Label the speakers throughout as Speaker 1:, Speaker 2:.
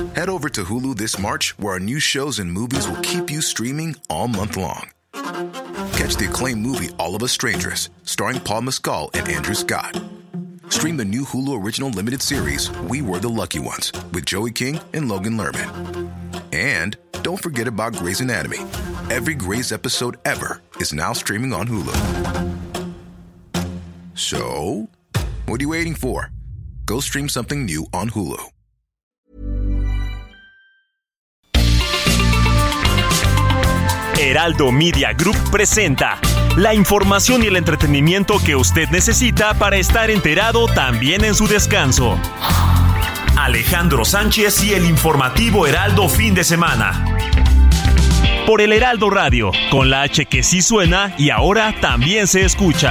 Speaker 1: Head over to Hulu this March, where our new shows and movies will keep you streaming all month long. Catch the acclaimed movie All of Us Strangers, starring Paul Mescal and Andrew Scott. Stream the new Hulu original limited series We Were the Lucky Ones with Joey King and Logan Lerman. And don't forget about Grey's Anatomy. Every Grey's episode ever is now streaming on Hulu. So, what are you waiting for? Go stream something new on Hulu.
Speaker 2: Heraldo Media Group presenta la información y el entretenimiento que usted necesita para estar enterado también en su descanso. Alejandro Sánchez y el informativo Heraldo Fin de Semana. Por el Heraldo Radio, con la H que sí suena y ahora también se escucha.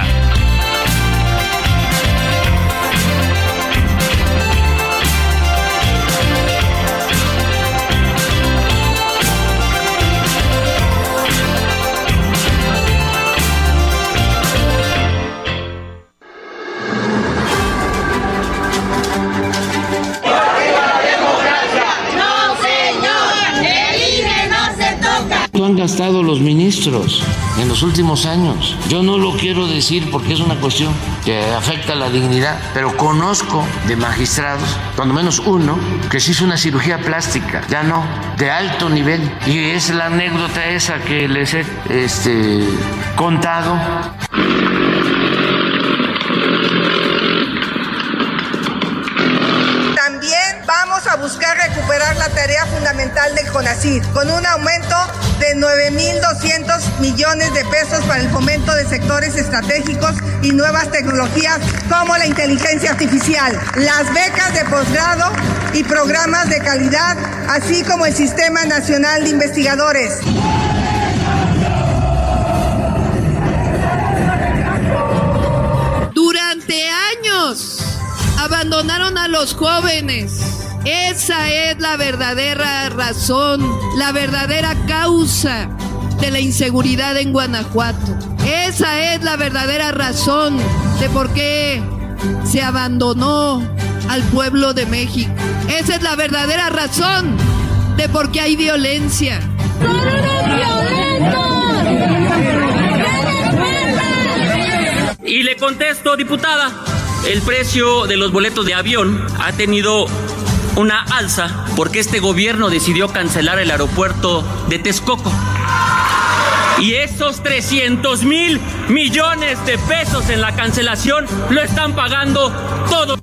Speaker 3: Han gastado los ministros en los últimos años. Yo no lo quiero decir porque es una cuestión que afecta a la dignidad, pero conozco de magistrados, cuando menos uno, que se hizo una cirugía plástica, ya no, de alto nivel. Y es la anécdota esa que les he contado.
Speaker 4: Vamos a buscar recuperar la tarea fundamental del CONACYT, con un aumento de 9.200 millones de pesos para el fomento de sectores estratégicos y nuevas tecnologías como la inteligencia artificial, las becas de posgrado y programas de calidad, así como el Sistema Nacional de Investigadores.
Speaker 5: Durante años abandonaron a los jóvenes. Esa es la verdadera razón, la verdadera causa de la inseguridad en Guanajuato. Esa es la verdadera razón de por qué se abandonó al pueblo de México. Esa es la verdadera razón de por qué hay violencia. ¡Son unos violentos!
Speaker 6: Y le contesto, diputada, el precio de los boletos de avión ha tenido una alza porque este gobierno decidió cancelar el aeropuerto de Texcoco. Y esos 300,000 millones de pesos en la cancelación lo están pagando todos.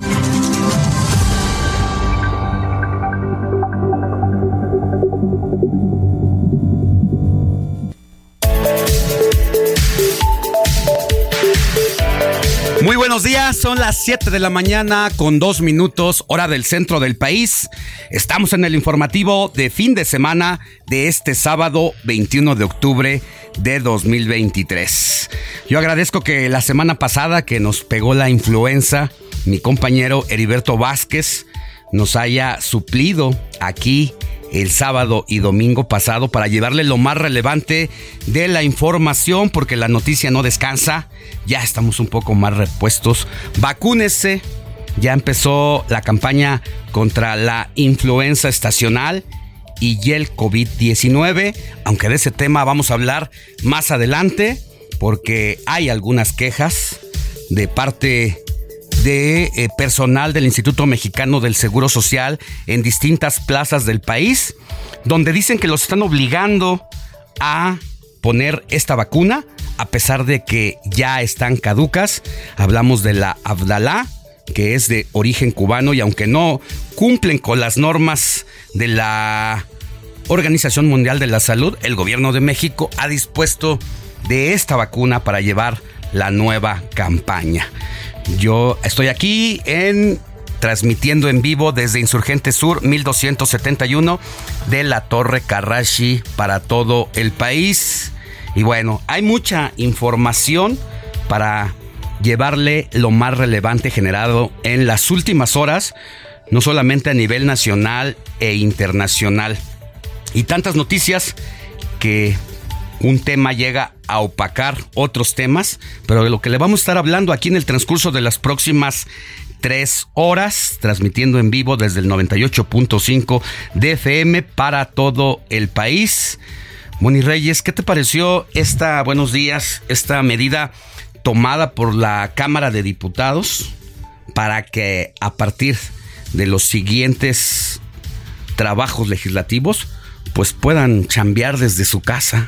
Speaker 7: Muy buenos días, son las 7 de la mañana con 2 minutos, hora del centro del país. Estamos en el informativo de fin de semana de este sábado 21 de octubre de 2023. Yo agradezco que la semana pasada que nos pegó la influenza, mi compañero Heriberto Vázquez nos haya suplido aquí el sábado y domingo pasado para llevarle lo más relevante de la información, porque la noticia no descansa. Ya estamos un poco más repuestos. Vacúnese. Ya empezó la campaña contra la influenza estacional y el COVID-19, aunque de ese tema vamos a hablar más adelante, porque hay algunas quejas de parte de personal del Instituto Mexicano del Seguro Social en distintas plazas del país, donde dicen que los están obligando a poner esta vacuna, a pesar de que ya están caducas. Hablamos de la Abdalá, que es de origen cubano, y aunque no cumplen con las normas de la Organización Mundial de la Salud, el gobierno de México ha dispuesto de esta vacuna para llevar la nueva campaña. Yo estoy aquí transmitiendo en vivo desde Insurgente Sur 1271 de la Torre Carrashi para todo el país. Y bueno, hay mucha información para llevarle lo más relevante generado en las últimas horas, no solamente a nivel nacional e internacional. Y tantas noticias que un tema llega a opacar otros temas, pero de lo que le vamos a estar hablando aquí en el transcurso de las próximas 3 horas, transmitiendo en vivo desde el 98.5 de FM para todo el país. Moni Reyes, ¿qué te pareció esta medida tomada por la Cámara de Diputados para que a partir de los siguientes trabajos legislativos pues puedan chambear desde su casa?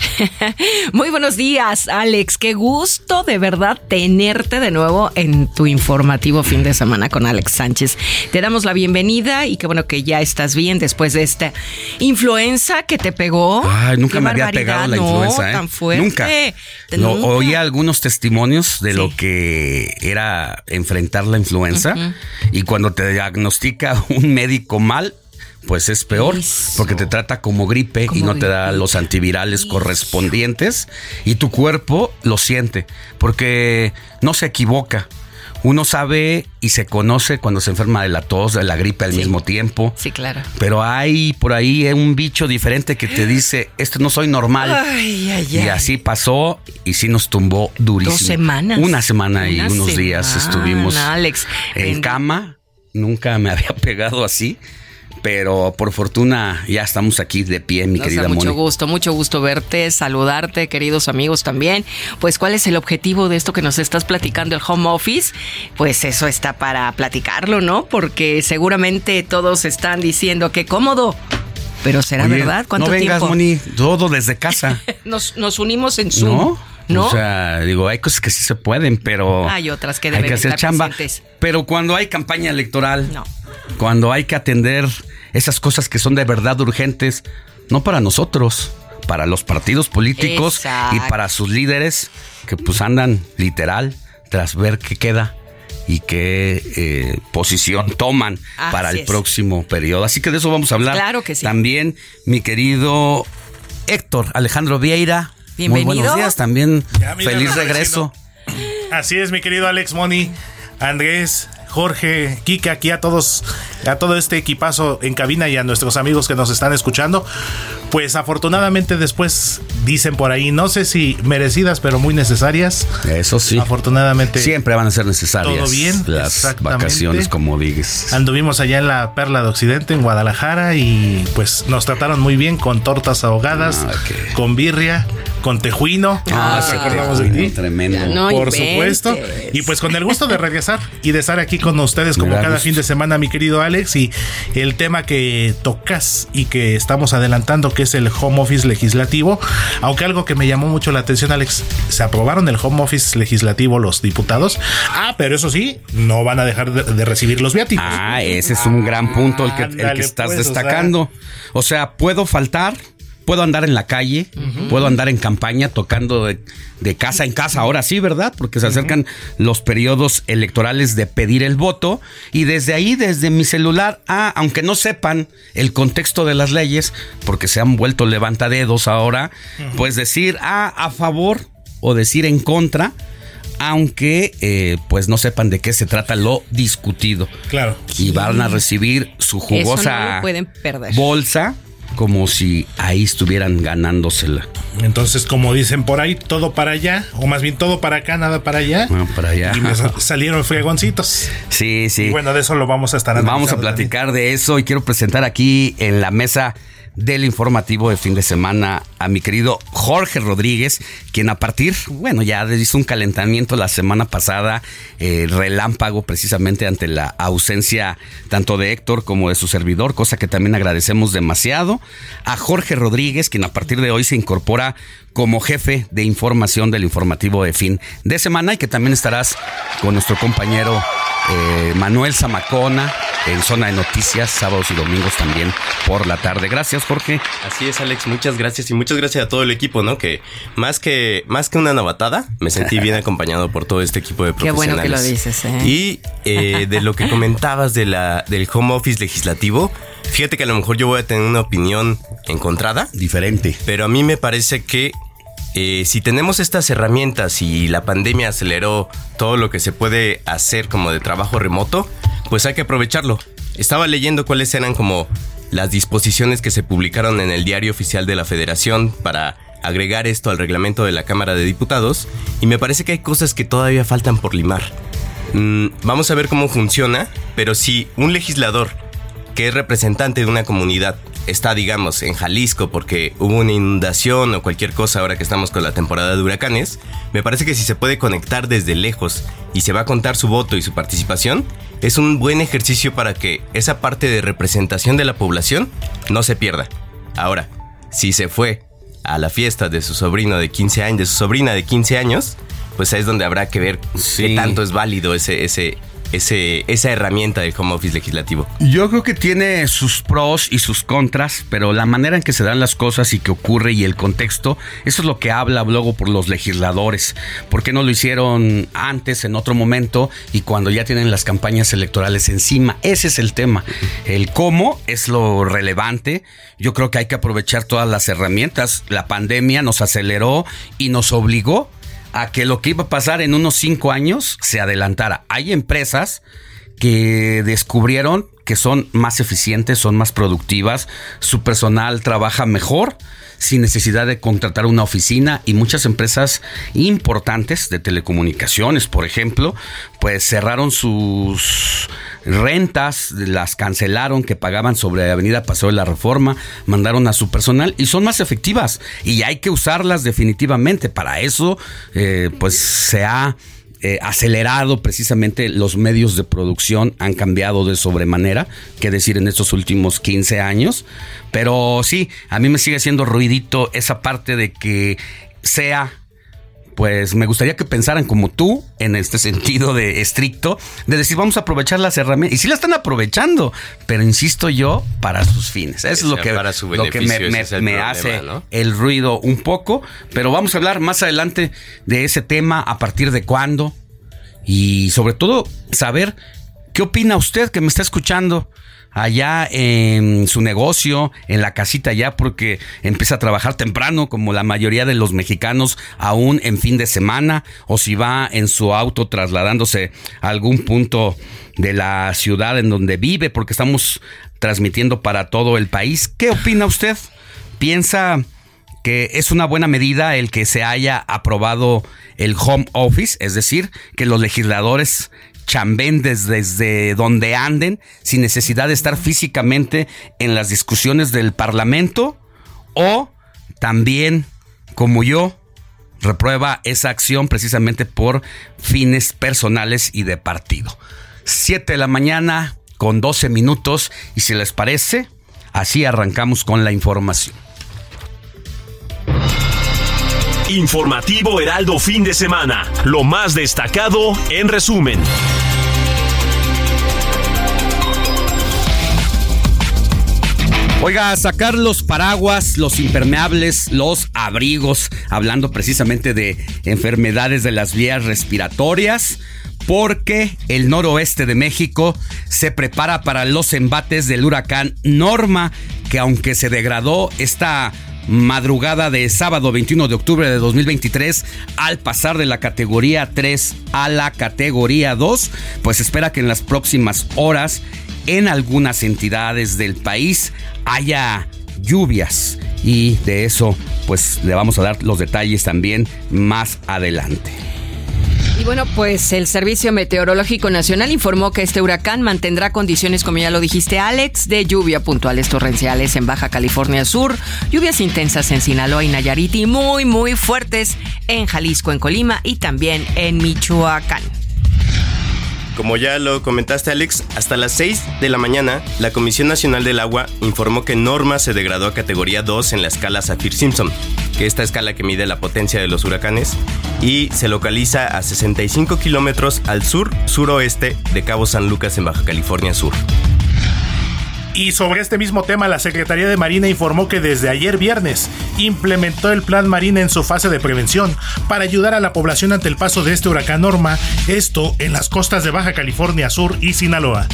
Speaker 8: Muy buenos días, Alex. Qué gusto de verdad tenerte de nuevo en tu informativo fin de semana con Alex Sánchez. Te damos la bienvenida y qué bueno que ya estás bien después de esta influenza que te pegó.
Speaker 7: Ay, nunca me había pegado la influenza,
Speaker 8: tan fuerte.
Speaker 7: Nunca. Oí algunos testimonios de lo que era enfrentar la influenza y cuando te diagnostica un médico mal, pues es peor, porque te trata como gripe y no te da los antivirales correspondientes y tu cuerpo lo siente, porque no se equivoca. Uno sabe y se conoce cuando se enferma de la tos, de la gripe al mismo tiempo.
Speaker 8: Sí, claro.
Speaker 7: Pero hay por ahí un bicho diferente que te dice, no soy normal. Y así pasó y sí nos tumbó durísimo.
Speaker 8: 2 semanas.
Speaker 7: Una semana y unos días estuvimos
Speaker 8: Alex,
Speaker 7: en cama. Nunca me había pegado así. Pero por fortuna ya estamos aquí de pie, mi querida Moni.
Speaker 8: Mucho gusto verte, saludarte, queridos amigos también. Pues, ¿cuál es el objetivo de esto que nos estás platicando, el home office? Pues eso está para platicarlo, ¿no? Porque seguramente todos están diciendo que cómodo. Pero ¿será verdad? ¿Cuánto tiempo?
Speaker 7: No vengas, Moni, todo desde casa.
Speaker 8: Nos unimos en Zoom. ¿No?
Speaker 7: O sea, hay cosas que sí se pueden, pero
Speaker 8: hay otras que deben
Speaker 7: hay que hacer
Speaker 8: estar
Speaker 7: chamba.
Speaker 8: Presentes.
Speaker 7: Pero cuando hay campaña electoral, cuando hay que atender esas cosas que son de verdad urgentes, no para nosotros, para los partidos políticos y para sus líderes que pues andan literal tras ver qué queda y qué posición toman para el próximo periodo. Así que de eso vamos a hablar.
Speaker 8: Claro que sí.
Speaker 7: También, mi querido Héctor Alejandro Vieira.
Speaker 8: Bienvenido.
Speaker 7: Muy buenos días también. Feliz regreso.
Speaker 9: Así es, mi querido Alex, Moni, Andrés, Jorge, Kika, aquí a todo este equipazo en cabina y a nuestros amigos que nos están escuchando. Pues afortunadamente después dicen por ahí, no sé si merecidas, pero muy necesarias.
Speaker 7: Eso sí.
Speaker 9: Afortunadamente.
Speaker 7: Siempre van a ser necesarias.
Speaker 9: Todo bien.
Speaker 7: Las vacaciones, como digas.
Speaker 9: Anduvimos allá en la Perla de Occidente, en Guadalajara, y pues nos trataron muy bien con tortas ahogadas, con birria, con tejuino.
Speaker 7: Nos acordamos de ti. Tremendo.
Speaker 9: Por supuesto. Y pues con el gusto de regresar y de estar aquí con ustedes como cada fin de semana, mi querido Alex. Y el tema que tocas y que estamos adelantando, que es el home office legislativo. Aunque algo que me llamó mucho la atención, Alex, se aprobaron el home office legislativo los diputados. Pero eso sí, no van a dejar de recibir los viáticos.
Speaker 7: Ese es un gran punto el que estás destacando. O sea, puedo faltar, puedo andar en la calle, puedo andar en campaña tocando de casa en casa, ahora sí, ¿verdad? Porque se acercan los periodos electorales de pedir el voto y desde ahí, desde mi celular, aunque no sepan el contexto de las leyes, porque se han vuelto levantadedos ahora, pues decir a favor o decir en contra, aunque pues no sepan de qué se trata lo discutido.
Speaker 9: Claro.
Speaker 7: Y van a recibir su jugosa
Speaker 8: Eso no lo pueden perder.
Speaker 7: Bolsa, como si ahí estuvieran ganándosela.
Speaker 9: Entonces, como dicen por ahí, todo para allá, o más bien todo para acá, nada para allá.
Speaker 7: No, para allá.
Speaker 9: Y me salieron fregoncitos.
Speaker 7: Sí.
Speaker 9: Y bueno, de eso lo vamos a estar analizando.
Speaker 7: Vamos a platicar de eso y quiero presentar aquí en la mesa del informativo de fin de semana a mi querido Jorge Rodríguez, quien ya hizo un calentamiento la semana pasada, relámpago, precisamente ante la ausencia tanto de Héctor como de su servidor, cosa que también agradecemos demasiado. A Jorge Rodríguez, quien a partir de hoy se incorpora como jefe de información del informativo de fin de semana y que también estarás con nuestro compañero Manuel Zamacona en Zona de Noticias, sábados y domingos también por la tarde. Gracias, Jorge.
Speaker 10: Así es, Alex, muchas gracias y muchas gracias a todo el equipo, ¿no? Que más que una novatada, me sentí bien acompañado por todo este equipo de profesionales.
Speaker 8: Qué bueno que lo dices,
Speaker 10: Y de lo que comentabas del home office legislativo, fíjate que a lo mejor yo voy a tener una opinión encontrada.
Speaker 7: Diferente.
Speaker 10: Pero a mí me parece que si tenemos estas herramientas y la pandemia aceleró todo lo que se puede hacer como de trabajo remoto, pues hay que aprovecharlo. Estaba leyendo cuáles eran como las disposiciones que se publicaron en el Diario Oficial de la Federación para agregar esto al reglamento de la Cámara de Diputados y me parece que hay cosas que todavía faltan por limar. Vamos a ver cómo funciona, pero si un legislador que es representante de una comunidad está, digamos, en Jalisco porque hubo una inundación o cualquier cosa ahora que estamos con la temporada de huracanes, me parece que si se puede conectar desde lejos y se va a contar su voto y su participación, es un buen ejercicio para que esa parte de representación de la población no se pierda. Ahora, si se fue a la fiesta de su sobrino de 15 años, de su sobrina de 15 años, pues ahí es donde habrá que ver qué tanto es válido esa herramienta del home office legislativo.
Speaker 7: Yo creo que tiene sus pros y sus contras, pero la manera en que se dan las cosas y que ocurre y el contexto, eso es lo que habla luego por los legisladores. ¿Por qué no lo hicieron antes, en otro momento, y cuando ya tienen las campañas electorales encima? Ese es el tema. El cómo es lo relevante. Yo creo que hay que aprovechar todas las herramientas. La pandemia nos aceleró y nos obligó a que lo que iba a pasar en unos 5 años se adelantara. Hay empresas que descubrieron que son más eficientes, son más productivas, su personal trabaja mejor sin necesidad de contratar una oficina, y muchas empresas importantes de telecomunicaciones, por ejemplo, pues cerraron sus rentas, las cancelaron que pagaban sobre Avenida Paseo de la Reforma, mandaron a su personal y son más efectivas y hay que usarlas definitivamente. Para eso pues se ha acelerado precisamente los medios de producción, han cambiado de sobremanera, que decir, en estos últimos 15 años. Pero sí, a mí me sigue haciendo ruidito esa parte de que sea, pues me gustaría que pensaran como tú, en este sentido de estricto, de decir vamos a aprovechar las herramientas. Y sí la están aprovechando, pero insisto yo, para sus fines. Eso es lo que me hace, ¿no?, el ruido un poco. Pero vamos a hablar más adelante de ese tema, a partir de cuándo. Y sobre todo, saber qué opina usted que me está escuchando allá en su negocio, en la casita ya, porque empieza a trabajar temprano, como la mayoría de los mexicanos, aún en fin de semana, o si va en su auto trasladándose a algún punto de la ciudad en donde vive, porque estamos transmitiendo para todo el país. ¿Qué opina usted? ¿Piensa que es una buena medida el que se haya aprobado el home office? Es decir, que los legisladores chambén desde donde anden, sin necesidad de estar físicamente en las discusiones del Parlamento, o también, como yo, reprueba esa acción precisamente por fines personales y de partido. 7 de la mañana con 12 minutos, y si les parece, así arrancamos con la información.
Speaker 2: Informativo Heraldo fin de semana. Lo más destacado en resumen.
Speaker 7: Oiga, sacar los paraguas, los impermeables, los abrigos, hablando precisamente de enfermedades de las vías respiratorias, porque el noroeste de México se prepara para los embates del huracán Norma, que aunque se degradó esta madrugada de sábado 21 de octubre de 2023 al pasar de la categoría 3 a la categoría 2, pues espera que en las próximas horas en algunas entidades del país haya lluvias, y de eso pues le vamos a dar los detalles también más adelante.
Speaker 8: Y bueno, pues el Servicio Meteorológico Nacional informó que este huracán mantendrá condiciones, como ya lo dijiste, Alex, de lluvia, puntuales torrenciales en Baja California Sur, lluvias intensas en Sinaloa y Nayarit y muy, muy fuertes en Jalisco, en Colima y también en Michoacán.
Speaker 10: Como ya lo comentaste, Alex, hasta las 6 de la mañana, la Comisión Nacional del Agua informó que Norma se degradó a categoría 2 en la escala Saffir-Simpson, que esta escala que mide la potencia de los huracanes, y se localiza a 65 kilómetros al suroeste de Cabo San Lucas en Baja California Sur.
Speaker 9: Y sobre este mismo tema, la Secretaría de Marina informó que desde ayer viernes implementó el Plan Marina en su fase de prevención para ayudar a la población ante el paso de este huracán Norma, esto en las costas de Baja California Sur y Sinaloa.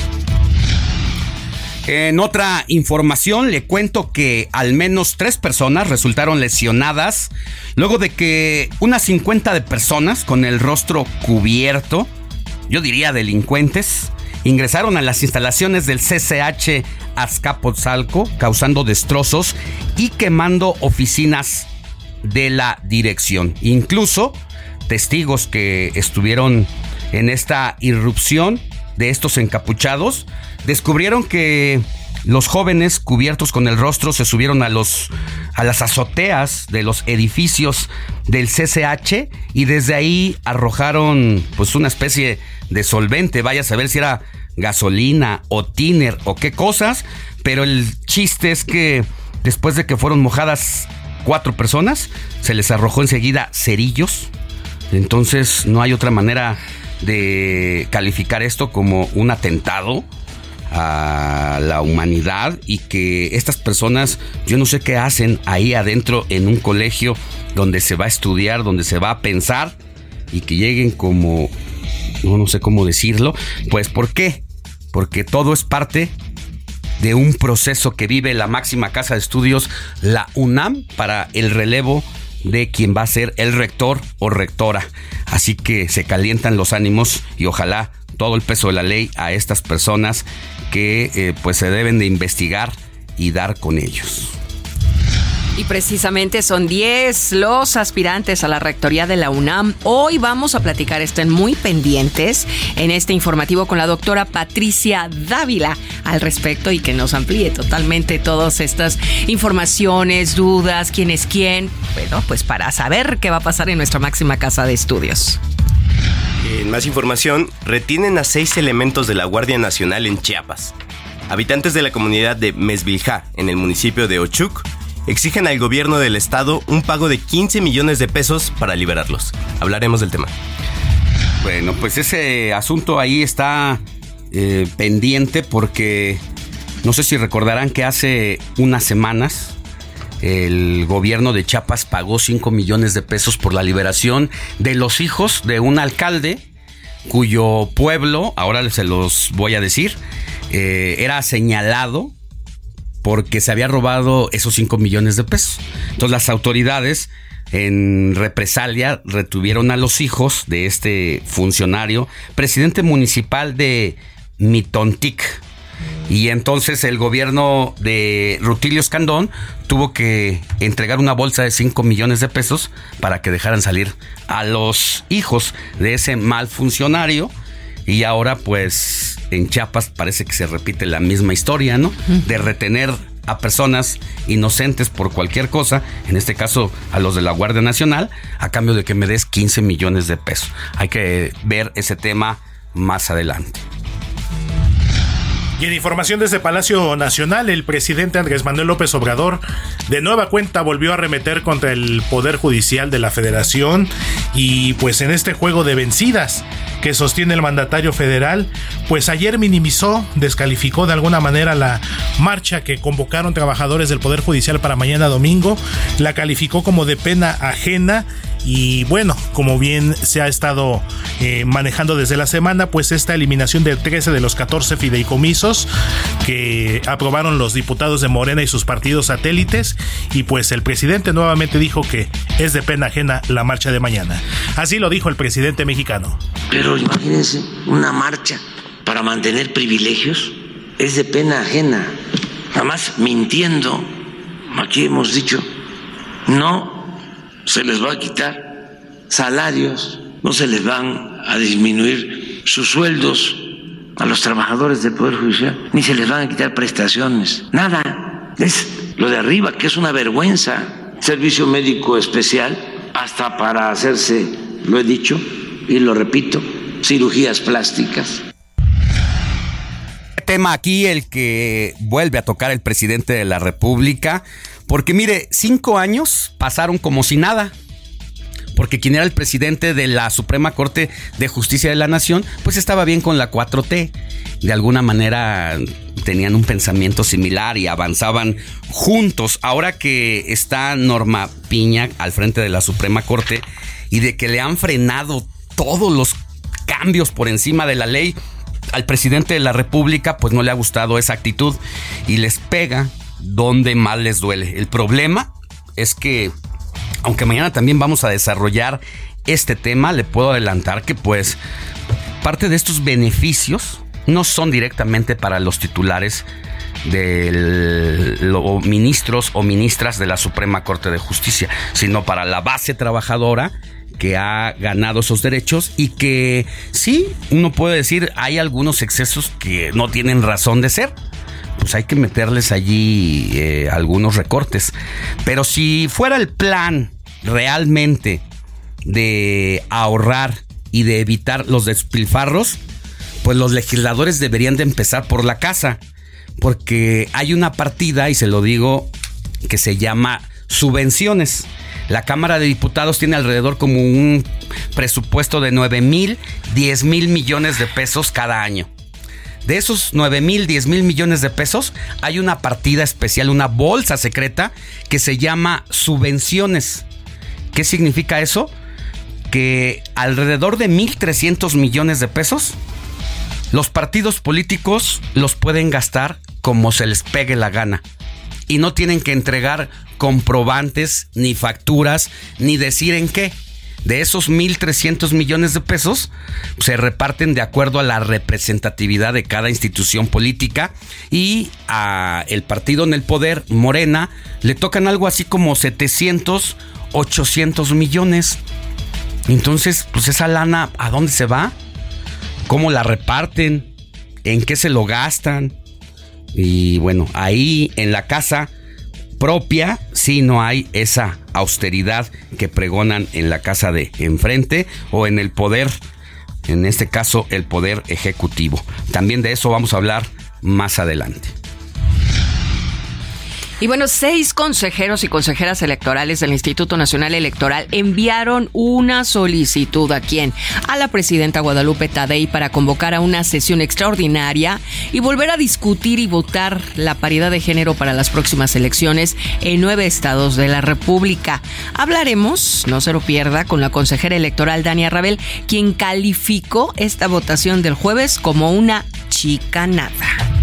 Speaker 7: En otra información, le cuento que al menos 3 personas resultaron lesionadas luego de que unas 50 de personas con el rostro cubierto, yo diría delincuentes, ingresaron a las instalaciones del CCH Azcapotzalco, causando destrozos y quemando oficinas de la dirección. Incluso testigos que estuvieron en esta irrupción de estos encapuchados, descubrieron que los jóvenes cubiertos con el rostro se subieron a las azoteas de los edificios del CCH y desde ahí arrojaron pues una especie de solvente, vaya a saber si era gasolina o tiner o qué cosas, pero el chiste es que después de que fueron mojadas 4 personas, se les arrojó enseguida cerillos. Entonces no hay otra manera de calificar esto como un atentado a la humanidad, y que estas personas, yo no sé qué hacen ahí adentro en un colegio donde se va a estudiar, donde se va a pensar, y que lleguen como, no sé cómo decirlo, pues ¿por qué? Porque todo es parte de un proceso que vive la máxima casa de estudios, la UNAM, para el relevo de quien va a ser el rector o rectora. Así que se calientan los ánimos y ojalá todo el peso de la ley a estas personas que pues se deben de investigar y dar con ellos.
Speaker 8: Y precisamente son 10 los aspirantes a la rectoría de la UNAM. Hoy vamos a platicar, estén muy pendientes en este informativo con la doctora Patricia Dávila al respecto, y que nos amplíe totalmente todas estas informaciones, dudas, quién es quién, bueno, pues para saber qué va a pasar en nuestra máxima casa de estudios.
Speaker 10: En más información, retienen a 6 elementos de la Guardia Nacional en Chiapas. Habitantes de la comunidad de Mezbiljá, en el municipio de Ochuc, exigen al gobierno del estado un pago de 15 millones de pesos para liberarlos. Hablaremos del tema.
Speaker 7: Bueno, pues ese asunto ahí está pendiente, porque no sé si recordarán que hace unas semanas el gobierno de Chiapas pagó 5 millones de pesos por la liberación de los hijos de un alcalde cuyo pueblo, ahora se los voy a decir, era señalado porque se había robado esos 5 millones de pesos. Entonces las autoridades, en represalia, retuvieron a los hijos de este funcionario, presidente municipal de Mitontic. Y entonces el gobierno de Rutilio Escandón tuvo que entregar una bolsa de 5 millones de pesos para que dejaran salir a los hijos de ese mal funcionario. Y ahora pues en Chiapas parece que se repite la misma historia, ¿no? De retener a personas inocentes por cualquier cosa, en este caso a los de la Guardia Nacional, a cambio de que me des 15 millones de pesos. Hay que ver ese tema más adelante.
Speaker 9: Y en información desde Palacio Nacional, el presidente Andrés Manuel López Obrador de nueva cuenta volvió a arremeter contra el Poder Judicial de la Federación, y pues en este juego de vencidas que sostiene el mandatario federal, pues ayer minimizó, descalificó de alguna manera la marcha que convocaron trabajadores del Poder Judicial para mañana domingo, la calificó como de pena ajena. Y bueno, como bien se ha estado manejando desde la semana, pues esta eliminación de 13 de los 14 fideicomisos que aprobaron los diputados de Morena y sus partidos satélites, y pues el presidente nuevamente dijo que es de pena ajena la marcha de mañana. Así lo dijo el presidente mexicano.
Speaker 3: Pero imagínense, una marcha para mantener privilegios es de pena ajena. Nada más mintiendo. Aquí hemos dicho, no se les va a quitar salarios, no se les van a disminuir sus sueldos a los trabajadores del Poder Judicial, ni se les van a quitar prestaciones, nada. Es lo de arriba, que es una vergüenza. Servicio médico especial, hasta para hacerse, lo he dicho y lo repito, cirugías plásticas.
Speaker 7: Tema aquí el que vuelve a tocar el presidente de la República, porque mire, 5 años pasaron como si nada, porque quien era el presidente de la Suprema Corte de Justicia de la Nación, pues estaba bien con la 4T, de alguna manera tenían un pensamiento similar y avanzaban juntos. Ahora que está Norma Piña al frente de la Suprema Corte y de que le han frenado todos los cambios por encima de la ley, al presidente de la República pues no le ha gustado esa actitud y les pega donde más les duele. El problema es que, aunque mañana también vamos a desarrollar este tema, le puedo adelantar que pues parte de estos beneficios no son directamente para los titulares de los ministros o ministras de la Suprema Corte de Justicia, sino para la base trabajadora que ha ganado esos derechos y que sí, uno puede decir, hay algunos excesos que no tienen razón de ser. Pues hay que meterles allí algunos recortes. Pero si fuera el plan realmente de ahorrar y de evitar los despilfarros, pues los legisladores deberían de empezar por la casa, porque hay una partida, y se lo digo, que se llama subvenciones. La Cámara de Diputados tiene alrededor como un presupuesto de 9,000, 10,000 millones de pesos cada año. De esos 9,000, 10,000 millones de pesos, hay una partida especial, una bolsa secreta que se llama subvenciones. ¿Qué significa eso? Que alrededor de 1,300 millones de pesos, los partidos políticos los pueden gastar como se les pegue la gana. Y no tienen que entregar comprobantes, ni facturas, ni decir en qué. De esos 1,300 millones de pesos se reparten de acuerdo a la representatividad de cada institución política, y a el partido en el poder, Morena, le tocan algo así como 700, 800 millones. Entonces, pues esa lana, ¿a dónde se va? ¿Cómo la reparten? ¿En qué se lo gastan? Y bueno, ahí en la casa propia sí no hay esa austeridad que pregonan en la casa de enfrente o en el poder, en este caso el poder ejecutivo. También de eso vamos a hablar más adelante.
Speaker 8: Y bueno, 6 consejeros y consejeras electorales del Instituto Nacional Electoral enviaron una solicitud ¿a quién? A la presidenta Guadalupe Tadei para convocar a una sesión extraordinaria y volver a discutir y votar la paridad de género para las próximas elecciones en 9 estados de la República. Hablaremos, no se lo pierda, con la consejera electoral Dania Rabel, quien calificó esta votación del jueves como una chicanada.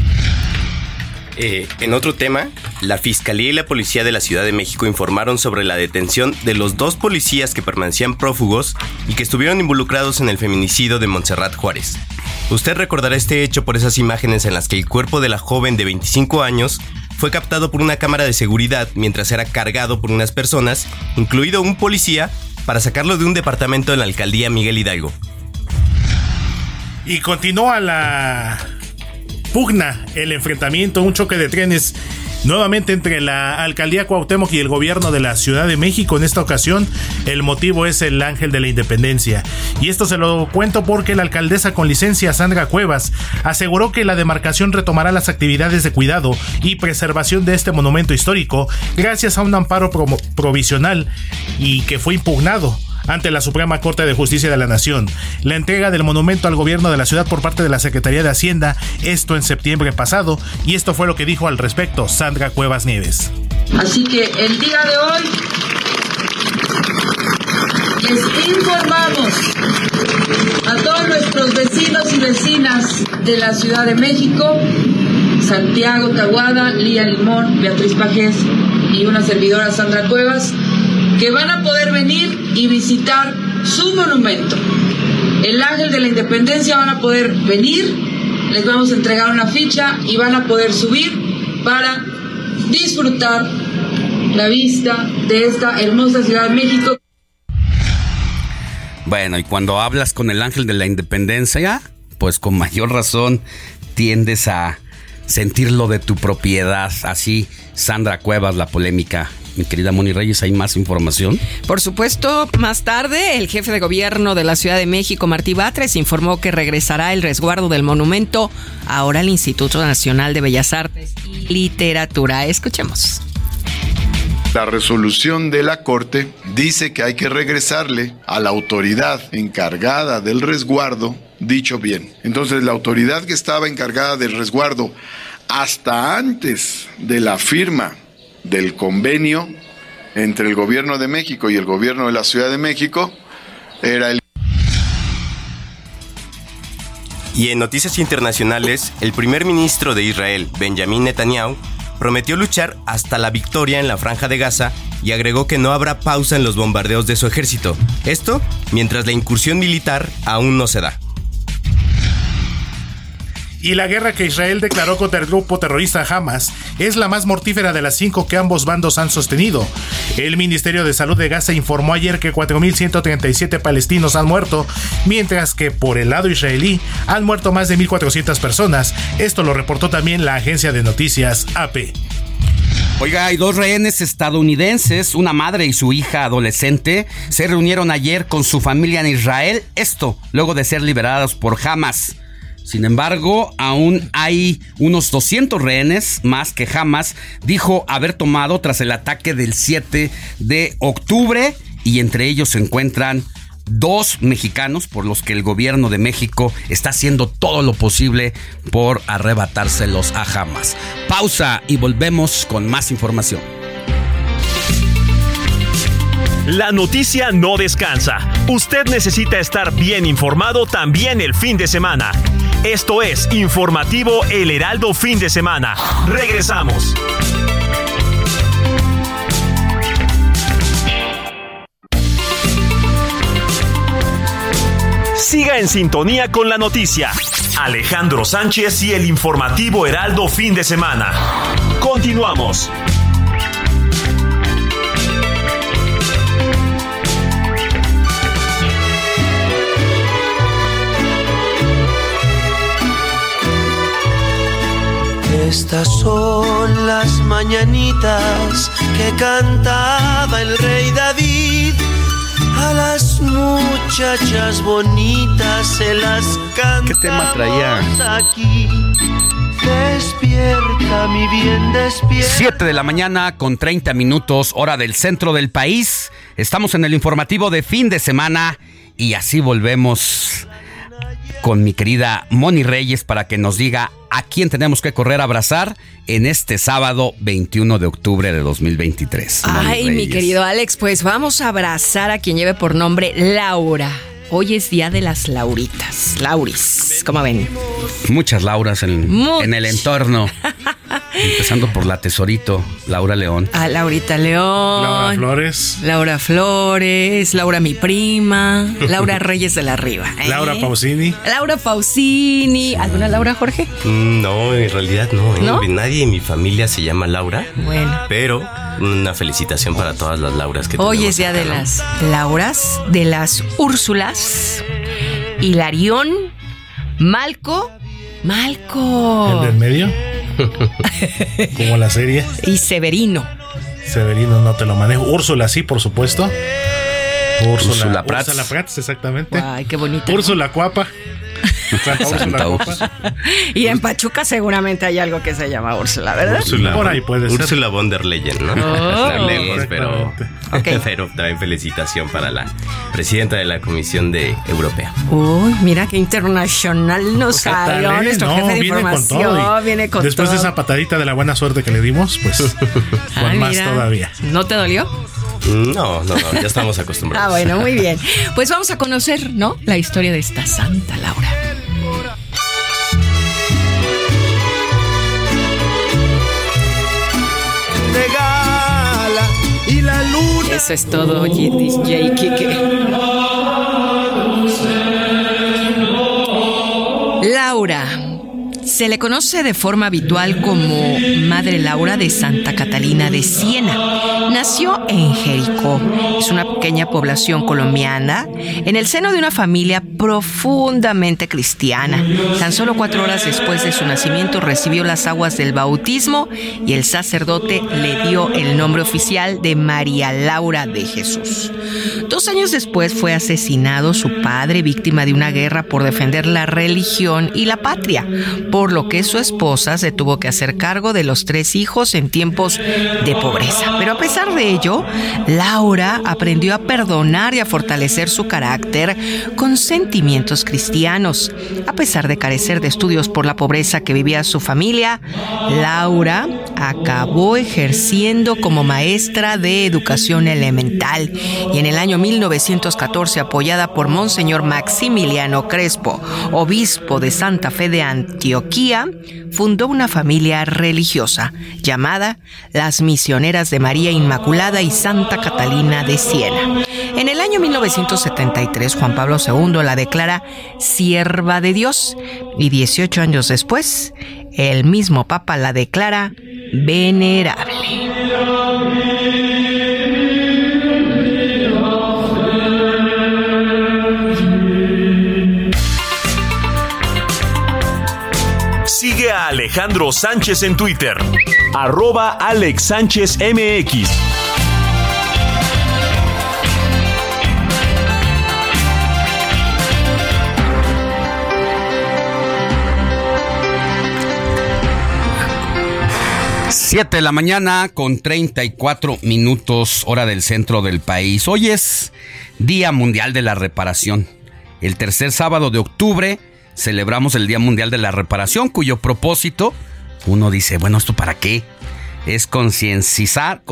Speaker 10: En otro tema, la Fiscalía y la Policía de la Ciudad de México informaron sobre la detención de los 2 policías que permanecían prófugos y que estuvieron involucrados en el feminicidio de Montserrat Juárez. Usted recordará este hecho por esas imágenes en las que el cuerpo de la joven de 25 años fue captado por una cámara de seguridad mientras era cargado por unas personas, incluido un policía, para sacarlo de un departamento en la alcaldía Miguel Hidalgo.
Speaker 9: Y continúa la pugna, el enfrentamiento, un choque de trenes nuevamente entre la alcaldía Cuauhtémoc y el gobierno de la Ciudad de México. En esta ocasión el motivo es el Ángel de la Independencia, y esto se lo cuento porque la alcaldesa con licencia, Sandra Cuevas, aseguró que la demarcación retomará las actividades de cuidado y preservación de este monumento histórico gracias a un amparo provisional y que fue impugnado ante la Suprema Corte de Justicia de la Nación. La entrega del monumento al gobierno de la ciudad por parte de la Secretaría de Hacienda, esto en septiembre pasado, y esto fue lo que dijo al respecto Sandra Cuevas Nieves.
Speaker 11: Así que el día de hoy les informamos a todos nuestros vecinos y vecinas de la Ciudad de México, Santiago Tahuada, Lía Limón, Beatriz Pajés y una servidora, Sandra Cuevas, que van a poder venir y visitar su monumento, el Ángel de la Independencia. Van a poder venir, les vamos a entregar una ficha y van a poder subir para disfrutar la vista de esta hermosa Ciudad de México.
Speaker 7: Bueno, y cuando hablas con el Ángel de la Independencia, pues con mayor razón tiendes a sentirlo de tu propiedad. Así, Sandra Cuevas, la polémica. Mi querida Moni Reyes, ¿hay más información?
Speaker 8: Por supuesto, más tarde, el jefe de gobierno de la Ciudad de México, Martí Batres, informó que regresará el resguardo del monumento ahora al Instituto Nacional de Bellas Artes y Literatura. Escuchemos.
Speaker 12: La resolución de la Corte dice que hay que regresarle a la autoridad encargada del resguardo dicho bien. Entonces, la autoridad que estaba encargada del resguardo hasta antes de la firma del convenio entre el gobierno de México y el gobierno de la Ciudad de México era el...
Speaker 10: Y en noticias internacionales, el primer ministro de Israel, Benjamín Netanyahu, prometió luchar hasta la victoria en la Franja de Gaza y agregó que no habrá pausa en los bombardeos de su ejército. Esto mientras la incursión militar aún no se da.
Speaker 9: Y la guerra que Israel declaró contra el grupo terrorista Hamas es la más mortífera de las 5 que ambos bandos han sostenido. El Ministerio de Salud de Gaza informó ayer que 4.137 palestinos han muerto, mientras que por el lado israelí han muerto más de 1.400 personas. Esto lo reportó también la agencia de noticias AP.
Speaker 7: Oiga, hay 2 rehenes estadounidenses, una madre y su hija adolescente, se reunieron ayer con su familia en Israel, esto luego de ser liberados por Hamas. Sin embargo, aún hay unos 200 rehenes más que Hamas dijo haber tomado tras el ataque del 7 de octubre y entre ellos se encuentran 2 mexicanos por los que el gobierno de México está haciendo todo lo posible por arrebatárselos a Hamas. Pausa y volvemos con más información.
Speaker 2: La noticia no descansa. Usted necesita estar bien informado también el fin de semana. Esto es Informativo El Heraldo Fin de Semana. Regresamos. Siga en sintonía con la noticia. Alejandro Sánchez y el Informativo Heraldo Fin de Semana. Continuamos.
Speaker 13: Estas son las mañanitas que cantaba el rey David. A las muchachas bonitas se las cantamos.
Speaker 7: ¿Qué tema traía?
Speaker 13: Aquí. Despierta, mi bien, despierta.
Speaker 7: 7 de la mañana con 30 minutos, hora del centro del país. Estamos en el informativo de fin de semana y así volvemos con mi querida Moni Reyes para que nos diga a quién tenemos que correr a abrazar en este sábado 21 de octubre de 2023.
Speaker 8: Ay, mi querido Alex, pues vamos a abrazar a quien lleve por nombre Laura. Hoy es día de las Lauritas. Lauris, ¿cómo ven?
Speaker 7: Muchas Lauras en el entorno. Empezando por la Tesorito, Laura León.
Speaker 8: Ah, Laurita León.
Speaker 9: Laura Flores.
Speaker 8: Laura Flores, Laura mi prima, Laura Reyes de la Riva.
Speaker 9: Laura Pausini.
Speaker 8: Laura Pausini. ¿Alguna Laura, Jorge?
Speaker 10: No, en realidad no.
Speaker 8: ¿No?
Speaker 10: Nadie en mi familia se llama Laura.
Speaker 8: Bueno.
Speaker 10: Pero una felicitación para todas las Lauras que tenemos.
Speaker 8: Hoy es día de las Lauras, de las Úrsulas, Hilarión, Malco.
Speaker 9: ¿El del medio? Como la serie.
Speaker 8: Y Severino.
Speaker 9: Severino no te lo manejo. Úrsula sí, por supuesto.
Speaker 7: Úrsula Prats.
Speaker 9: Úrsula Prats, exactamente.
Speaker 8: Ay, qué bonita.
Speaker 9: Úrsula Cuapa.
Speaker 7: Santa Úrsula.
Speaker 8: Y en Pachuca seguramente hay algo que se llama Úrsula, ¿verdad?
Speaker 10: Úrsula,
Speaker 9: por ahí puede ser.
Speaker 10: Úrsula von der Leyen, ¿no?
Speaker 8: Oh.
Speaker 10: Lejos, pero también felicitación para la presidenta de la Comisión Europea.
Speaker 8: Uy, mira qué internacional nos salió nuestro jefe de información. Viene con
Speaker 9: después
Speaker 8: todo.
Speaker 9: de esa patadita de la buena suerte que le dimos, pues con más todavía.
Speaker 8: ¿No te dolió?
Speaker 10: No, ya estamos acostumbrados.
Speaker 8: Ah, bueno, muy bien. Pues vamos a conocer, ¿no?, la historia de esta Santa Laura.
Speaker 13: De gala y la luna.
Speaker 8: Eso es todo, DJ Kike. Laura. Se le conoce de forma habitual como Madre Laura de Santa Catalina de Siena. Nació en Jericó. Es una pequeña población colombiana en el seno de una familia profundamente cristiana. Tan solo 4 horas después de su nacimiento recibió las aguas del bautismo y el sacerdote le dio el nombre oficial de María Laura de Jesús. 2 años después fue asesinado su padre, víctima de una guerra por defender la religión y la patria, por lo que su esposa se tuvo que hacer cargo de los 3 hijos en tiempos de pobreza. Pero a pesar de ello, Laura aprendió a perdonar y a fortalecer su carácter con sentimientos cristianos. A pesar de carecer de estudios por la pobreza que vivía su familia, Laura acabó ejerciendo como maestra de educación elemental y en el año 1914, apoyada por Monseñor Maximiliano Crespo, obispo de Santa Fe de Antioquía, Mejía fundó una familia religiosa llamada las Misioneras de María Inmaculada y Santa Catalina de Siena. En el año 1973, Juan Pablo II la declara sierva de Dios y 18 años después, el mismo Papa la declara venerable.
Speaker 2: Sigue a Alejandro Sánchez en Twitter, @AlexSánchezMX.
Speaker 7: Siete de la mañana con 34 minutos, hora del centro del país. Hoy es Día Mundial de la Reparación. El tercer sábado de octubre celebramos el Día Mundial de la Reparación, cuyo propósito, uno dice, bueno, ¿esto para qué? Es concienciar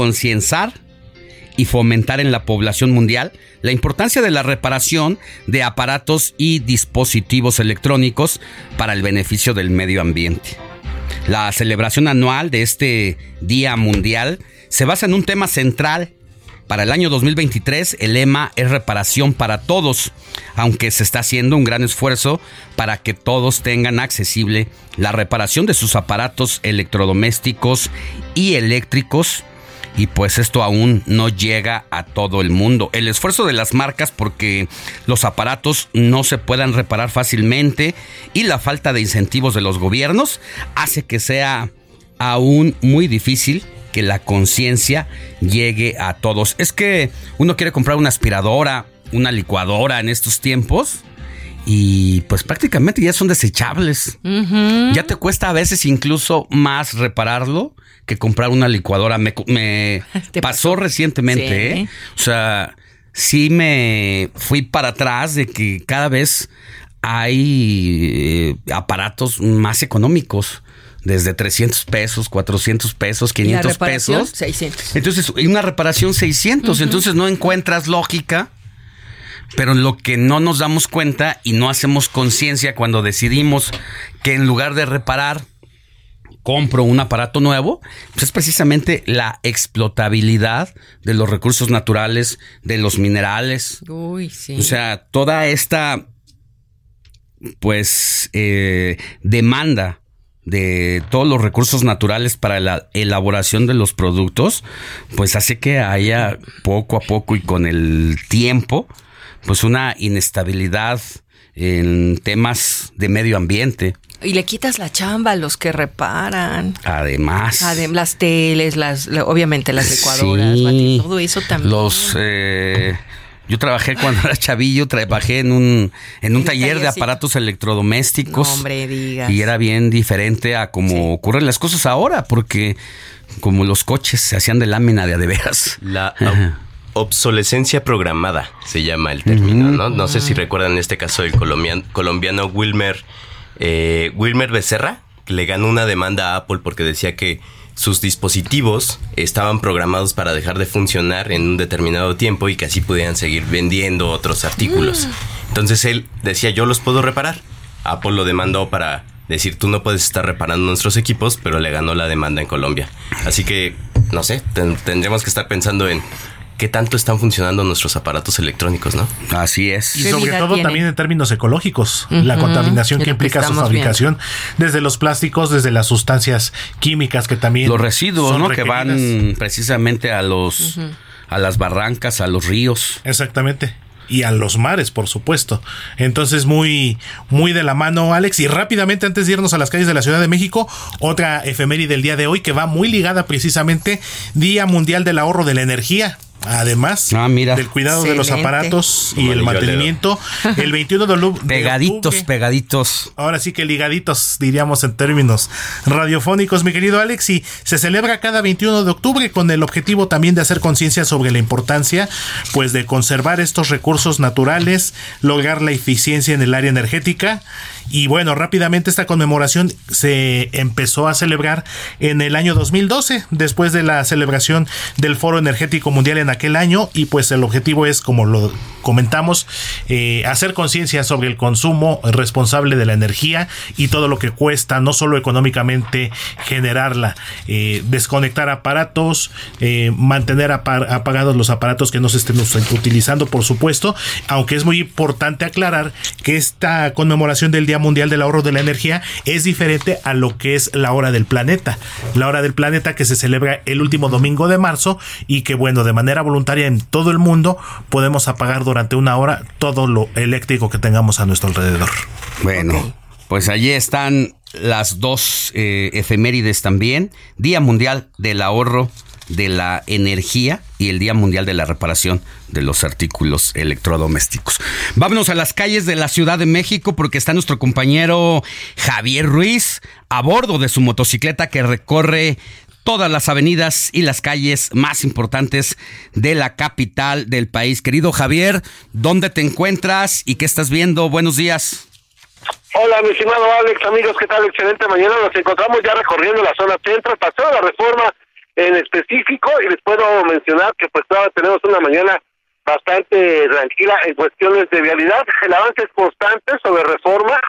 Speaker 7: y fomentar en la población mundial la importancia de la reparación de aparatos y dispositivos electrónicos para el beneficio del medio ambiente. La celebración anual de este Día Mundial se basa en un tema central. Para el año 2023, el lema es reparación para todos, aunque se está haciendo un gran esfuerzo para que todos tengan accesible la reparación de sus aparatos electrodomésticos y eléctricos, y pues esto aún no llega a todo el mundo. El esfuerzo de las marcas porque los aparatos no se puedan reparar fácilmente y la falta de incentivos de los gobiernos hace que sea aún muy difícil que la conciencia llegue a todos. Es que uno quiere comprar una aspiradora, una licuadora en estos tiempos y pues prácticamente ya son desechables. Uh-huh. Ya te cuesta a veces incluso más repararlo que comprar una licuadora. Me pasó recientemente, sí. O sea, sí me fui para atrás de que cada vez hay aparatos más económicos. Desde 300 pesos, 400 pesos, 500 pesos.
Speaker 8: 600.
Speaker 7: Entonces, una reparación 600. Uh-huh. Entonces, no encuentras lógica. Pero lo que no nos damos cuenta y no hacemos conciencia cuando decidimos que en lugar de reparar, compro un aparato nuevo, pues es precisamente la explotabilidad de los recursos naturales, de los minerales.
Speaker 8: Uy, sí.
Speaker 7: O sea, toda esta, pues, demanda de todos los recursos naturales para la elaboración de los productos, pues hace que haya poco a poco y con el tiempo, pues una inestabilidad en temas de medio ambiente.
Speaker 8: Y le quitas la chamba a los que reparan.
Speaker 7: Además.
Speaker 8: Las teles, obviamente las licuadoras,
Speaker 7: sí,
Speaker 8: todo eso también.
Speaker 7: Yo trabajé cuando era chavillo, trabajé en un taller de aparatos electrodomésticos.
Speaker 8: No, hombre, digas.
Speaker 7: Y era bien diferente a como ocurren las cosas ahora, porque como los coches se hacían de lámina de veras.
Speaker 10: La obsolescencia programada se llama el término, ¿no? No sé si recuerdan este caso del colombiano Wilmer Becerra, que le ganó una demanda a Apple porque decía que sus dispositivos estaban programados para dejar de funcionar en un determinado tiempo y que así pudieran seguir vendiendo otros artículos. Entonces él decía, yo los puedo reparar. Apple lo demandó para decir, tú no puedes estar reparando nuestros equipos, pero le ganó la demanda en Colombia. Así que, no sé, tendríamos que estar pensando en qué tanto están funcionando nuestros aparatos electrónicos, ¿no?
Speaker 7: Así es.
Speaker 9: Y sobre todo también en términos ecológicos, la contaminación que implica su fabricación, desde los plásticos, desde las sustancias químicas que también...
Speaker 7: Los residuos, ¿no? Que van precisamente a a las barrancas, a los ríos.
Speaker 9: Exactamente. Y a los mares, por supuesto. Entonces, muy, muy de la mano, Alex. Y rápidamente, antes de irnos a las calles de la Ciudad de México, otra efeméride del día de hoy que va muy ligada precisamente, Día Mundial del Ahorro de la Energía. Además del cuidado de los aparatos y el mantenimiento. El 21 de octubre,
Speaker 7: pegaditos.
Speaker 9: Ahora sí que ligaditos, diríamos en términos radiofónicos, mi querido Alex. Y se celebra cada 21 de octubre con el objetivo también de hacer conciencia sobre la importancia, pues, de conservar estos recursos naturales, lograr la eficiencia en el área energética Y bueno, rápidamente esta conmemoración se empezó a celebrar en el año 2012, después de la celebración del Foro Energético Mundial en aquel año, y pues el objetivo es, como lo comentamos, hacer conciencia sobre el consumo responsable de la energía y todo lo que cuesta, no solo económicamente generarla, desconectar aparatos, mantener apagados los aparatos que no se estén utilizando, por supuesto, aunque es muy importante aclarar que esta conmemoración del Día Mundial del Ahorro de la Energía es diferente a lo que es la Hora del Planeta. La Hora del Planeta, que se celebra el último domingo de marzo y que, bueno, de manera voluntaria en todo el mundo podemos apagar durante una hora todo lo eléctrico que tengamos a nuestro alrededor.
Speaker 7: Bueno, pues allí están las dos efemérides también: Día Mundial del Ahorro de la Energía y el Día Mundial de la Reparación de los Artículos Electrodomésticos. Vámonos a las calles de la Ciudad de México, porque está nuestro compañero Javier Ruiz a bordo de su motocicleta que recorre todas las avenidas y las calles más importantes de la capital del país. Querido Javier, ¿dónde te encuentras y qué estás viendo? Buenos días.
Speaker 14: Hola, mi estimado Alex, amigos, ¿qué tal? Excelente mañana. Nos encontramos ya recorriendo la zona centro, el Paseo de la Reforma en específico, y les puedo mencionar que pues todavía tenemos una mañana bastante tranquila en cuestiones de vialidad. El avance es constante sobre Reforma,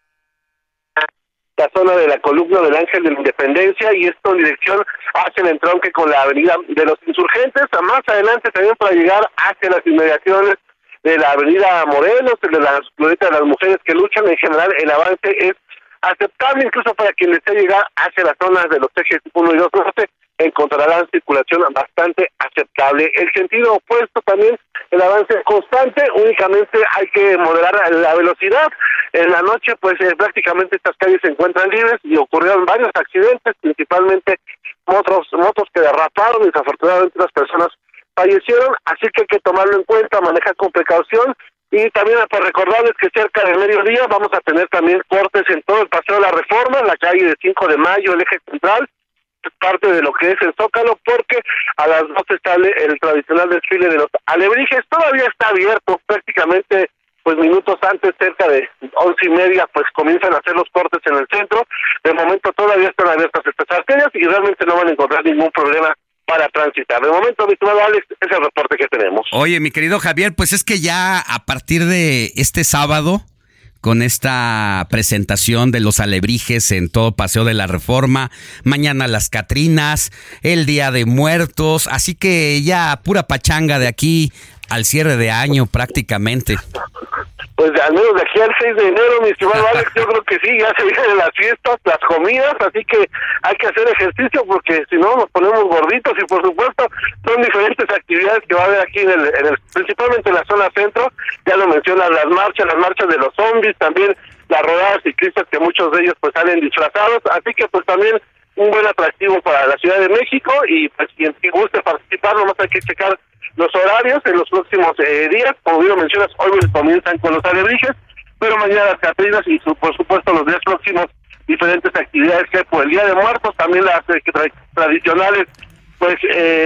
Speaker 14: la zona de la columna del Ángel de la Independencia, y esto en dirección hacia el entronque con la avenida de los Insurgentes. Más adelante también para llegar hacia las inmediaciones de la avenida Morelos, de la glorieta de las mujeres que luchan. En general el avance es aceptable, incluso para quien desea llegar hacia las zonas de los ejes 1 y 2 norte, encontrarán circulación bastante aceptable. El sentido opuesto también, el avance es constante, únicamente hay que moderar la velocidad. En la noche pues prácticamente estas calles se encuentran libres y ocurrieron varios accidentes, principalmente motos que derraparon, y desafortunadamente las personas fallecieron, así que hay que tomarlo en cuenta, manejar con precaución. Y también para recordarles que cerca del mediodía vamos a tener también cortes en todo el Paseo de la Reforma, en la calle de 5 de Mayo, el eje central, parte de lo que es el Zócalo, porque a las 12 sale el tradicional desfile de los alebrijes. Todavía está abierto, prácticamente pues minutos antes, cerca de 11:30, pues comienzan a hacer los cortes en el centro. De momento todavía están abiertas estas arterias y realmente no van a encontrar ningún problema para transitar. De momento, mi estimado Alex, es el reporte que tenemos.
Speaker 7: Oye, mi querido Javier, pues es que ya a partir de este sábado, con esta presentación de los alebrijes en todo Paseo de la Reforma, mañana las Catrinas, el Día de Muertos, así que ya pura pachanga de aquí al cierre de año prácticamente.
Speaker 14: Pues al menos de aquí al 6 de enero, mi estimado Alex, yo creo que sí, ya se vienen las fiestas, las comidas, así que hay que hacer ejercicio porque si no nos ponemos gorditos. Y por supuesto son diferentes actividades que va a haber aquí principalmente en la zona centro. Ya lo mencionan, las marchas de los zombies, también las rodadas ciclistas, que muchos de ellos pues salen disfrazados, así que pues también un buen atractivo para la Ciudad de México. Y pues quien guste participar, nomás hay que checar los horarios en los próximos días. Como bien lo mencionas, hoy comienzan con los alebrijes, pero mañana las Catrinas y por supuesto los días próximos diferentes actividades que hay por el Día de Muertos, también las tradicionales pues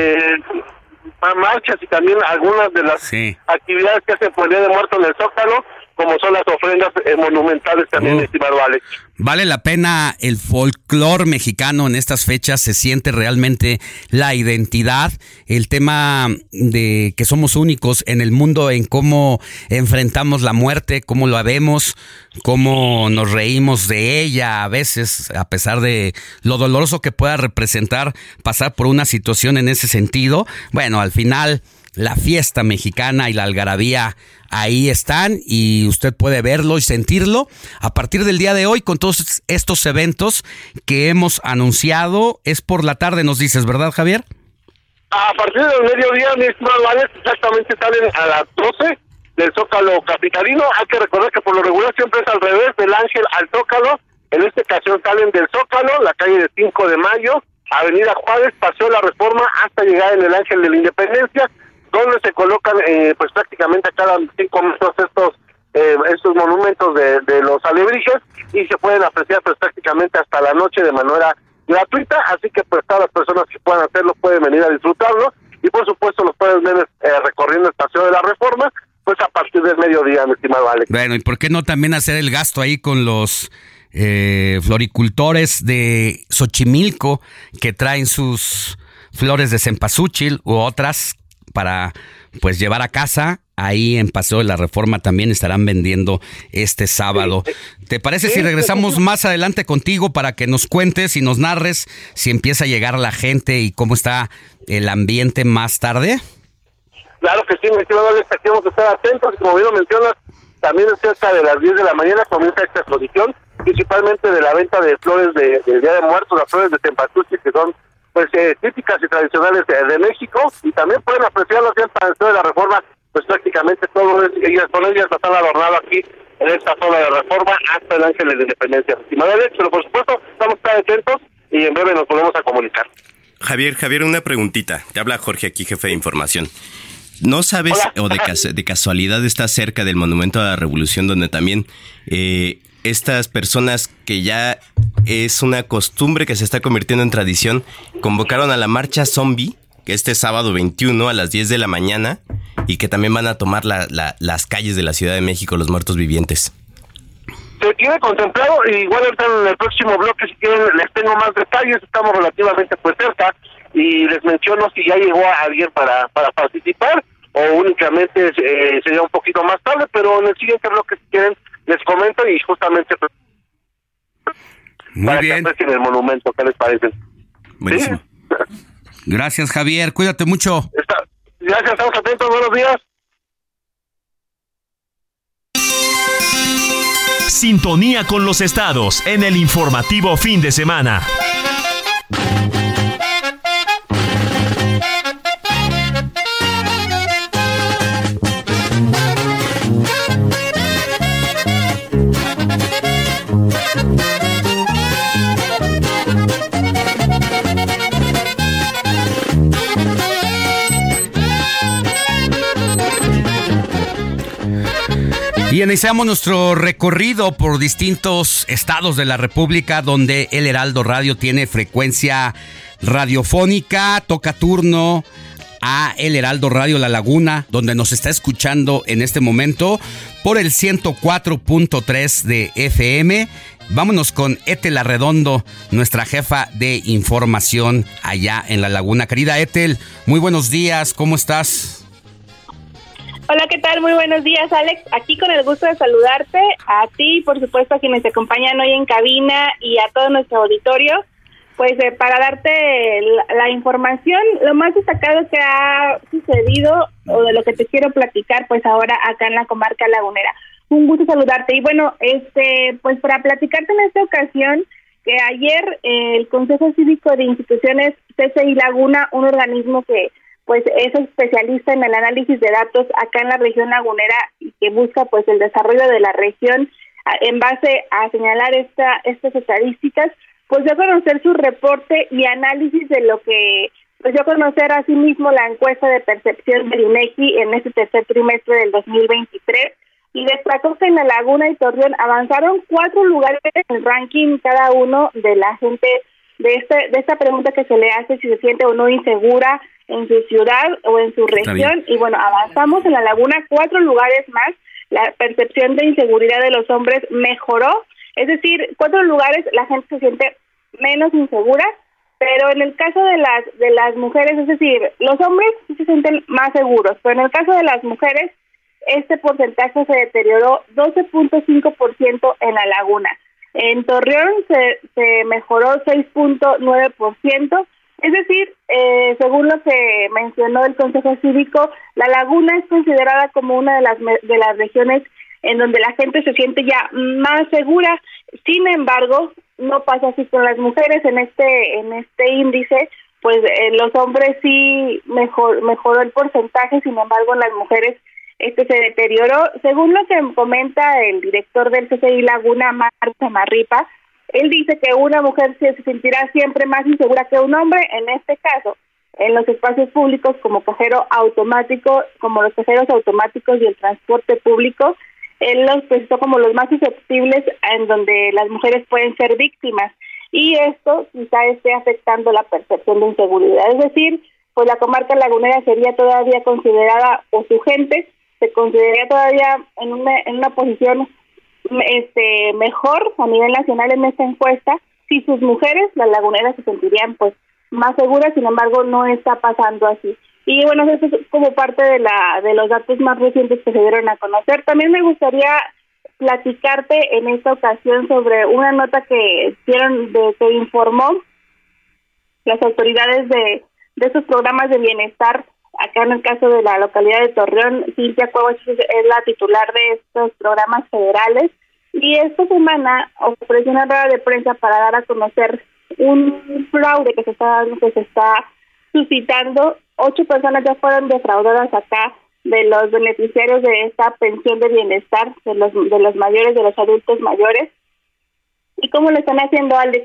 Speaker 14: marchas y también algunas de las actividades que hacen por el Día de Muertos en el Zócalo, como son las ofrendas monumentales también, estimado Alex.
Speaker 7: Vale la pena el folclor mexicano en estas fechas, se siente realmente la identidad, el tema de que somos únicos en el mundo en cómo enfrentamos la muerte, cómo la vemos, cómo nos reímos de ella a veces, a pesar de lo doloroso que pueda representar pasar por una situación en ese sentido. Bueno, al final la fiesta mexicana y la algarabía ahí están y usted puede verlo y sentirlo a partir del día de hoy con todos estos eventos que hemos anunciado. Es por la tarde, nos dices, ¿verdad, Javier?
Speaker 14: A partir del mediodía, mi estimado Alex, exactamente salen a las 12 del Zócalo capitalino. Hay que recordar que por lo regular siempre es al revés, del Ángel al Zócalo. En esta ocasión salen del Zócalo, la calle de 5 de Mayo, Avenida Juárez, Paseo de la Reforma, hasta llegar en el Ángel de la Independencia, donde se colocan pues prácticamente a cada 5 metros estos monumentos de los alebrijes, y se pueden apreciar pues prácticamente hasta la noche de manera gratuita, así que pues todas las personas que puedan hacerlo pueden venir a disfrutarlo, y por supuesto los pueden ver recorriendo el Paseo de la Reforma, pues a partir del mediodía, mi estimado Alex.
Speaker 7: Bueno, ¿y por qué no también hacer el gasto ahí con los floricultores de Xochimilco que traen sus flores de cempasúchil u otras para pues llevar a casa? Ahí en Paseo de la Reforma también estarán vendiendo este sábado. ¿Te parece si regresamos más adelante contigo para que nos cuentes y nos narres si empieza a llegar la gente y cómo está el ambiente más tarde?
Speaker 14: Claro que sí, mi estimado Alex, tenemos que estar atentos. Como bien lo mencionas, también cerca de las 10 de la mañana comienza esta exposición, principalmente de la venta de flores del Día de Muertos, las flores de cempasúchil, que son pues típicas y tradicionales de México, y también pueden apreciarlas en Paseo de la Reforma. Pues prácticamente todo ellas están adornadas aquí en esta zona de Reforma hasta el Ángel de la Independencia. Estimado Alex, pero por supuesto estamos atentos y en breve nos volvemos a comunicar.
Speaker 10: Javier, una preguntita. Te habla Jorge aquí, jefe de información. ¿No sabes o de casualidad estás cerca del Monumento a la Revolución, donde también estas personas que ya es una costumbre que se está convirtiendo en tradición, convocaron a la marcha zombie este sábado 21 a las 10 de la mañana y que también van a tomar las calles de la Ciudad de México, los muertos vivientes?
Speaker 14: Se tiene contemplado, y igual en el próximo bloque, si quieren, les tengo más detalles. Estamos relativamente pues cerca y les menciono si ya llegó alguien para participar o únicamente sería un poquito más tarde, pero en el siguiente bloque, si quieren, les comento y justamente
Speaker 7: muy
Speaker 14: para
Speaker 7: bien.
Speaker 14: que aprecien el monumento. ¿Qué les parece?
Speaker 10: Buenísimo.
Speaker 14: ¿Sí?
Speaker 7: Gracias, Javier. Cuídate mucho.
Speaker 14: Gracias, estamos atentos. Buenos días.
Speaker 2: Sintonía con los estados en el informativo fin de semana.
Speaker 7: Y iniciamos nuestro recorrido por distintos estados de la República donde el Heraldo Radio tiene frecuencia radiofónica. Toca turno a el Heraldo Radio La Laguna, donde nos está escuchando en este momento por el 104.3 de FM. Vámonos con Ethel Arredondo, nuestra jefa de información allá en La Laguna. Querida Ethel, muy buenos días, ¿cómo estás?
Speaker 15: Hola, ¿qué tal? Muy buenos días, Alex. Aquí con el gusto de saludarte, a ti, por supuesto, a quienes te acompañan hoy en cabina y a todo nuestro auditorio, pues para darte la información, lo más destacado que ha sucedido o de lo que te quiero platicar, pues ahora acá en la comarca lagunera. Un gusto saludarte. Y bueno, pues para platicarte en esta ocasión, que ayer el Consejo Cívico de Instituciones CCI Laguna, un organismo que pues es especialista en el análisis de datos acá en la región lagunera y que busca pues el desarrollo de la región en base a señalar estas estadísticas, pues dio a conocer su reporte y análisis de lo que pues dio a conocer asimismo la encuesta de percepción del INEGI en este tercer trimestre del 2023, y destacó que en La Laguna y Torreón avanzaron 4 lugares en el ranking cada uno de la gente de esta pregunta que se le hace si se siente o no insegura en su ciudad o en su región. Y bueno, avanzamos en La Laguna 4 lugares más. La percepción de inseguridad de los hombres mejoró, es decir, 4 lugares la gente se siente menos insegura, pero en el caso de las mujeres, es decir, los hombres sí se sienten más seguros, pero en el caso de las mujeres este porcentaje se deterioró 12.5% en La Laguna. En Torreón se mejoró 6.9%, es decir, según lo que mencionó el Consejo Cívico, La Laguna es considerada como una de las regiones en donde la gente se siente ya más segura. Sin embargo, no pasa así con las mujeres. En este índice, pues los hombres sí mejoró el porcentaje, sin embargo, en las mujeres se deterioró. Según lo que comenta el director del CCI Laguna, Marta Marripa, él dice que una mujer se sentirá siempre más insegura que un hombre, en este caso, en los espacios públicos como cajero automático, como los cajeros automáticos y el transporte público. Él los presentó como los más susceptibles en donde las mujeres pueden ser víctimas, y esto quizá esté afectando la percepción de inseguridad. Es decir, pues la comarca lagunera sería todavía considerada, o su gente se consideraría todavía en una posición mejor a nivel nacional en esta encuesta si sus mujeres, las laguneras, se sentirían pues más seguras. Sin embargo, no está pasando así. Y bueno, eso es como parte de los datos más recientes que se dieron a conocer. También me gustaría platicarte en esta ocasión sobre una nota que que informó las autoridades de estos programas de bienestar. Acá en el caso de la localidad de Torreón, Cintia Cuevas es la titular de estos programas federales, y esta semana ofreció una rueda de prensa para dar a conocer un fraude que se está suscitando. 8 personas ya fueron defraudadas acá de los beneficiarios de esta pensión de bienestar, de los mayores, de los adultos mayores. ¿Y cómo lo están haciendo, Alex?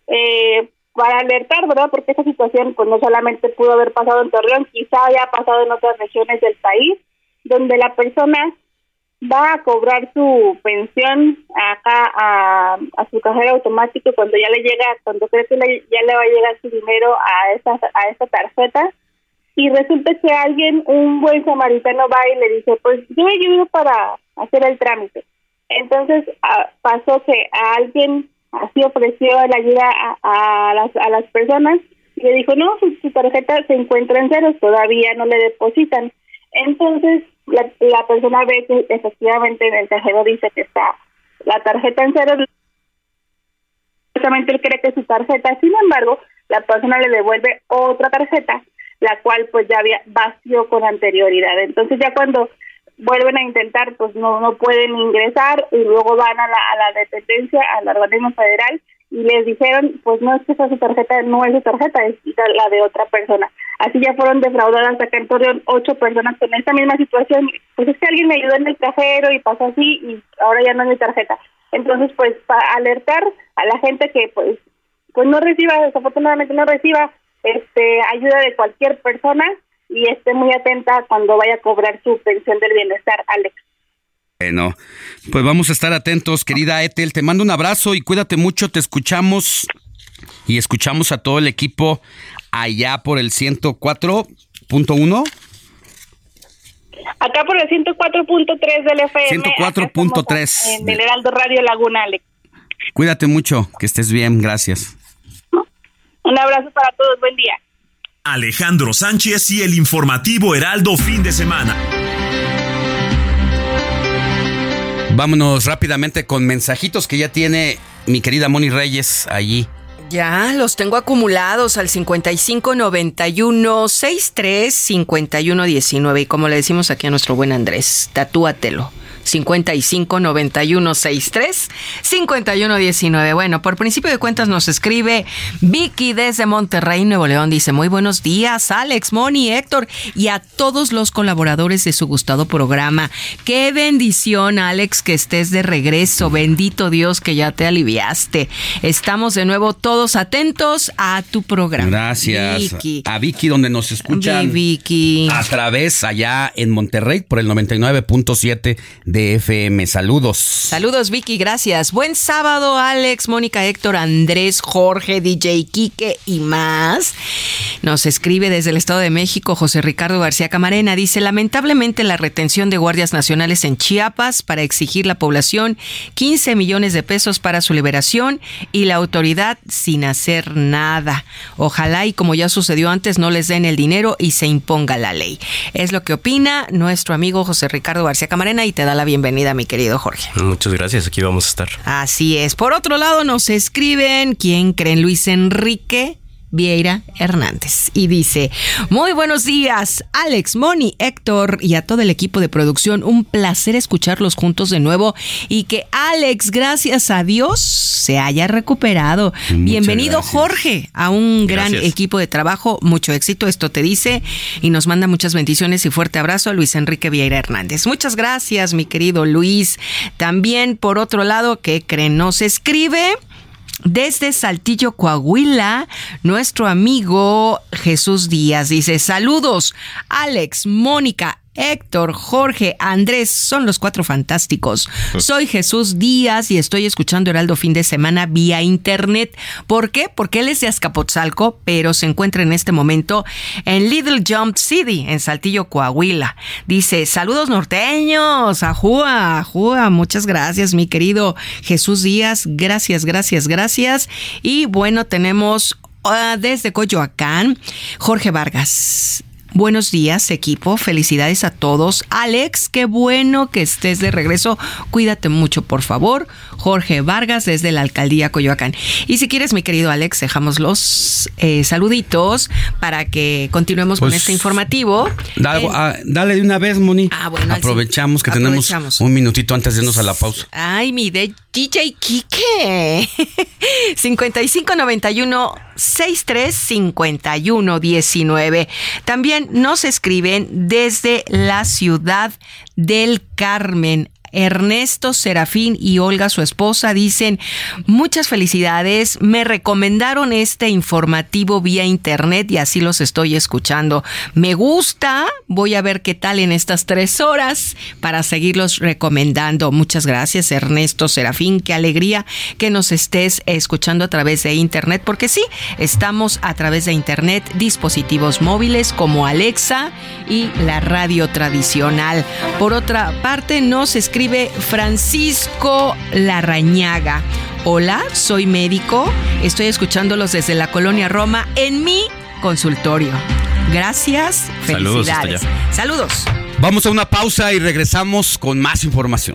Speaker 15: Para alertar, ¿verdad? Porque esta situación pues no solamente pudo haber pasado en Torreón, quizá haya pasado en otras regiones del país, donde la persona va a cobrar su pensión acá a su cajero automático, y cuando cuando cree que ya le va a llegar su dinero a esta tarjeta, y resulta que un buen samaritano va y le dice, pues yo he ido para hacer el trámite. Entonces pasó que a alguien así ofreció la ayuda a las personas, y le dijo, no, su tarjeta se encuentra en ceros, todavía no le depositan. Entonces la persona ve que efectivamente en el cajero dice que está la tarjeta en ceros. Justamente él cree que es su tarjeta. Sin embargo, la persona le devuelve otra tarjeta, la cual pues ya vació con anterioridad. Entonces ya cuando vuelven a intentar, pues no pueden ingresar, y luego van a la dependencia, al organismo federal, y les dijeron, pues no, es que esa su tarjeta, no es su tarjeta, es la de otra persona. Así ya fueron defraudadas acá en Torreón 8 personas con esta misma situación. Pues es que alguien me ayudó en el cajero y pasó así, y ahora ya no es mi tarjeta. Entonces, pues para alertar a la gente que pues no reciba, desafortunadamente no reciba ayuda de cualquier persona, y esté muy atenta cuando vaya a cobrar su pensión del bienestar, Alex.
Speaker 7: Bueno, pues vamos a estar atentos, querida Ethel. Te mando un abrazo y cuídate mucho. Te escuchamos y escuchamos a todo el equipo allá por el 104.1.
Speaker 15: Acá por el 104.3 del FM.
Speaker 7: 104.3.
Speaker 15: En el Heraldo Radio Laguna, Alex.
Speaker 7: Cuídate mucho, que estés bien. Gracias.
Speaker 15: Un abrazo para todos. Buen día.
Speaker 2: Alejandro Sánchez y el informativo Heraldo fin de semana.
Speaker 7: Vámonos rápidamente con mensajitos que ya tiene mi querida Moni Reyes allí.
Speaker 8: Ya los tengo acumulados al 5591-63-5119. Y como le decimos aquí a nuestro buen Andrés, tatúatelo. 559163-5119. Bueno, por principio de cuentas nos escribe Vicky desde Monterrey, Nuevo León. Dice, muy buenos días, Alex, Moni, Héctor y a todos los colaboradores de su gustado programa. Qué bendición, Alex, que estés de regreso. Bendito Dios que ya te aliviaste. Estamos de nuevo todos atentos a tu programa.
Speaker 7: Gracias, Vicky. A Vicky, donde nos escuchan
Speaker 8: Vicky.
Speaker 7: A través allá en Monterrey por el 99.7 de FM. Saludos.
Speaker 8: Saludos, Vicky, gracias. Buen sábado, Alex, Mónica, Héctor, Andrés, Jorge, DJ Quique y más. Nos escribe desde el Estado de México José Ricardo García Camarena. Dice, lamentablemente la retención de guardias nacionales en Chiapas para exigir la población 15 millones de pesos para su liberación y la autoridad sin hacer nada. Ojalá y como ya sucedió antes no les den el dinero y se imponga la ley. Es lo que opina nuestro amigo José Ricardo García Camarena y te da la bienvenida, mi querido Jorge.
Speaker 10: Muchas gracias, aquí vamos a estar.
Speaker 8: Así es. Por otro lado, nos escriben, ¿quién creen? Luis Enrique Vieira Hernández. Y dice, muy buenos días, Alex, Moni, Héctor y a todo el equipo de producción. Un placer escucharlos juntos de nuevo y que Alex, gracias a Dios, se haya recuperado. Muchas Bienvenido, gracias. Jorge, a un gran equipo de trabajo. Mucho éxito, esto te dice, y nos manda muchas bendiciones y fuerte abrazo a Luis Enrique Vieira Hernández. Muchas gracias, mi querido Luis. También, por otro lado, ¿qué creen? Nos escribe desde Saltillo, Coahuila, nuestro amigo Jesús Díaz. Dice, saludos, Alex, Mónica, Héctor, Jorge, Andrés, son los 4 fantásticos. Soy Jesús Díaz y estoy escuchando Heraldo Fin de Semana vía internet. ¿Por qué? Porque él es de Azcapotzalco, pero se encuentra en este momento en Little Jump City, en Saltillo, Coahuila. Dice, saludos norteños, ajúa, ajúa. Muchas gracias, mi querido Jesús Díaz. Gracias. Y bueno, tenemos desde Coyoacán, Jorge Vargas. Buenos días, equipo. Felicidades a todos. Alex, qué bueno que estés de regreso. Cuídate mucho, por favor. Jorge Vargas, desde la Alcaldía Coyoacán. Y si quieres, mi querido Alex, dejamos los saluditos para que continuemos con este informativo.
Speaker 7: Dale de una vez, Moni.
Speaker 8: Bueno,
Speaker 7: aprovechamos que tenemos un minutito antes de irnos a la pausa.
Speaker 8: Ay, mi de DJ Kike. 5591-635119. También nos escriben desde la ciudad del Carmen. Ernesto, Serafín y Olga, su esposa, dicen: muchas felicidades, me recomendaron este informativo vía internet y así los estoy escuchando. Me gusta, voy a ver qué tal en estas 3 horas para seguirlos recomendando. Muchas gracias, Ernesto, Serafín, qué alegría que nos estés escuchando a través de internet, porque sí, estamos a través de internet, dispositivos móviles como Alexa y la radio tradicional. Por otra parte, nos escribe Francisco Larrañaga. Hola, soy médico. Estoy escuchándolos desde la colonia Roma en mi consultorio. Gracias. Felicidades. Saludos.
Speaker 7: Vamos a una pausa y regresamos con más información.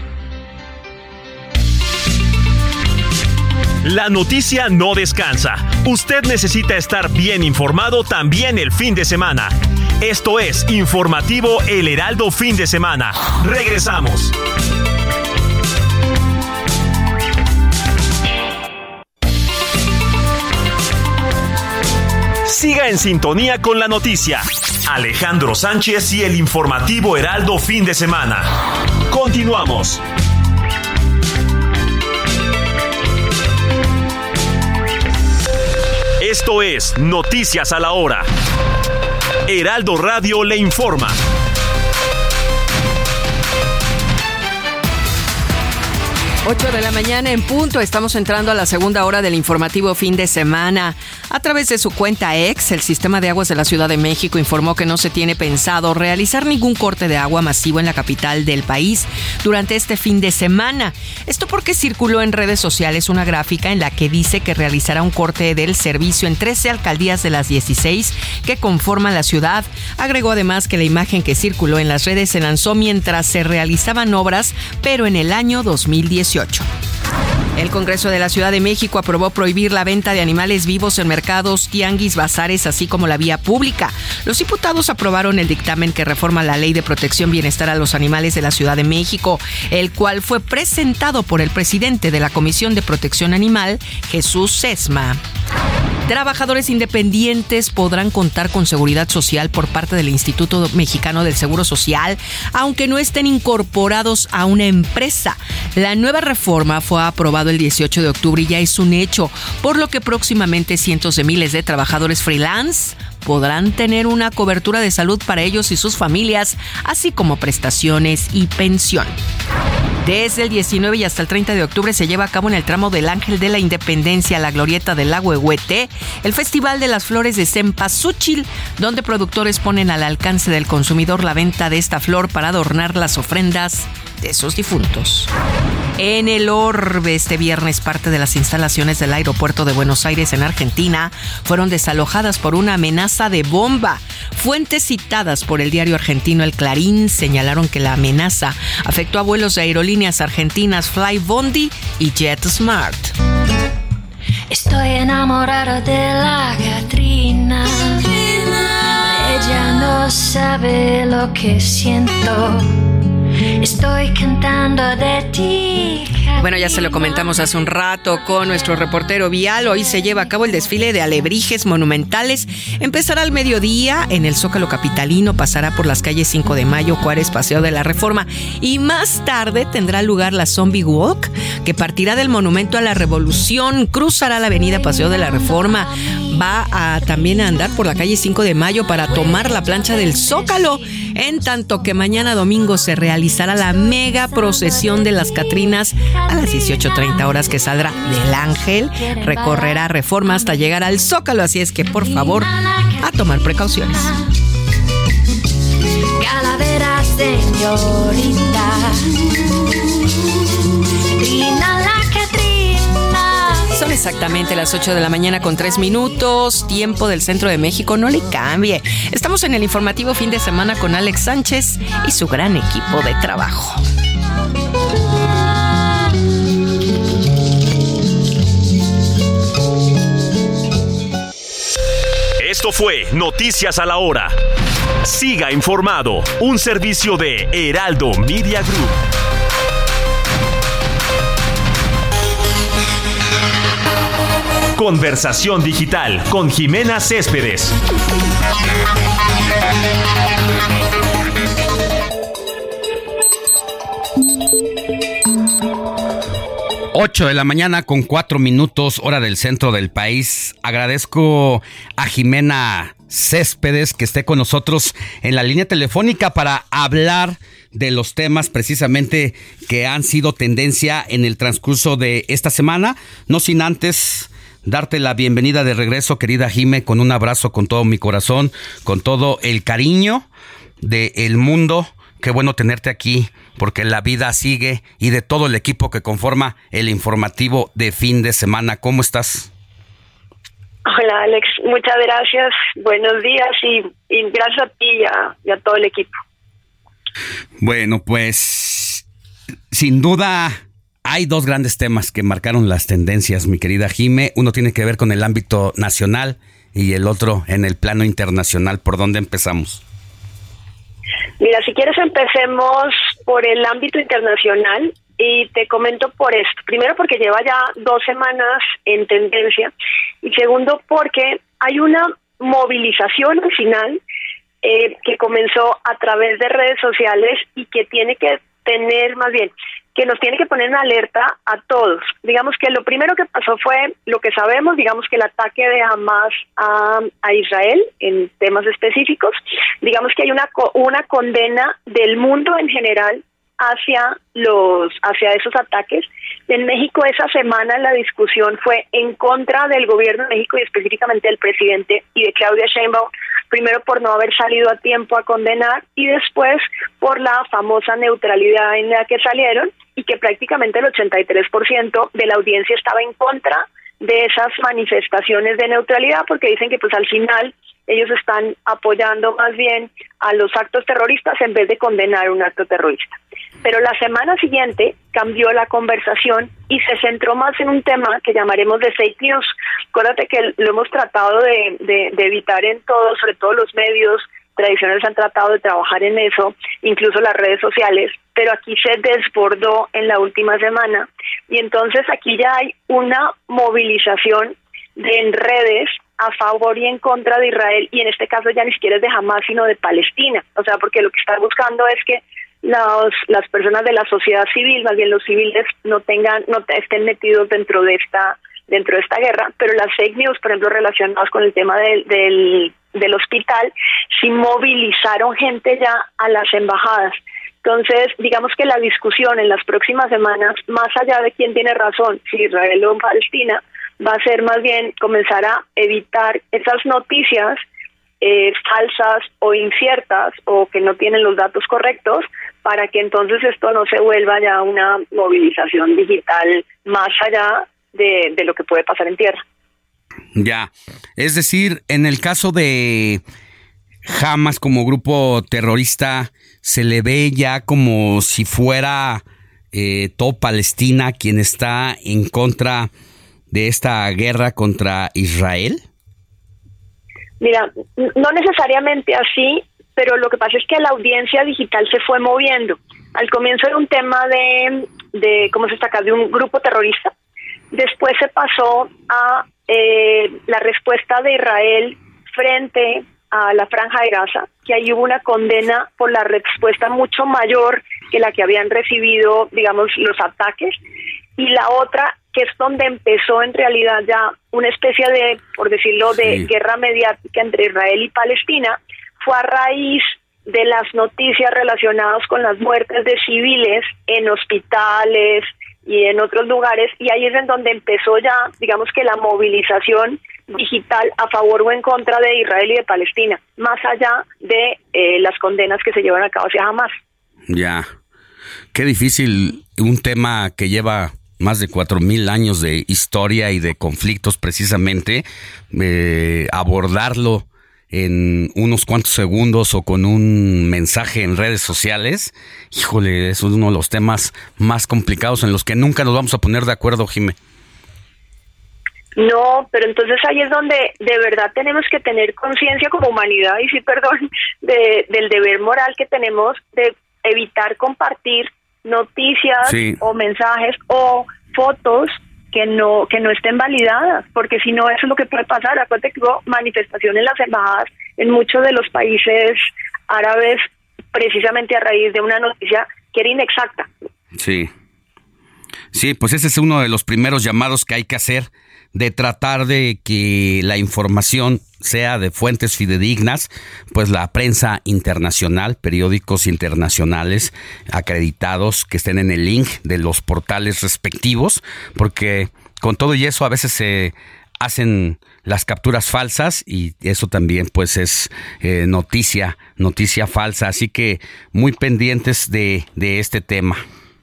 Speaker 2: La noticia no descansa. Usted necesita estar bien informado también el fin de semana. Esto es Informativo El Heraldo Fin de Semana. Regresamos. Siga en sintonía con la noticia. Alejandro Sánchez y el Informativo Heraldo Fin de Semana. Continuamos. Esto es Noticias a la Hora. Heraldo Radio le informa.
Speaker 8: 8 de la mañana en punto, estamos entrando a la segunda hora del informativo fin de semana. A través de su cuenta X, el Sistema de Aguas de la Ciudad de México informó que no se tiene pensado realizar ningún corte de agua masivo en la capital del país durante este fin de semana. Esto porque circuló en redes sociales una gráfica en la que dice que realizará un corte del servicio en 13 alcaldías de las 16 que conforman la ciudad. Agregó además que la imagen que circuló en las redes se lanzó mientras se realizaban obras, pero en el año 2018. El Congreso de la Ciudad de México aprobó prohibir la venta de animales vivos en mercados, tianguis, bazares, así como la vía pública. Los diputados aprobaron el dictamen que reforma la Ley de Protección Bienestar a los Animales de la Ciudad de México, el cual fue presentado por el presidente de la Comisión de Protección Animal, Jesús Sesma. Trabajadores independientes podrán contar con seguridad social por parte del Instituto Mexicano del Seguro Social, aunque no estén incorporados a una empresa. La nueva reforma fue aprobada el 18 de octubre y ya es un hecho, por lo que próximamente cientos de miles de trabajadores freelance podrán tener una cobertura de salud para ellos y sus familias, así como prestaciones y pensión. Desde el 19 y hasta el 30 de octubre se lleva a cabo en el tramo del Ángel de la Independencia, la glorieta del Lago Ehuete, el Festival de las Flores de Cempasúchil, donde productores ponen al alcance del consumidor la venta de esta flor para adornar las ofrendas de sus difuntos. En el Orbe, este viernes, parte de las instalaciones del aeropuerto de Buenos Aires en Argentina fueron desalojadas por una amenaza de bomba. Fuentes citadas por el diario argentino El Clarín señalaron que la amenaza afectó a vuelos de aerolíneas argentinas Flybondi y JetSmart.
Speaker 16: Estoy enamorado de la Catrina. Ella no sabe lo que siento. Estoy cantando de ti.
Speaker 8: Bueno, ya se lo comentamos hace un rato con nuestro reportero vial. Hoy se lleva a cabo el desfile de alebrijes monumentales. Empezará al mediodía en el Zócalo capitalino, pasará por las calles 5 de Mayo, Juárez, Paseo de la Reforma y más tarde tendrá lugar la Zombie Walk, que partirá del Monumento a la Revolución, cruzará la avenida Paseo de la Reforma, va a también a andar por la calle 5 de Mayo para tomar la plancha del Zócalo, en tanto que mañana domingo se realizará la mega procesión de las Catrinas a las 18:30 horas, que saldrá del Ángel, recorrerá Reforma hasta llegar al Zócalo, así es que por favor a tomar precauciones.
Speaker 16: Calavera, señorita, Catrina, la Catrina.
Speaker 8: Son exactamente las 8 de la mañana con 3 minutos, tiempo del centro de México, no le cambie. Estamos en el informativo fin de semana con Alex Sánchez y su gran equipo de trabajo.
Speaker 2: Esto fue Noticias a la Hora. Siga informado, un servicio de Heraldo Media Group. Conversación digital con Jimena Céspedes.
Speaker 7: Ocho de la mañana con 4 minutos, hora del centro del país. Agradezco a Jimena Céspedes que esté con nosotros en la línea telefónica para hablar de los temas precisamente que han sido tendencia en el transcurso de esta semana. No sin antes darte la bienvenida de regreso, querida Jime, con un abrazo con todo mi corazón, con todo el cariño del mundo. Qué bueno tenerte aquí, porque la vida sigue, y de todo el equipo que conforma el informativo de fin de semana. ¿Cómo estás?
Speaker 17: Hola, Alex. Muchas gracias. Buenos días y gracias a ti y a todo el equipo.
Speaker 7: Bueno, pues sin duda hay dos grandes temas que marcaron las tendencias, mi querida Jime. Uno tiene que ver con el ámbito nacional y el otro en el plano internacional. ¿Por dónde empezamos?
Speaker 17: Mira, si quieres empecemos por el ámbito internacional y te comento por esto. Primero porque lleva ya 2 semanas en tendencia y segundo porque hay una movilización al final que comenzó a través de redes sociales y que tiene que tener, más bien, que nos tiene que poner en alerta a todos. Digamos que lo primero que pasó fue lo que sabemos, digamos que el ataque de Hamas a Israel en temas específicos. Digamos que hay una condena del mundo en general hacia esos ataques. En México esa semana la discusión fue en contra del gobierno de México y específicamente del presidente y de Claudia Sheinbaum, primero por no haber salido a tiempo a condenar y después por la famosa neutralidad en la que salieron y que prácticamente el 83% de la audiencia estaba en contra de esas manifestaciones de neutralidad porque dicen que pues al final ellos están apoyando más bien a los actos terroristas en vez de condenar un acto terrorista. Pero la semana siguiente cambió la conversación y se centró más en un tema que llamaremos de fake news. Acuérdate que lo hemos tratado de evitar en todo, sobre todo los medios tradicionales han tratado de trabajar en eso, incluso las redes sociales, pero aquí se desbordó en la última semana y entonces aquí ya hay una movilización en redes a favor y en contra de Israel y en este caso ya ni siquiera es de Hamas sino de Palestina, o sea, porque lo que están buscando es que las personas de la sociedad civil, más bien los civiles, no estén metidos dentro de esta guerra, pero las fake news, por ejemplo, relacionadas con el tema del hospital, sí movilizaron gente ya a las embajadas. Entonces, digamos que la discusión en las próximas semanas, más allá de quién tiene razón, si Israel o Palestina, va a ser más bien comenzar a evitar esas noticias falsas o inciertas o que no tienen los datos correctos para que entonces esto no se vuelva ya una movilización digital más allá de lo que puede pasar en tierra.
Speaker 7: Ya, es decir, en el caso de Hamas como grupo terrorista, se le ve ya como si fuera todo Palestina quien está en contra de esta guerra contra Israel.
Speaker 17: Mira, no necesariamente así, pero lo que pasa es que la audiencia digital se fue moviendo. Al comienzo era un tema de ¿cómo se destaca? De un grupo terrorista. Después se pasó a la respuesta de Israel frente a la Franja de Gaza, que ahí hubo una condena por la respuesta mucho mayor que la que habían recibido, digamos, los ataques. Y la otra, que es donde empezó en realidad ya una especie de, por decirlo, de guerra mediática entre Israel y Palestina, fue a raíz de las noticias relacionadas con las muertes de civiles en hospitales y en otros lugares, y ahí es en donde empezó ya, digamos que la movilización digital a favor o en contra de Israel y de Palestina, más allá de las condenas que se llevan a cabo hacia Hamás.
Speaker 7: Ya, qué difícil, un tema que lleva más de 4,000 años de historia y de conflictos precisamente, abordarlo en unos cuantos segundos o con un mensaje en redes sociales, híjole, es uno de los temas más complicados en los que nunca nos vamos a poner de acuerdo, Jimé.
Speaker 17: No, pero entonces ahí es donde de verdad tenemos que tener conciencia como humanidad, y sí, perdón, del deber moral que tenemos de evitar compartir noticias o mensajes o fotos que no estén validadas, porque si no, eso es lo que puede pasar. Acuérdate que hubo manifestaciones en las embajadas en muchos de los países árabes precisamente a raíz de una noticia que era inexacta.
Speaker 7: Sí, pues ese es uno de los primeros llamados que hay que hacer, de tratar de que la información sea de fuentes fidedignas, pues la prensa internacional, periódicos internacionales acreditados que estén en el link de los portales respectivos, porque con todo y eso a veces se hacen las capturas falsas y eso también pues es noticia falsa, así que muy pendientes de este tema.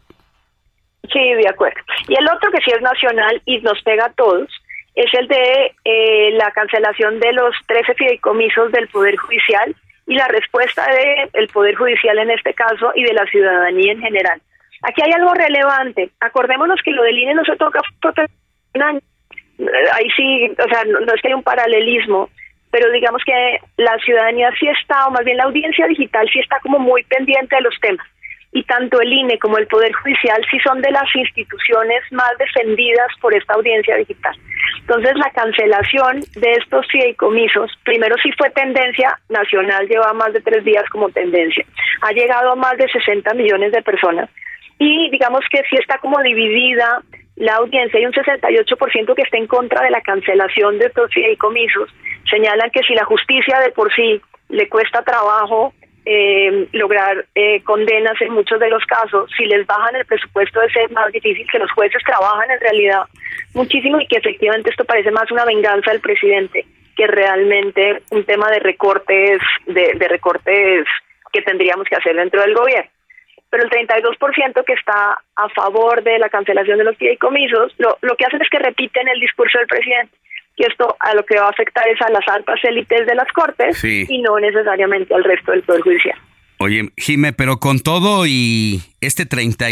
Speaker 17: Sí, de acuerdo. Y el otro que sí es nacional y nos pega a todos es el de la cancelación de los 13 fideicomisos del Poder Judicial y la respuesta del Poder Judicial en este caso y de la ciudadanía en general. Aquí hay algo relevante. Acordémonos que lo del INE no se toca un año. Ahí sí, o sea, no es que hay un paralelismo, pero digamos que la ciudadanía sí está, o más bien la audiencia digital sí está como muy pendiente de los temas. Y tanto el INE como el Poder Judicial sí son de las instituciones más defendidas por esta audiencia digital. Entonces, la cancelación de estos fideicomisos, primero sí fue tendencia nacional, lleva más de 3 días como tendencia. Ha llegado a más de 60 millones de personas y digamos que sí está como dividida la audiencia. Hay un 68% que está en contra de la cancelación de estos fideicomisos. Señalan que si la justicia de por sí le cuesta trabajo lograr condenas en muchos de los casos, si les bajan el presupuesto de ser más difícil, que los jueces trabajan en realidad muchísimo y que efectivamente esto parece más una venganza del presidente que realmente un tema de recortes de recortes que tendríamos que hacer dentro del gobierno. Pero el 32% que está a favor de la cancelación de los fideicomisos, lo que hacen es que repiten el discurso del presidente, que esto a lo que va a afectar es a las altas élites de las cortes y no necesariamente al resto del Poder Judicial.
Speaker 7: Oye, Jimé, pero con todo y este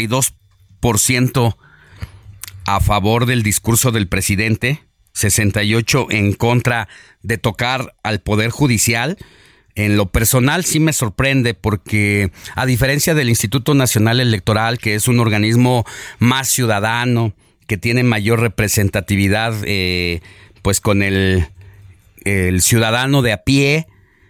Speaker 7: 32% a favor del discurso del presidente, 68% en contra de tocar al Poder Judicial, en lo personal sí me sorprende porque a diferencia del Instituto Nacional Electoral, que es un organismo más ciudadano, que tiene mayor representatividad pues con el ciudadano de a pie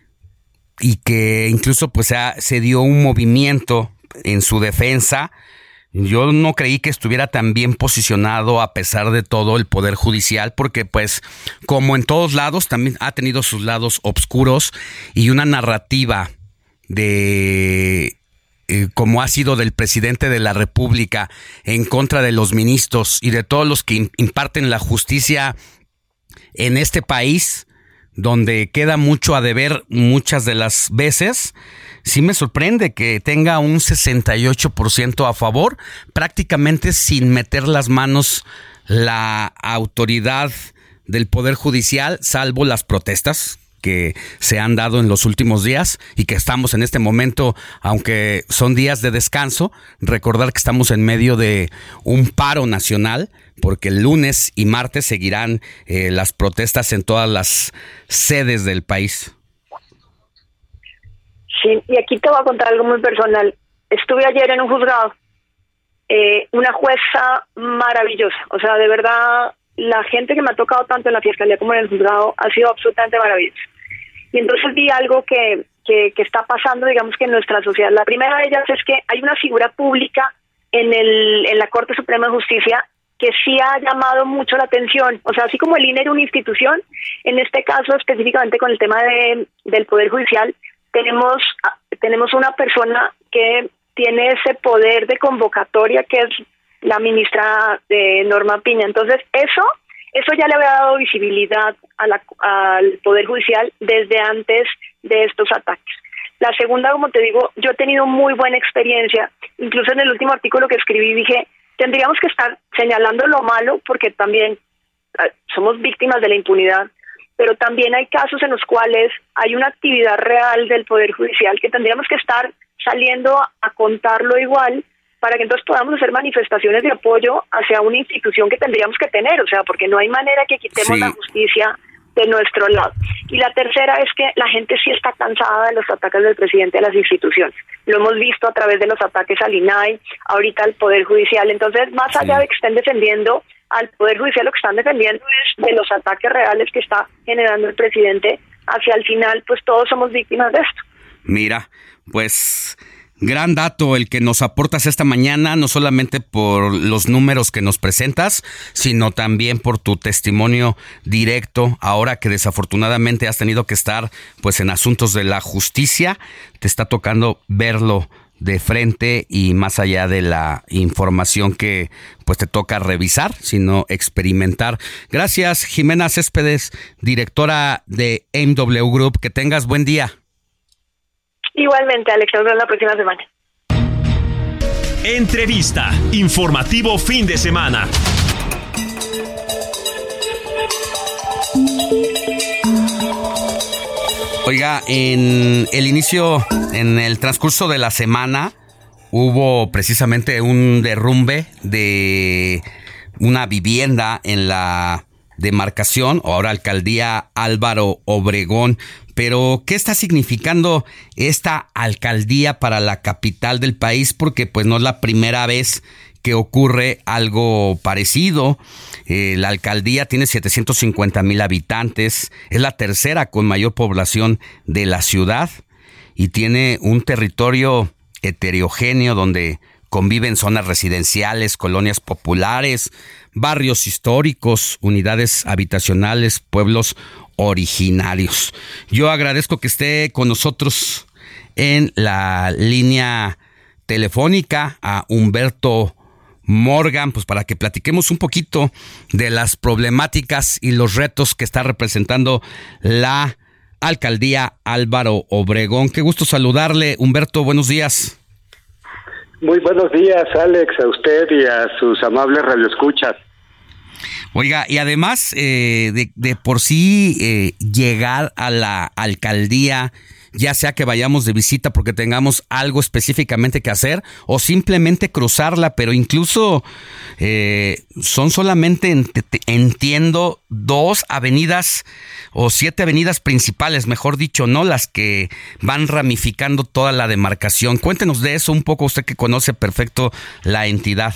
Speaker 7: y que incluso pues se dio un movimiento en su defensa, yo no creí que estuviera tan bien posicionado a pesar de todo el Poder Judicial, porque pues como en todos lados también ha tenido sus lados oscuros y una narrativa de como ha sido del presidente de la República en contra de los ministros y de todos los que imparten la justicia en este país, donde queda mucho a deber muchas de las veces. Sí me sorprende que tenga un 68% a favor, prácticamente sin meter las manos la autoridad del Poder Judicial, salvo las protestas que se han dado en los últimos días y que estamos en este momento, aunque son días de descanso, recordar que estamos en medio de un paro nacional, porque el lunes y martes seguirán las protestas en todas las sedes del país.
Speaker 17: Sí, y aquí te voy a contar algo muy personal. Estuve ayer en un juzgado, una jueza maravillosa, o sea, de verdad, la gente que me ha tocado tanto en la fiscalía como en el juzgado ha sido absolutamente maravillosa. Y entonces vi algo que está pasando, digamos que en nuestra sociedad. La primera de ellas es que hay una figura pública en la Corte Suprema de Justicia que sí ha llamado mucho la atención. O sea, así como el INE era una institución, en este caso específicamente con el tema del Poder Judicial, tenemos una persona que tiene ese poder de convocatoria, que es la ministra Norma Piña. Entonces, eso ya le había dado visibilidad al Poder Judicial desde antes de estos ataques. La segunda, como te digo, yo he tenido muy buena experiencia. Incluso en el último artículo que escribí dije, tendríamos que estar señalando lo malo porque también somos víctimas de la impunidad, pero también hay casos en los cuales hay una actividad real del Poder Judicial que tendríamos que estar saliendo a contarlo igual para que entonces podamos hacer manifestaciones de apoyo hacia una institución que tendríamos que tener, o sea, porque no hay manera que quitemos la justicia de nuestro lado. Y la tercera es que la gente sí está cansada de los ataques del presidente a las instituciones. Lo hemos visto a través de los ataques al INAI, ahorita al Poder Judicial. Entonces, más allá de que estén defendiendo al Poder Judicial, lo que están defendiendo es de los ataques reales que está generando el presidente hacia el final, pues todos somos víctimas de esto.
Speaker 7: Mira, pues gran dato el que nos aportas esta mañana, no solamente por los números que nos presentas, sino también por tu testimonio directo, ahora que desafortunadamente has tenido que estar pues en asuntos de la justicia, te está tocando verlo de frente y más allá de la información que pues te toca revisar, sino experimentar. Gracias, Jimena Céspedes, directora de MW Group, que tengas buen día.
Speaker 17: Igualmente, Alex, nos vemos la próxima semana.
Speaker 2: Entrevista, informativo fin de semana.
Speaker 7: Oiga, en el transcurso de la semana, hubo precisamente un derrumbe de una vivienda en la demarcación, o ahora alcaldía Álvaro Obregón. Pero, ¿qué está significando esta alcaldía para la capital del país? Porque pues no es la primera vez que ocurre algo parecido. La alcaldía tiene 750,000 habitantes, es la tercera con mayor población de la ciudad y tiene un territorio heterogéneo donde conviven zonas residenciales, colonias populares, barrios históricos, unidades habitacionales, pueblos originarios. Yo agradezco que esté con nosotros en la línea telefónica a Humberto Morgan, pues para que platiquemos un poquito de las problemáticas y los retos que está representando la alcaldía Álvaro Obregón. Qué gusto saludarle, Humberto, buenos días.
Speaker 18: Muy buenos días, Alex, a usted y a sus amables radioescuchas.
Speaker 7: Oiga, y además de por sí llegar a la alcaldía, ya sea que vayamos de visita porque tengamos algo específicamente que hacer o simplemente cruzarla, pero incluso son solamente, entiendo, 2 avenidas o 7 avenidas principales, mejor dicho, ¿no? Las que van ramificando toda la demarcación. Cuéntenos de eso un poco, usted que conoce perfecto la entidad.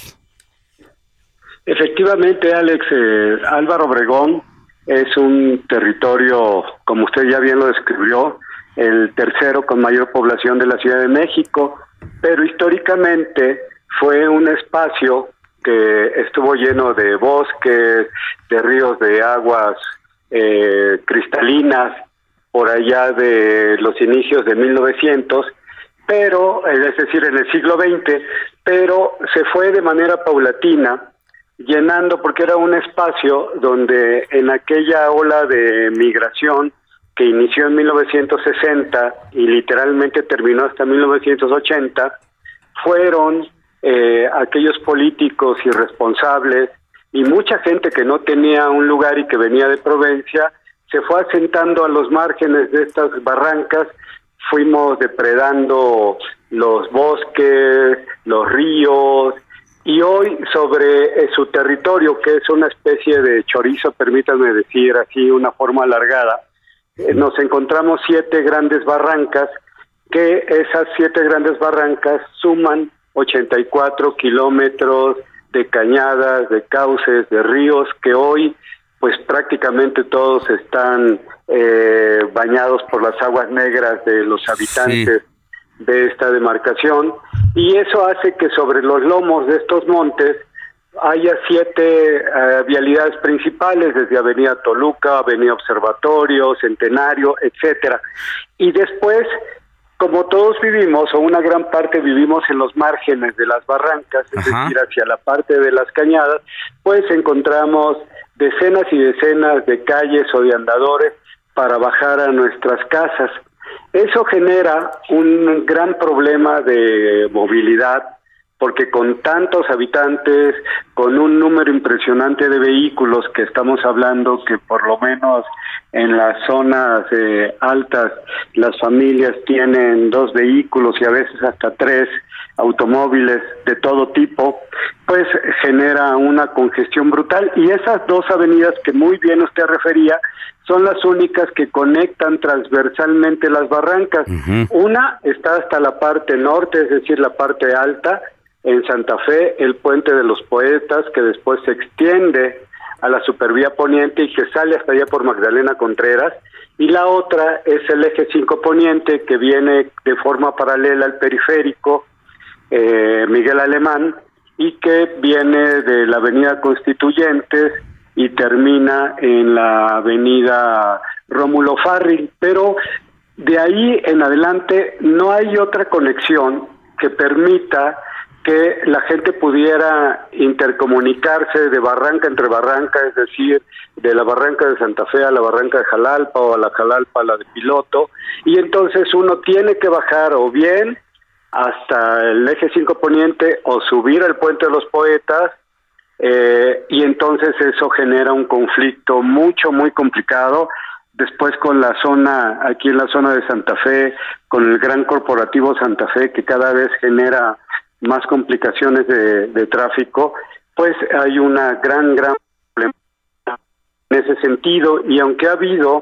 Speaker 18: Efectivamente, Alex, Álvaro Obregón es un territorio, como usted ya bien lo describió, el tercero con mayor población de la Ciudad de México, pero históricamente fue un espacio que estuvo lleno de bosques, de ríos de aguas cristalinas, por allá de los inicios de 1900, pero, es decir, en el siglo XX, pero se fue de manera paulatina, llenando, porque era un espacio donde en aquella ola de migración que inició en 1960 y literalmente terminó hasta 1980, fueron aquellos políticos irresponsables y mucha gente que no tenía un lugar y que venía de provincia, se fue asentando a los márgenes de estas barrancas, fuimos depredando los bosques, los ríos, y hoy sobre su territorio, que es una especie de chorizo, permítanme decir así, una forma alargada, nos encontramos 7 grandes barrancas, que esas 7 grandes barrancas suman 84 kilómetros de cañadas, de cauces, de ríos, que hoy pues prácticamente todos están bañados por las aguas negras de los habitantes de esta demarcación, y eso hace que sobre los lomos de estos montes haya 7 vialidades principales, desde Avenida Toluca, Avenida Observatorio, Centenario, etcétera. Y después, como todos vivimos, o una gran parte vivimos en los márgenes de las barrancas, es decir, hacia la parte de las cañadas, pues encontramos decenas y decenas de calles o de andadores para bajar a nuestras casas. Eso genera un gran problema de movilidad, porque con tantos habitantes, con un número impresionante de vehículos, que estamos hablando que por lo menos en las zonas altas las familias tienen 2 vehículos y a veces hasta 3 automóviles de todo tipo, pues genera una congestión brutal. Y esas 2 avenidas que muy bien usted refería son las únicas que conectan transversalmente las barrancas. Una está hasta la parte norte, es decir, la parte alta, en Santa Fe, el Puente de los Poetas, que después se extiende a la Supervía Poniente y que sale hasta allá por Magdalena Contreras, y la otra es el Eje 5 Poniente, que viene de forma paralela al periférico Miguel Alemán, y que viene de la Avenida Constituyentes y termina en la Avenida Rómulo Farril, pero de ahí en adelante no hay otra conexión que permita que la gente pudiera intercomunicarse de barranca entre barranca, es decir, de la barranca de Santa Fe a la barranca de Jalalpa o a la Jalalpa a la de Piloto, y entonces uno tiene que bajar o bien hasta el Eje 5 Poniente o subir al Puente de los Poetas, y entonces eso genera un conflicto muy complicado. Después con la zona, aquí en la zona de Santa Fe, con el gran corporativo Santa Fe, que cada vez genera más complicaciones de tráfico, pues hay una gran problema en ese sentido. Y aunque ha habido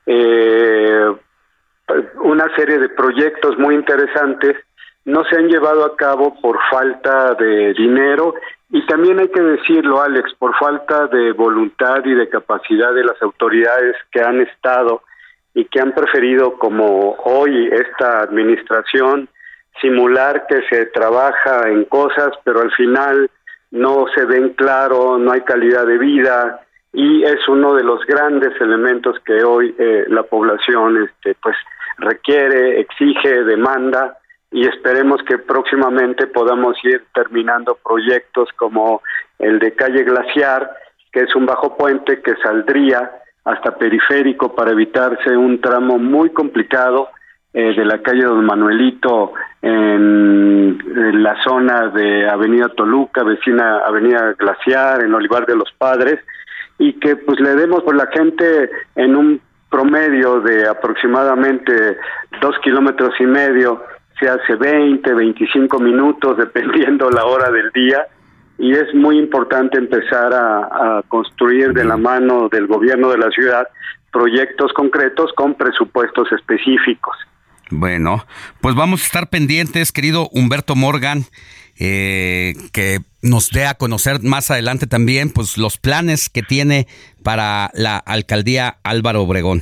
Speaker 18: una serie de proyectos muy interesantes, no se han llevado a cabo por falta de dinero, y también hay que decirlo, Alex, por falta de voluntad y de capacidad de las autoridades que han estado y que han preferido, como hoy esta administración, simular que se trabaja en cosas, pero al final no se ven claro, no hay calidad de vida, y es uno de los grandes elementos que hoy la población pues requiere, exige, demanda, y esperemos que próximamente podamos ir terminando proyectos como el de Calle Glaciar, que es un bajo puente que saldría hasta Periférico para evitarse un tramo muy complicado de la calle Don Manuelito en la zona de Avenida Toluca, vecina Avenida Glaciar, en Olivar de los Padres, y que pues le demos por la gente en un promedio de aproximadamente 2,5 kilómetros, se hace 25 minutos, dependiendo la hora del día, y es muy importante empezar a construir de la mano del gobierno de la ciudad proyectos concretos con presupuestos específicos.
Speaker 7: Bueno, pues vamos a estar pendientes, querido Humberto Morgan, que nos dé a conocer más adelante también pues los planes que tiene para la alcaldía Álvaro Obregón.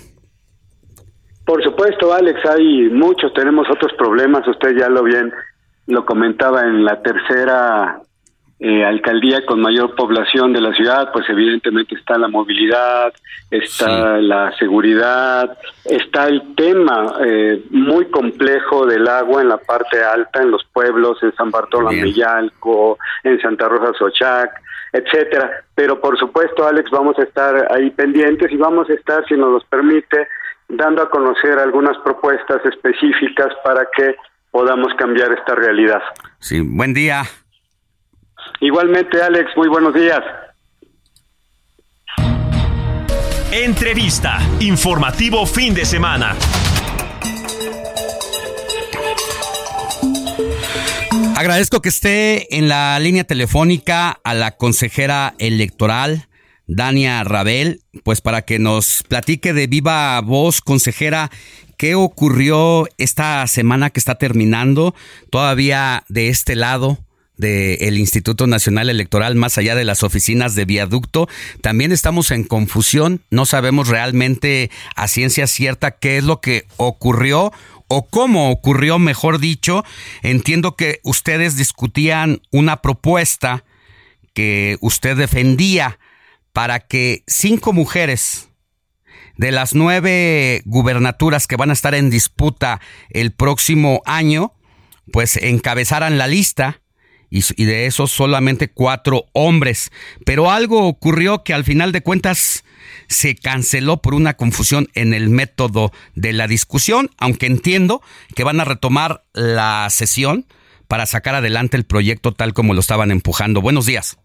Speaker 18: Por supuesto, Alex, hay muchos, tenemos otros problemas, usted ya lo comentaba, en la tercera alcaldía con mayor población de la ciudad, pues evidentemente está la movilidad, está la seguridad, está el tema muy complejo del agua en la parte alta, en los pueblos, en San Bartolomé Yalco, en Santa Rosa Xochac, etcétera. Pero por supuesto, Alex, vamos a estar ahí pendientes y vamos a estar, si nos los permite, dando a conocer algunas propuestas específicas para que podamos cambiar esta realidad.
Speaker 7: Sí, buen día.
Speaker 18: Igualmente, Alex, muy buenos días.
Speaker 2: Entrevista, informativo fin de semana.
Speaker 7: Agradezco que esté en la línea telefónica a la consejera electoral, Dania Rabel, pues para que nos platique de viva voz, consejera, qué ocurrió esta semana que está terminando, todavía de este lado del Instituto Nacional Electoral, más allá de las oficinas de Viaducto. También estamos en confusión, no sabemos realmente a ciencia cierta qué es lo que ocurrió o cómo ocurrió, mejor dicho. Entiendo que ustedes discutían una propuesta que usted defendía para que 5 mujeres de las 9 gubernaturas que van a estar en disputa el próximo año, pues encabezaran la lista, y de esos solamente 4 hombres. Pero algo ocurrió que al final de cuentas se canceló por una confusión en el método de la discusión, aunque entiendo que van a retomar la sesión para sacar adelante el proyecto tal como lo estaban empujando. Buenos días.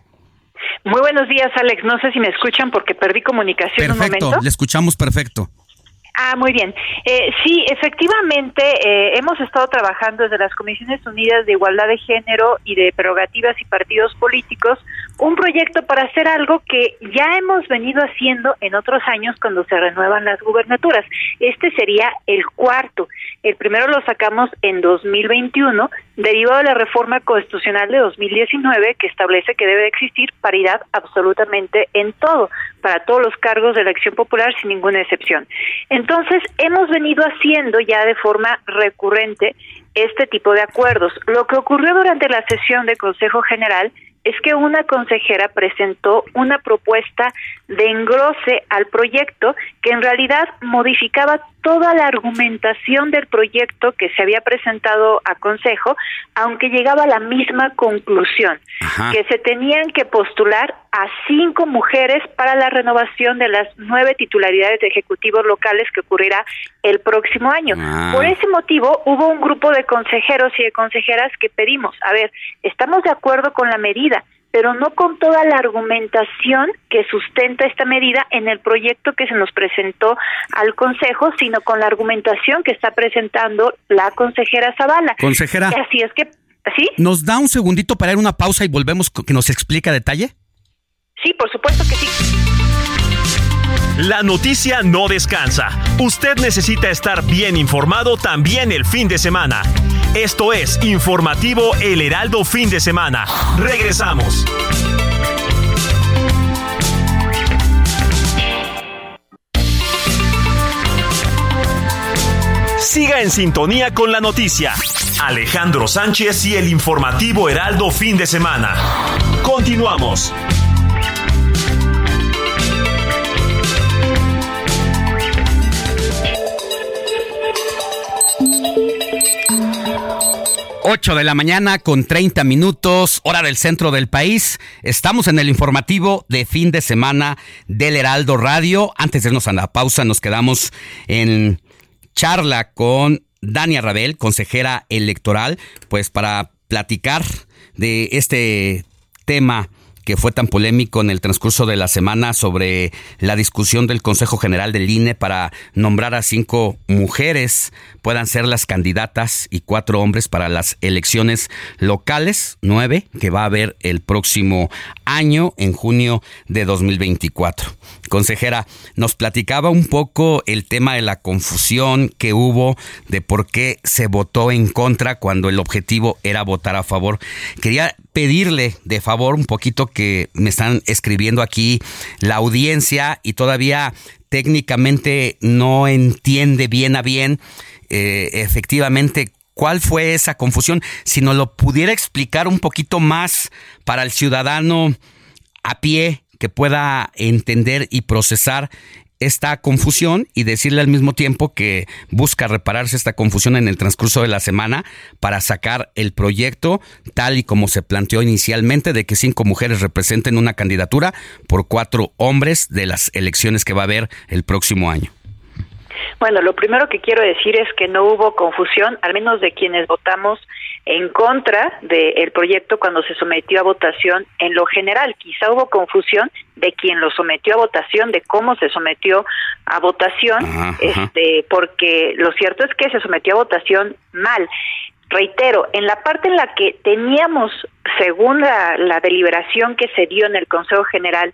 Speaker 19: Muy buenos días, Alex. No sé si me escuchan porque perdí comunicación un momento.
Speaker 7: Perfecto, le escuchamos perfecto.
Speaker 19: Muy bien. Sí, efectivamente, hemos estado trabajando desde las Comisiones Unidas de Igualdad de Género y de Prerrogativas y Partidos Políticos un proyecto para hacer algo que ya hemos venido haciendo en otros años cuando se renuevan las gubernaturas. Este sería el cuarto. El primero lo sacamos en 2021, derivado de la reforma constitucional de 2019, que establece que debe existir paridad absolutamente en todo, para todos los cargos de elección popular sin ninguna excepción. Entonces, hemos venido haciendo ya de forma recurrente este tipo de acuerdos. Lo que ocurrió durante la sesión de Consejo General es que una consejera presentó una propuesta de engrose al proyecto que en realidad modificaba toda la argumentación del proyecto que se había presentado a Consejo, aunque llegaba a la misma conclusión, que se tenían que postular a 5 mujeres para la renovación de las 9 titularidades de ejecutivos locales que ocurrirá el próximo año. Por ese motivo, hubo un grupo de consejeros y de consejeras que pedimos, estamos de acuerdo con la medida, pero no con toda la argumentación que sustenta esta medida en el proyecto que se nos presentó al Consejo, sino con la argumentación que está presentando la consejera Zavala.
Speaker 7: Consejera,
Speaker 19: así es que, ¿sí?
Speaker 7: ¿Nos da un segundito para ir a una pausa y volvemos que nos explique a detalle?
Speaker 19: Sí, por supuesto que sí.
Speaker 2: La noticia no descansa. Usted necesita estar bien informado también el fin de semana. Esto es Informativo El Heraldo Fin de Semana. Regresamos. Siga en sintonía con la noticia. Alejandro Sánchez y el Informativo Heraldo Fin de Semana. Continuamos.
Speaker 7: Ocho de la mañana con 30 minutos, hora del centro del país. Estamos en el informativo de fin de semana del Heraldo Radio. Antes de irnos a la pausa, nos quedamos en charla con Dania Rabel, consejera electoral, pues para platicar de este tema que fue tan polémico en el transcurso de la semana sobre la discusión del Consejo General del INE para nombrar a 5 mujeres puedan ser las candidatas y 4 hombres para las elecciones locales, 9, que va a haber el próximo año, en junio de 2024. Consejera, nos platicaba un poco el tema de la confusión que hubo de por qué se votó en contra cuando el objetivo era votar a favor. Quería pedirle de favor un poquito, que me están escribiendo aquí la audiencia y todavía técnicamente no entiende bien a bien efectivamente cuál fue esa confusión. Si nos lo pudiera explicar un poquito más para el ciudadano a pie, que pueda entender y procesar esta confusión y decirle al mismo tiempo que busca repararse esta confusión en el transcurso de la semana para sacar el proyecto tal y como se planteó inicialmente, de que 5 mujeres representen una candidatura por 4 hombres de las elecciones que va a haber el próximo año.
Speaker 19: Bueno, lo primero que quiero decir es que no hubo confusión, al menos de quienes votamos en contra del proyecto cuando se sometió a votación en lo general. Quizá hubo confusión de quien lo sometió a votación, de cómo se sometió a votación, porque lo cierto es que se sometió a votación mal. Reitero, en la parte en la que teníamos, según la deliberación que se dio en el Consejo General,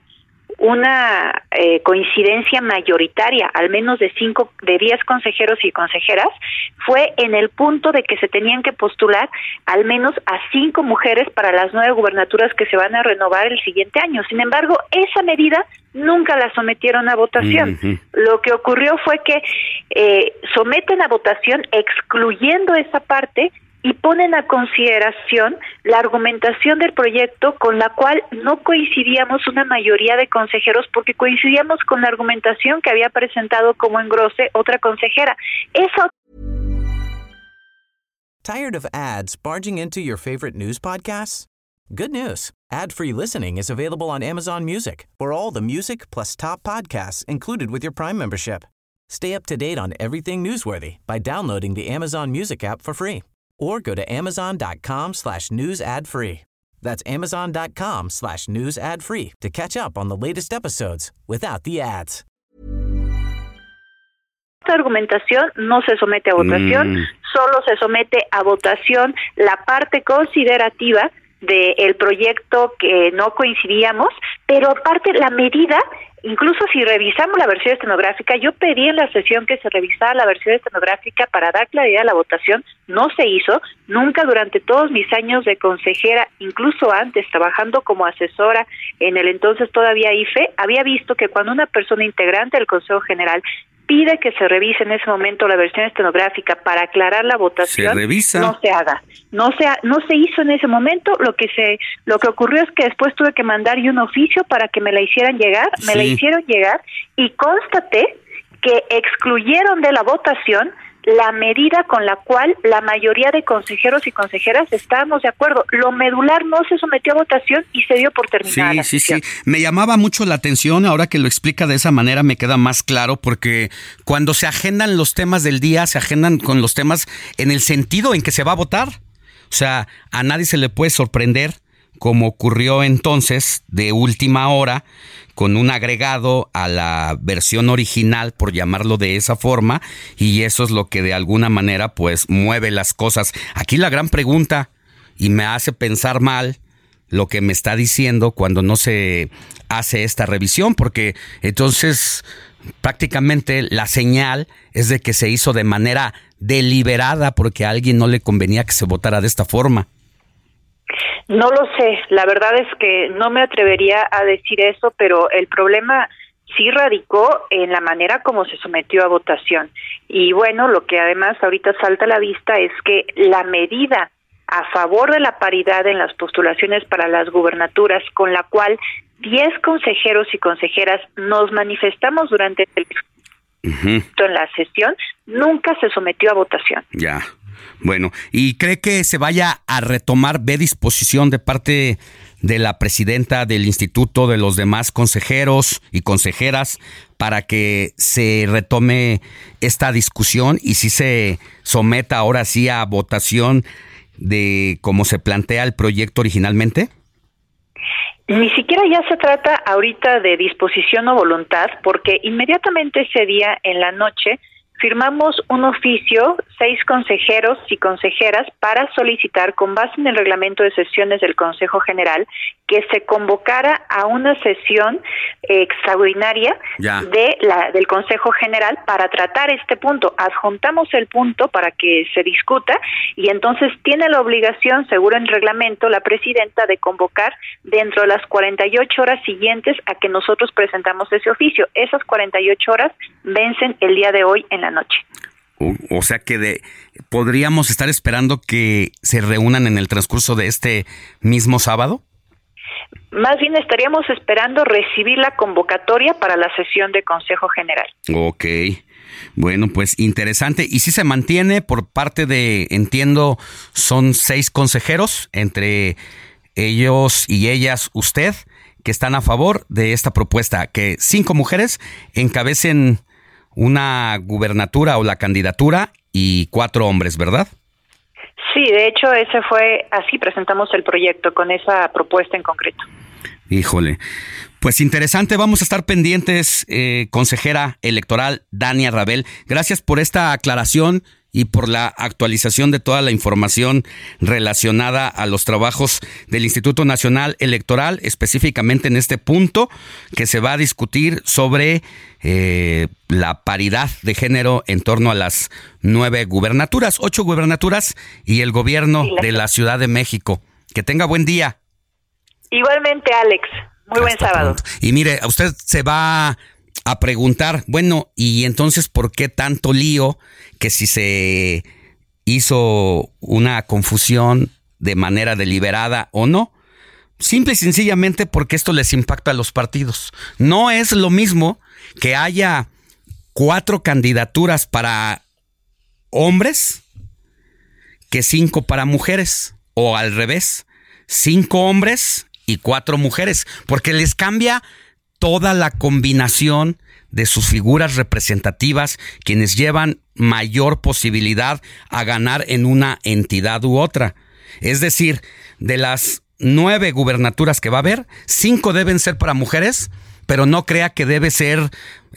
Speaker 19: una coincidencia mayoritaria, al menos de 10 consejeros y consejeras, fue en el punto de que se tenían que postular al menos a 5 mujeres para las 9 gubernaturas que se van a renovar el siguiente año. Sin embargo, esa medida nunca la sometieron a votación. Lo que ocurrió fue que someten a votación excluyendo esa parte y ponen a consideración la argumentación del proyecto con la cual no coincidíamos una mayoría de consejeros porque coincidíamos con la argumentación que había presentado como engrose otra consejera. Eso.
Speaker 20: Tired of ads barging into your favorite news podcasts? Good news. Ad-free listening is available on Amazon Music for all the music plus top podcasts included with your Prime membership. Stay up to date on everything newsworthy by downloading the Amazon Music app for free or go to amazon.com/news ad free. That's amazon.com/news ad free to catch up on the latest episodes without the ads.
Speaker 19: Esta argumentación no se somete a votación, solo se somete a votación la parte considerativa del proyecto que no coincidíamos, pero aparte la medida, incluso si revisamos la versión estenográfica, yo pedí en la sesión que se revisara la versión estenográfica para dar claridad a la votación, no se hizo, nunca durante todos mis años de consejera, incluso antes trabajando como asesora en el entonces todavía IFE, había visto que cuando una persona integrante del Consejo General pide que se revise en ese momento la versión estenográfica para aclarar la votación,
Speaker 7: se revisa.
Speaker 19: No se haga. No se hizo en ese momento. Lo que ocurrió es que después tuve que mandar un oficio para que me la hicieran llegar, me la hicieron llegar y constaté que excluyeron de la votación la medida con la cual la mayoría de consejeros y consejeras estábamos de acuerdo. Lo medular no se sometió a votación y se dio por terminada la sesión.
Speaker 7: Sí. Me llamaba mucho la atención, ahora que lo explica de esa manera me queda más claro, porque cuando se agendan los temas del día, se agendan con los temas en el sentido en que se va a votar. O sea, a nadie se le puede sorprender, como ocurrió entonces de última hora, con un agregado a la versión original, por llamarlo de esa forma, y eso es lo que de alguna manera pues mueve las cosas. Aquí la gran pregunta, y me hace pensar mal lo que me está diciendo cuando no se hace esta revisión, porque entonces prácticamente la señal es de que se hizo de manera deliberada porque a alguien no le convenía que se votara de esta forma.
Speaker 19: No lo sé, la verdad es que no me atrevería a decir eso, pero el problema sí radicó en la manera como se sometió a votación. Y bueno, lo que además ahorita salta a la vista es que la medida a favor de la paridad en las postulaciones para las gubernaturas, con la cual 10 consejeros y consejeras nos manifestamos durante en la sesión, nunca se sometió a votación.
Speaker 7: Ya. Bueno, ¿y cree que se vaya a retomar, ve disposición de parte de la presidenta del instituto, de los demás consejeros y consejeras, para que se retome esta discusión y si se someta ahora sí a votación de cómo se plantea el proyecto originalmente?
Speaker 19: Ni siquiera ya se trata ahorita de disposición o voluntad, porque inmediatamente ese día en la noche firmamos un oficio, 6 consejeros y consejeras, para solicitar, con base en el reglamento de sesiones del Consejo General, que se convocara a una sesión extraordinaria del Consejo General para tratar este punto. Adjuntamos el punto para que se discuta y entonces tiene la obligación, según el reglamento, la presidenta de convocar dentro de las 48 horas siguientes a que nosotros presentamos ese oficio. Esas 48 horas vencen el día de hoy en la noche.
Speaker 7: O sea que podríamos estar esperando que se reúnan en el transcurso de este mismo sábado.
Speaker 19: Más bien estaríamos esperando recibir la convocatoria para la sesión de Consejo General.
Speaker 7: Ok, bueno, pues interesante. Y si se mantiene por parte de, entiendo, son 6 consejeros, entre ellos y ellas usted, que están a favor de esta propuesta, que 5 mujeres encabecen una gubernatura o la candidatura y 4 hombres, ¿verdad?
Speaker 19: Sí, de hecho ese fue, así presentamos el proyecto con esa propuesta en concreto.
Speaker 7: Híjole, pues interesante, vamos a estar pendientes, consejera electoral Dania Rabel. Gracias por esta aclaración y por la actualización de toda la información relacionada a los trabajos del Instituto Nacional Electoral, específicamente en este punto que se va a discutir sobre la paridad de género en torno a las 9 gubernaturas, 8 gubernaturas y el gobierno de la Ciudad de México. Que tenga buen día.
Speaker 19: Igualmente, Alex. Muy buen sábado.
Speaker 7: Pronto. Y mire, a usted se va a preguntar, bueno, ¿y entonces por qué tanto lío? Que si se hizo una confusión de manera deliberada o no. Simple y sencillamente porque esto les impacta a los partidos. No es lo mismo que haya 4 candidaturas para hombres que 5 para mujeres, o al revés, 5 hombres y 4 mujeres, porque les cambia toda la combinación de sus figuras representativas, quienes llevan mayor posibilidad a ganar en una entidad u otra. Es decir, de las 9 gubernaturas que va a haber, 5 deben ser para mujeres, pero no crea que debe ser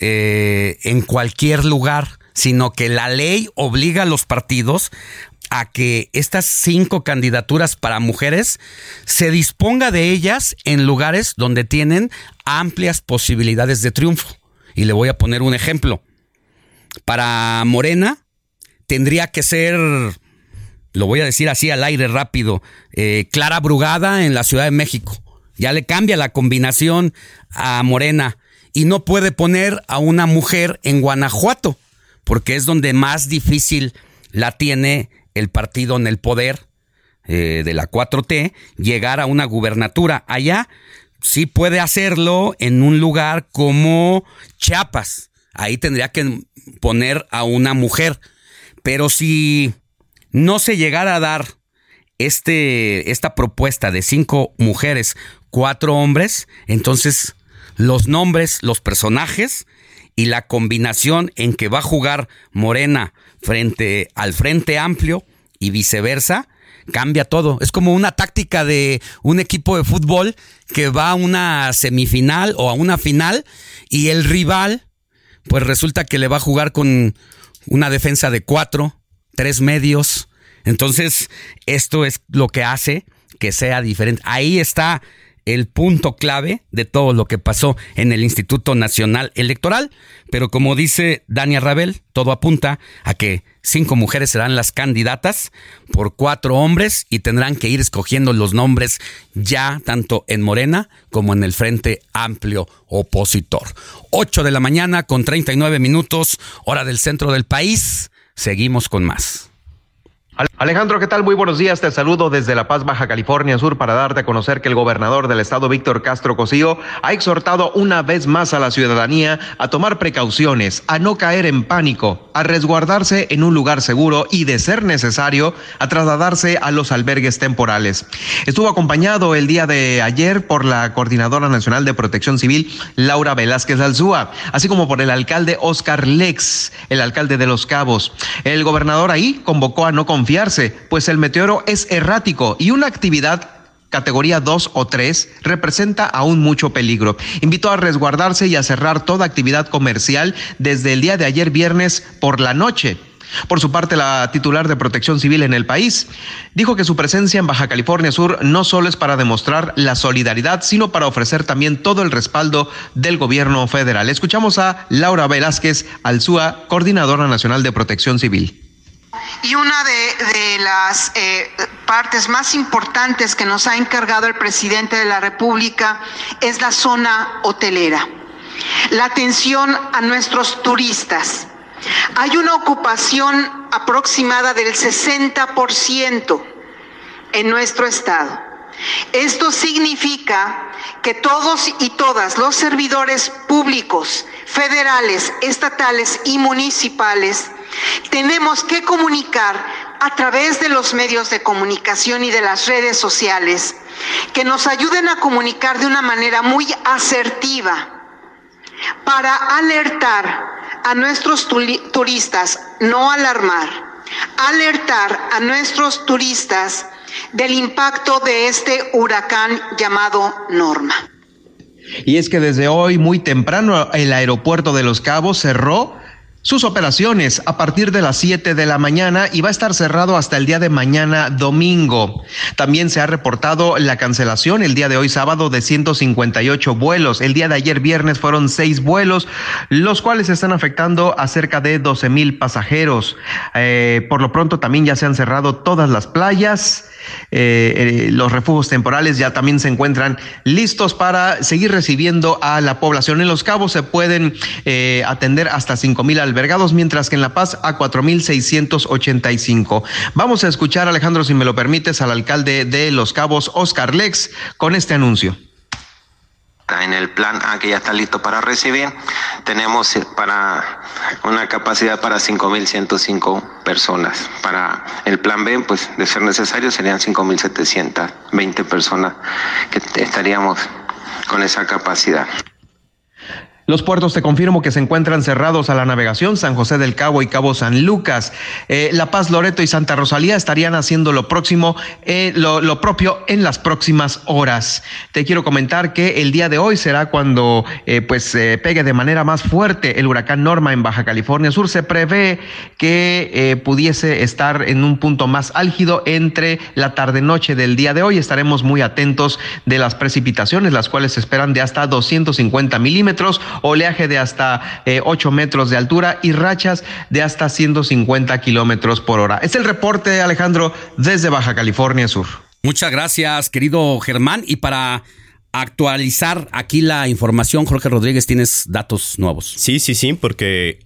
Speaker 7: en cualquier lugar, sino que la ley obliga a los partidos a que estas 5 candidaturas para mujeres se disponga de ellas en lugares donde tienen amplias posibilidades de triunfo. Y le voy a poner un ejemplo. Para Morena tendría que ser, lo voy a decir así al aire rápido, Clara Brugada en la Ciudad de México. Ya le cambia la combinación a Morena. Y no puede poner a una mujer en Guanajuato, porque es donde más difícil la tiene el partido en el poder de la 4T, llegar a una gubernatura. Allá sí puede hacerlo en un lugar como Chiapas. Ahí tendría que poner a una mujer. Pero si no se llegara a dar esta propuesta de 5 mujeres, 4 hombres, entonces los nombres, los personajes y la combinación en que va a jugar Morena frente al Frente Amplio y viceversa, cambia todo. Es como una táctica de un equipo de fútbol que va a una semifinal o a una final y el rival, pues resulta que le va a jugar con una defensa de 4, 3 medios. Entonces, esto es lo que hace que sea diferente. Ahí está el punto clave de todo lo que pasó en el Instituto Nacional Electoral, pero como dice Dania Rabel, todo apunta a que 5 mujeres serán las candidatas por 4 hombres y tendrán que ir escogiendo los nombres ya tanto en Morena como en el Frente Amplio opositor. 8 de la mañana con 39 minutos, hora del centro del país. Seguimos con más.
Speaker 21: Alejandro, ¿qué tal? Muy buenos días, te saludo desde La Paz, Baja California Sur, para darte a conocer que el gobernador del estado, Víctor Castro Cosío, ha exhortado una vez más a la ciudadanía a tomar precauciones, a no caer en pánico, a resguardarse en un lugar seguro y, de ser necesario, a trasladarse a los albergues temporales. Estuvo acompañado el día de ayer por la Coordinadora Nacional de Protección Civil, Laura Velázquez Alzúa, así como por el alcalde Oscar Lex, el alcalde de Los Cabos. El gobernador ahí convocó a no confiarse, pues el meteoro es errático y una actividad categoría 2 o 3 representa aún mucho peligro. Invitó a resguardarse y a cerrar toda actividad comercial desde el día de ayer viernes por la noche. Por su parte, la titular de Protección Civil en el país dijo que su presencia en Baja California Sur no solo es para demostrar la solidaridad, sino para ofrecer también todo el respaldo del gobierno federal. Escuchamos a Laura Velázquez Alzúa, Coordinadora Nacional de Protección Civil.
Speaker 22: Y una de las partes más importantes que nos ha encargado el presidente de la República es la zona hotelera, la atención a nuestros turistas. Hay una ocupación aproximada del 60% en nuestro estado. Esto significa que todos y todas los servidores públicos, federales, estatales y municipales tenemos que comunicar a través de los medios de comunicación y de las redes sociales que nos ayuden a comunicar de una manera muy asertiva para alertar a nuestros turistas, no alarmar, alertar a nuestros turistas del impacto de este huracán llamado Norma.
Speaker 21: Y es que desde hoy muy temprano el aeropuerto de Los Cabos cerró sus operaciones a partir de las 7 de la mañana y va a estar cerrado hasta el día de mañana domingo. También se ha reportado la cancelación el día de hoy sábado de 158 vuelos. El día de ayer viernes fueron 6 vuelos, los cuales están afectando a cerca de 12,000 pasajeros. Por lo pronto también ya se han cerrado todas las playas. Los refugios temporales ya también se encuentran listos para seguir recibiendo a la población. En Los Cabos se pueden atender hasta 5,000 albergues albergados, mientras que en La Paz a 4,685. Vamos a escuchar, Alejandro, si me lo permites, al alcalde de Los Cabos, Oscar Lex, con este anuncio.
Speaker 1: En el plan A, que ya está listo para recibir, tenemos para una capacidad para 5,105 personas. Para el plan B, pues de ser necesario, serían 5,720 personas que estaríamos con esa capacidad.
Speaker 21: Los puertos, te confirmo que se encuentran cerrados a la navegación. San José del Cabo y Cabo San Lucas. La Paz, Loreto y Santa Rosalía estarían haciendo lo propio en las próximas horas. Te quiero comentar que el día de hoy será cuando pegue de manera más fuerte el huracán Norma en Baja California Sur. Se prevé que pudiese estar en un punto más álgido entre la tarde-noche del día de hoy. Estaremos muy atentos de las precipitaciones, las cuales se esperan de hasta 250 milímetros, oleaje de hasta 8 metros de altura y rachas de hasta 150 kilómetros por hora. Es el reporte, Alejandro, desde Baja California Sur.
Speaker 7: Muchas gracias, querido Germán. Y para actualizar aquí la información, Jorge Rodríguez, ¿tienes datos nuevos?
Speaker 10: Sí, porque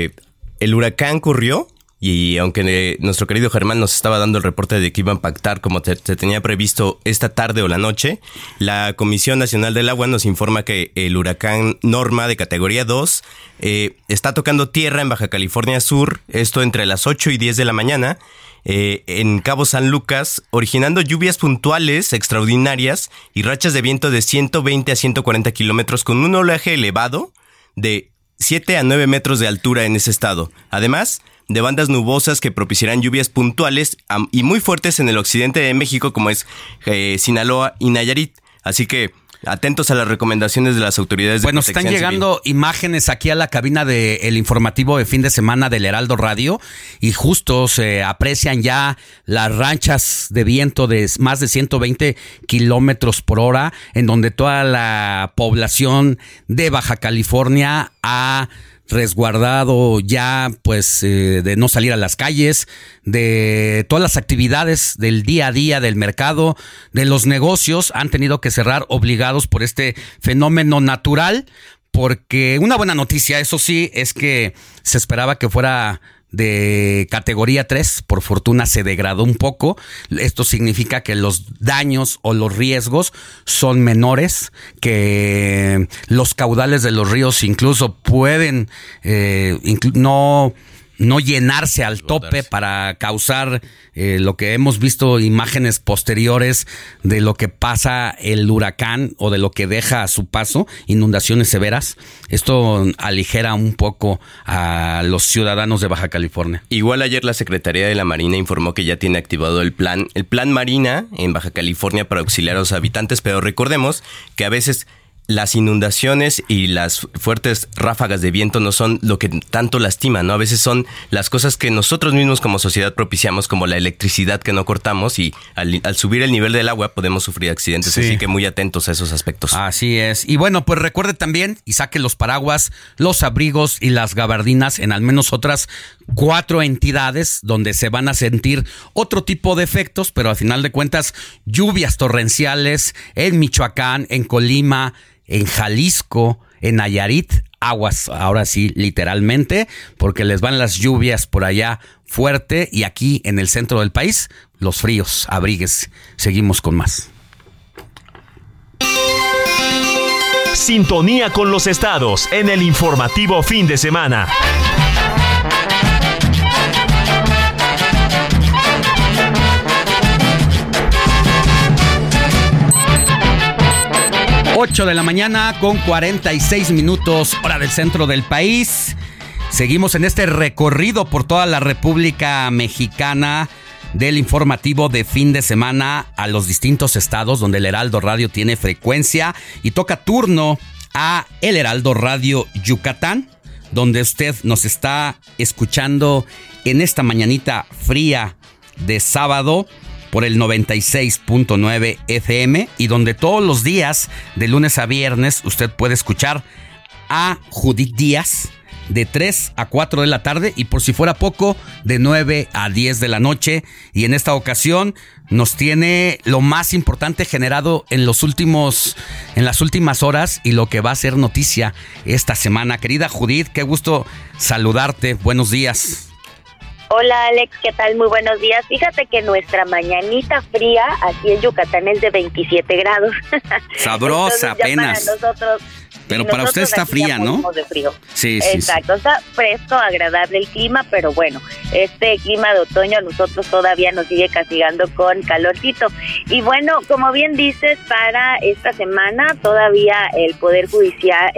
Speaker 10: el huracán corrió. Y aunque nuestro querido Germán nos estaba dando el reporte de que iba a impactar como se tenía previsto esta tarde o la noche, la Comisión Nacional del Agua nos informa que el huracán Norma de categoría 2 está tocando tierra en Baja California Sur, esto entre las 8 y 10 de la mañana, en Cabo San Lucas, originando lluvias puntuales extraordinarias y rachas de viento de 120 a 140 kilómetros con un oleaje elevado de 7 a 9 metros de altura en ese estado. Además de bandas nubosas que propiciarán lluvias puntuales y muy fuertes en el occidente de México, como es Sinaloa y Nayarit. Así que atentos a las recomendaciones de las autoridades de protección
Speaker 7: están llegando
Speaker 10: civil.
Speaker 7: Imágenes aquí a la cabina del informativo de fin de semana del Heraldo Radio y justo se aprecian ya las rachas de viento de más de 120 kilómetros por hora, en donde toda la población de Baja California ha resguardado ya de no salir a las calles, de todas las actividades del día a día del mercado, de los negocios han tenido que cerrar obligados por este fenómeno natural, porque una buena noticia, eso sí, es que se esperaba que fuera de categoría 3, por fortuna se degradó un poco. Esto significa que los daños o los riesgos son menores, que los caudales de los ríos incluso pueden no llenarse al tope para causar lo que hemos visto imágenes posteriores de lo que pasa el huracán o de lo que deja a su paso, inundaciones severas. Esto aligera un poco a los ciudadanos de Baja California.
Speaker 10: Igual ayer la Secretaría de la Marina informó que ya tiene activado el plan Marina en Baja California para auxiliar a los habitantes, pero recordemos que a veces las inundaciones y las fuertes ráfagas de viento no son lo que tanto lastima, ¿no? A veces son las cosas que nosotros mismos como sociedad propiciamos, como la electricidad que no cortamos, y al subir el nivel del agua podemos sufrir accidentes, sí. Así que muy atentos a esos aspectos.
Speaker 7: Así es. Y bueno, pues recuerde también y saque los paraguas, los abrigos y las gabardinas en al menos otras 4 entidades donde se van a sentir otro tipo de efectos, pero al final de cuentas lluvias torrenciales en Michoacán, en Colima, en Jalisco, en Nayarit, aguas, ahora sí, literalmente, porque les van las lluvias por allá fuerte, y aquí en el centro del país, los fríos, abríguese. Seguimos con más.
Speaker 2: Sintonía con los estados en el informativo fin de semana.
Speaker 7: Ocho de la mañana con 46 minutos, hora del centro del país. Seguimos en este recorrido por toda la República Mexicana del informativo de fin de semana a los distintos estados donde el Heraldo Radio tiene frecuencia, y toca turno a el Heraldo Radio Yucatán, donde usted nos está escuchando en esta mañanita fría de sábado por el 96.9 FM, y donde todos los días de lunes a viernes usted puede escuchar a Judith Díaz, de 3 a 4 de la tarde y por si fuera poco, de 9 a 10 de la noche. Y en esta ocasión nos tiene lo más importante generado en las últimas horas y lo que va a ser noticia esta semana. Querida Judith, qué gusto saludarte. Buenos días.
Speaker 4: Hola Alex, ¿qué tal? Muy buenos días. Fíjate que nuestra mañanita fría aquí en Yucatán es de 27 grados.
Speaker 7: Sabrosa, apenas.
Speaker 4: Para nosotros,
Speaker 7: pero para usted está fría, ¿no?
Speaker 4: De frío.
Speaker 7: Sí.
Speaker 4: Exacto, está fresco, agradable el clima, pero bueno, este clima de otoño a nosotros todavía nos sigue castigando con calorcito. Y bueno, como bien dices, para esta semana todavía el Poder Judicial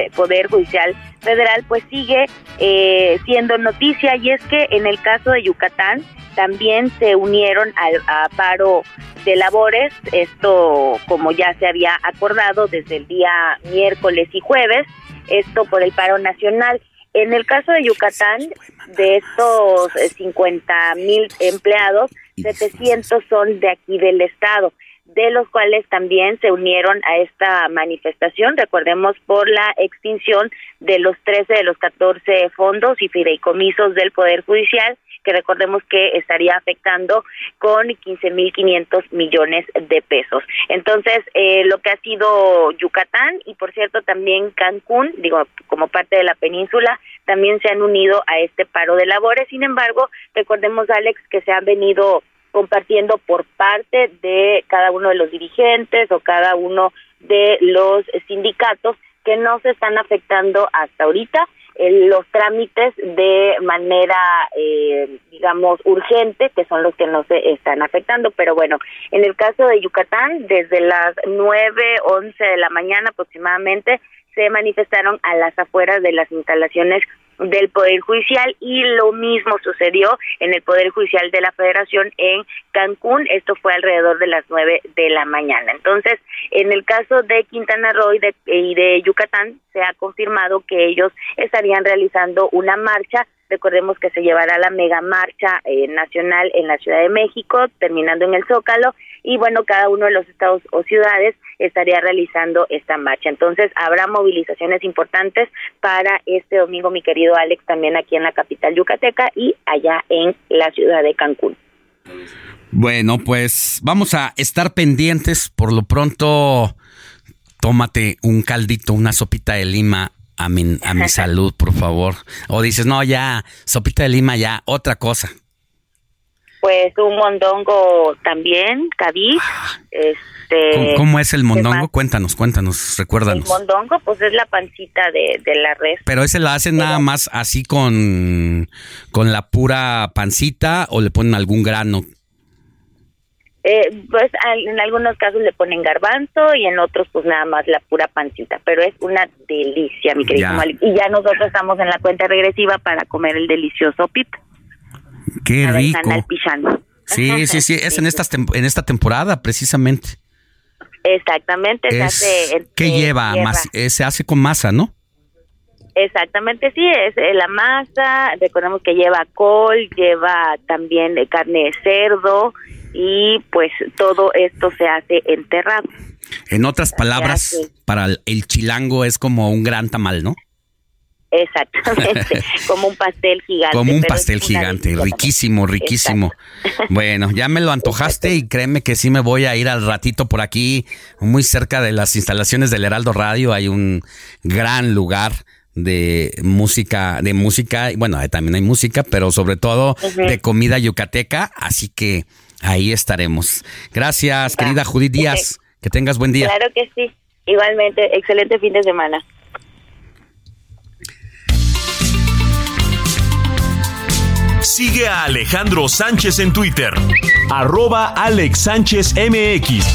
Speaker 4: Federal pues sigue siendo noticia, y es que en el caso de Yucatán también se unieron a paro de labores, esto como ya se había acordado desde el día miércoles y jueves, esto por el paro nacional. En el caso de Yucatán, de estos 50,000 empleados, 700 son de aquí del estado, de los cuales también se unieron a esta manifestación, recordemos, por la extinción de los 13 de los 14 fondos y fideicomisos del Poder Judicial, que recordemos que estaría afectando con 15,500 millones de pesos. Entonces, lo que ha sido Yucatán y, por cierto, también Cancún, como parte de la península, también se han unido a este paro de labores. Sin embargo, recordemos, Alex, que se han venido compartiendo por parte de cada uno de los dirigentes o cada uno de los sindicatos que no se están afectando hasta ahorita los trámites de manera, urgente, que son los que no se están afectando. Pero bueno, en el caso de Yucatán, desde las 9:11 de la mañana aproximadamente, se manifestaron a las afueras de las instalaciones del Poder Judicial, y lo mismo sucedió en el Poder Judicial de la Federación en Cancún. Esto fue alrededor de las 9 de la mañana. Entonces, en el caso de Quintana Roo y de Yucatán, se ha confirmado que ellos estarían realizando una marcha. Recordemos que se llevará la mega marcha nacional en la Ciudad de México, terminando en el Zócalo, y bueno, cada uno de los estados o ciudades estaría realizando esta marcha. Entonces, habrá movilizaciones importantes para este domingo, mi querido Alex, también aquí en la capital yucateca y allá en la ciudad de Cancún.
Speaker 7: Bueno, pues vamos a estar pendientes. Por lo pronto, tómate un caldito, una sopita de lima a mi salud, por favor. O dices, no, ya, sopita de lima, ya, otra cosa.
Speaker 4: Pues un mondongo también, Cadiz.
Speaker 7: ¿Cómo es el mondongo? Cuéntanos, recuérdanos.
Speaker 4: El mondongo, pues es la pancita de la res.
Speaker 7: ¿Pero ese la hacen nada más así con la pura pancita o le ponen algún grano?
Speaker 4: Pues en algunos casos le ponen garbanzo y en otros pues nada más la pura pancita, pero es una delicia, mi querido Malik. Y ya nosotros estamos en la cuenta regresiva para comer el delicioso pip.
Speaker 7: ¡Qué rico! Sí, es en esta temporada precisamente.
Speaker 4: Exactamente.
Speaker 7: ¿Qué lleva? Se hace con masa, ¿no?
Speaker 4: Exactamente, sí, es la masa. Recordemos que lleva col, lleva también carne de cerdo, y pues todo esto se hace enterrado.
Speaker 7: En otras palabras, para el chilango es como un gran tamal, ¿no?
Speaker 4: Exactamente, como un pastel gigante.
Speaker 7: Como un pastel gigante, riquísimo. Exacto. Bueno, ya me lo antojaste y créeme que sí me voy a ir al ratito por aquí, muy cerca de las instalaciones del Heraldo Radio. Hay un gran lugar de música, bueno, también hay música, pero sobre todo de comida yucateca, así que ahí estaremos. Gracias, querida Judith Díaz, que tengas buen día.
Speaker 4: Claro que sí, igualmente, excelente fin de semana.
Speaker 2: Sigue a Alejandro Sánchez en Twitter, @AlexSánchezMX.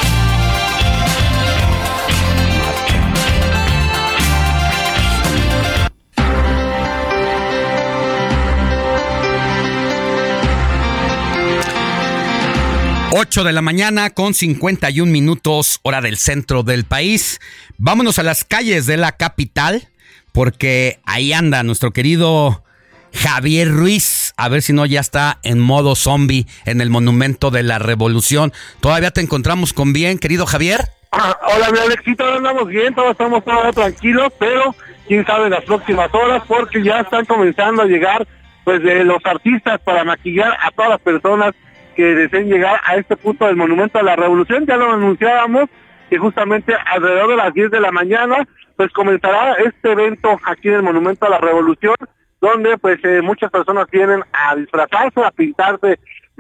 Speaker 7: Ocho de la mañana con 51 minutos, hora del centro del país. Vámonos a las calles de la capital, porque ahí anda nuestro querido Javier Ruiz a ver si no ya está en modo zombie en el Monumento de la Revolución. ¿Todavía te encontramos con bien, querido Javier?
Speaker 5: Hola, mi Alex, sí, todos andamos bien, todos estamos tranquilos, pero quién sabe en las próximas horas, porque ya están comenzando a llegar pues los artistas para maquillar a todas las personas que deseen llegar a este punto del Monumento a la Revolución. Ya lo anunciábamos, que justamente alrededor de las 10 de la mañana pues comenzará este evento aquí en el Monumento a la Revolución, donde pues muchas personas vienen a disfrazarse, a pintarse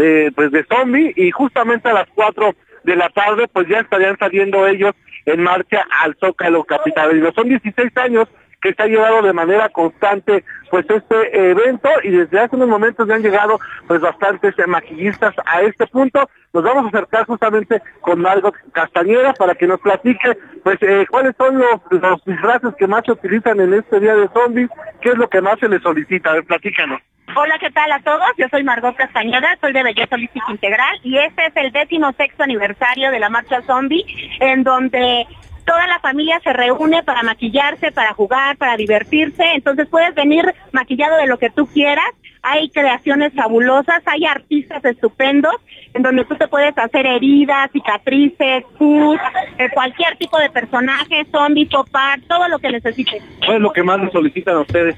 Speaker 5: de zombie, y justamente a las 4 de la tarde pues ya estarían saliendo ellos en marcha al Zócalo capitalino. Son 16 años que se ha llevado de manera constante pues este evento, y desde hace unos momentos ya han llegado pues bastantes maquillistas a este punto. Nos vamos a acercar justamente con Margot Castañeda para que nos platique pues cuáles son los disfraces que más se utilizan en este día de zombies, qué es lo que más se les solicita. A ver, platícanos.
Speaker 6: Hola, ¿qué tal a todos? Yo soy Margot Castañeda, soy de Belleza Holística Integral, y este es el 16º aniversario de la Marcha Zombie, en donde toda la familia se reúne para maquillarse, para jugar, para divertirse. Entonces puedes venir maquillado de lo que tú quieras. Hay creaciones fabulosas, hay artistas estupendos en donde tú te puedes hacer heridas, cicatrices, pus, cualquier tipo de personaje, zombie, pop art, todo lo que necesites.
Speaker 5: ¿Cuál es lo que más les solicitan a ustedes?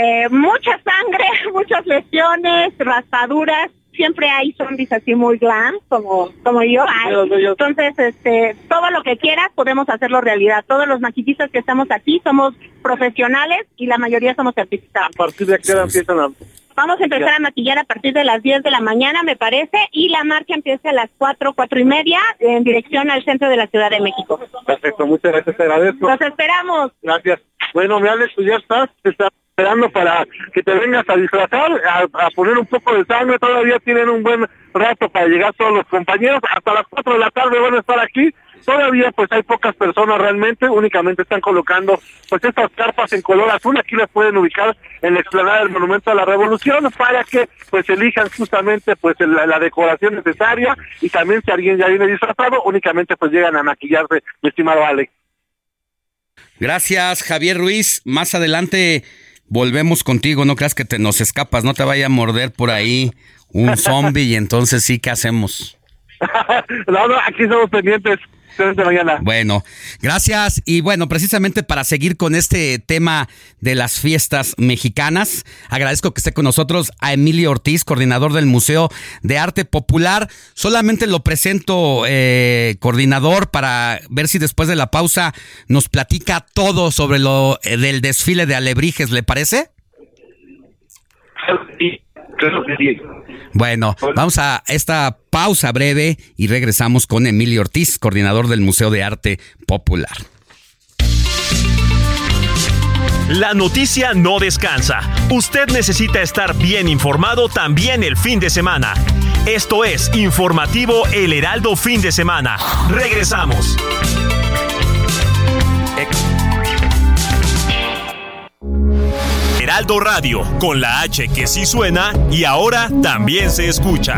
Speaker 6: Mucha sangre, muchas lesiones, raspaduras. Siempre hay zombies así muy glam, como yo. Entonces, todo lo que quieras podemos hacerlo realidad. Todos los maquillistas que estamos aquí somos profesionales y la mayoría somos artistas.
Speaker 5: ¿A partir de qué hora empiezan a...?
Speaker 6: Vamos a empezar a maquillar a partir de las 10 de la mañana, me parece, y la marcha empieza a las 4:30 en dirección al centro de la Ciudad de México.
Speaker 5: Perfecto, muchas gracias, te agradezco.
Speaker 6: Los esperamos.
Speaker 5: Gracias. Bueno, mi Alex, pues ya estás, te está esperando para que te vengas a disfrazar, a poner un poco de sangre. Todavía tienen un buen rato para llegar todos los compañeros. Hasta las 4 de la tarde van a estar aquí. Todavía pues hay pocas personas realmente, únicamente están colocando pues estas carpas en color azul. Aquí las pueden ubicar en la explanada del Monumento a la Revolución para que pues elijan justamente pues la decoración necesaria, y también si alguien ya viene disfrazado, únicamente pues llegan a maquillarse, mi estimado Alex.
Speaker 7: Gracias, Javier Ruiz. Más adelante volvemos contigo, no creas que te nos escapas, no te vaya a morder por ahí un zombie y entonces sí, ¿qué hacemos?
Speaker 5: No, aquí estamos pendientes. Mañana.
Speaker 7: Bueno, gracias. Y bueno, precisamente para seguir con este tema de las fiestas mexicanas, agradezco que esté con nosotros a Emilio Ortiz, coordinador del Museo de Arte Popular. Solamente lo presento, coordinador, para ver si después de la pausa nos platica todo sobre lo del desfile de alebrijes, ¿le parece?
Speaker 5: Sí. Claro que sí.
Speaker 7: Bueno, vamos a esta pausa breve y regresamos con Emilio Ortiz, coordinador del Museo de Arte Popular.
Speaker 2: La noticia no descansa. Usted necesita estar bien informado también el fin de semana. Esto es Informativo El Heraldo Fin de Semana. Regresamos. Heraldo Radio, con la H que sí suena y ahora también se escucha.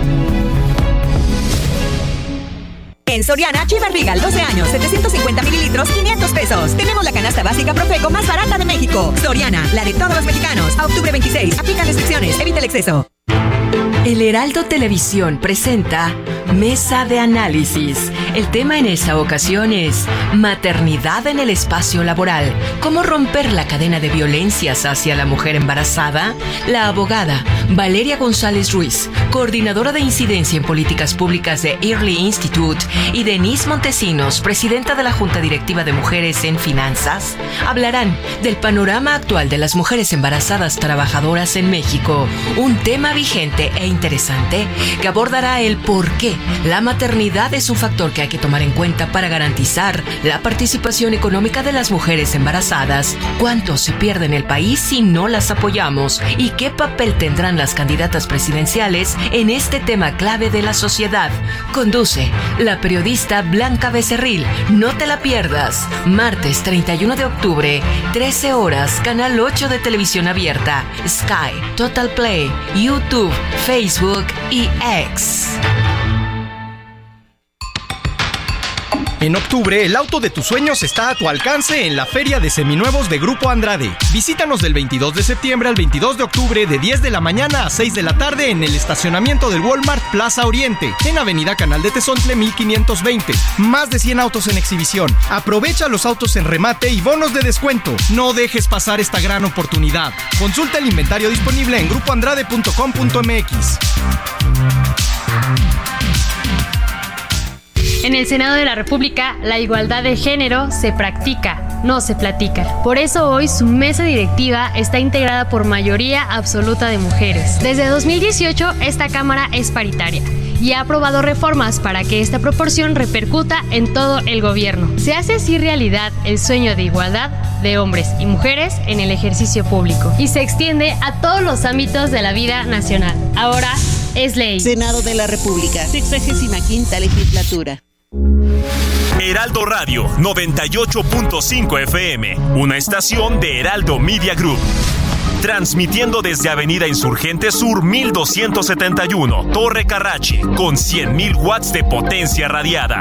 Speaker 23: En Soriana, Chivas Regal 12 años, 750 mililitros, 500 pesos. Tenemos la canasta básica Profeco más barata de México. Soriana, la de todos los mexicanos. A octubre 26, aplican restricciones, evita el exceso.
Speaker 24: El Heraldo Televisión presenta Mesa de Análisis. El tema en esta ocasión es maternidad en el espacio laboral. ¿Cómo romper la cadena de violencias hacia la mujer embarazada? La abogada Valeria González Ruiz, coordinadora de incidencia en políticas públicas de Early Institute, y Denise Montesinos, presidenta de la Junta Directiva de Mujeres en Finanzas, hablarán del panorama actual de las mujeres embarazadas trabajadoras en México. Un tema vigente e interesante que abordará el por qué la maternidad es un factor que hay que tomar en cuenta para garantizar la participación económica de las mujeres embarazadas, cuánto se pierde en el país si no las apoyamos y qué papel tendrán las candidatas presidenciales en este tema clave de la sociedad. Conduce la periodista Blanca Becerril. No te la pierdas. Martes 31 de octubre, 13 horas, Canal 8 de Televisión Abierta, Sky, Total Play, YouTube, Facebook y X.
Speaker 3: En octubre, el auto de tus sueños está a tu alcance en la Feria de Seminuevos de Grupo Andrade. Visítanos del 22 de septiembre al 22 de octubre de 10 de la mañana a 6 de la tarde en el estacionamiento del Walmart Plaza Oriente, en Avenida Canal de Tezontle 1520. Más de 100 autos en exhibición. Aprovecha los autos en remate y bonos de descuento. No dejes pasar esta gran oportunidad. Consulta el inventario disponible en grupoandrade.com.mx.
Speaker 11: En el Senado de la República, la igualdad de género se practica, no se platica. Por eso hoy su mesa directiva está integrada por mayoría absoluta de mujeres. Desde 2018, esta Cámara es paritaria y ha aprobado reformas para que esta proporción repercuta en todo el gobierno. Se hace así realidad el sueño de igualdad de hombres y mujeres en el ejercicio público y se extiende a todos los ámbitos de la vida nacional. Ahora es ley.
Speaker 12: Senado de la República, 65ª legislatura.
Speaker 2: Heraldo Radio 98.5 FM, una estación de Heraldo Media Group. Transmitiendo desde Avenida Insurgente Sur 1271, Torre Carrachi, con 100.000 watts de potencia radiada.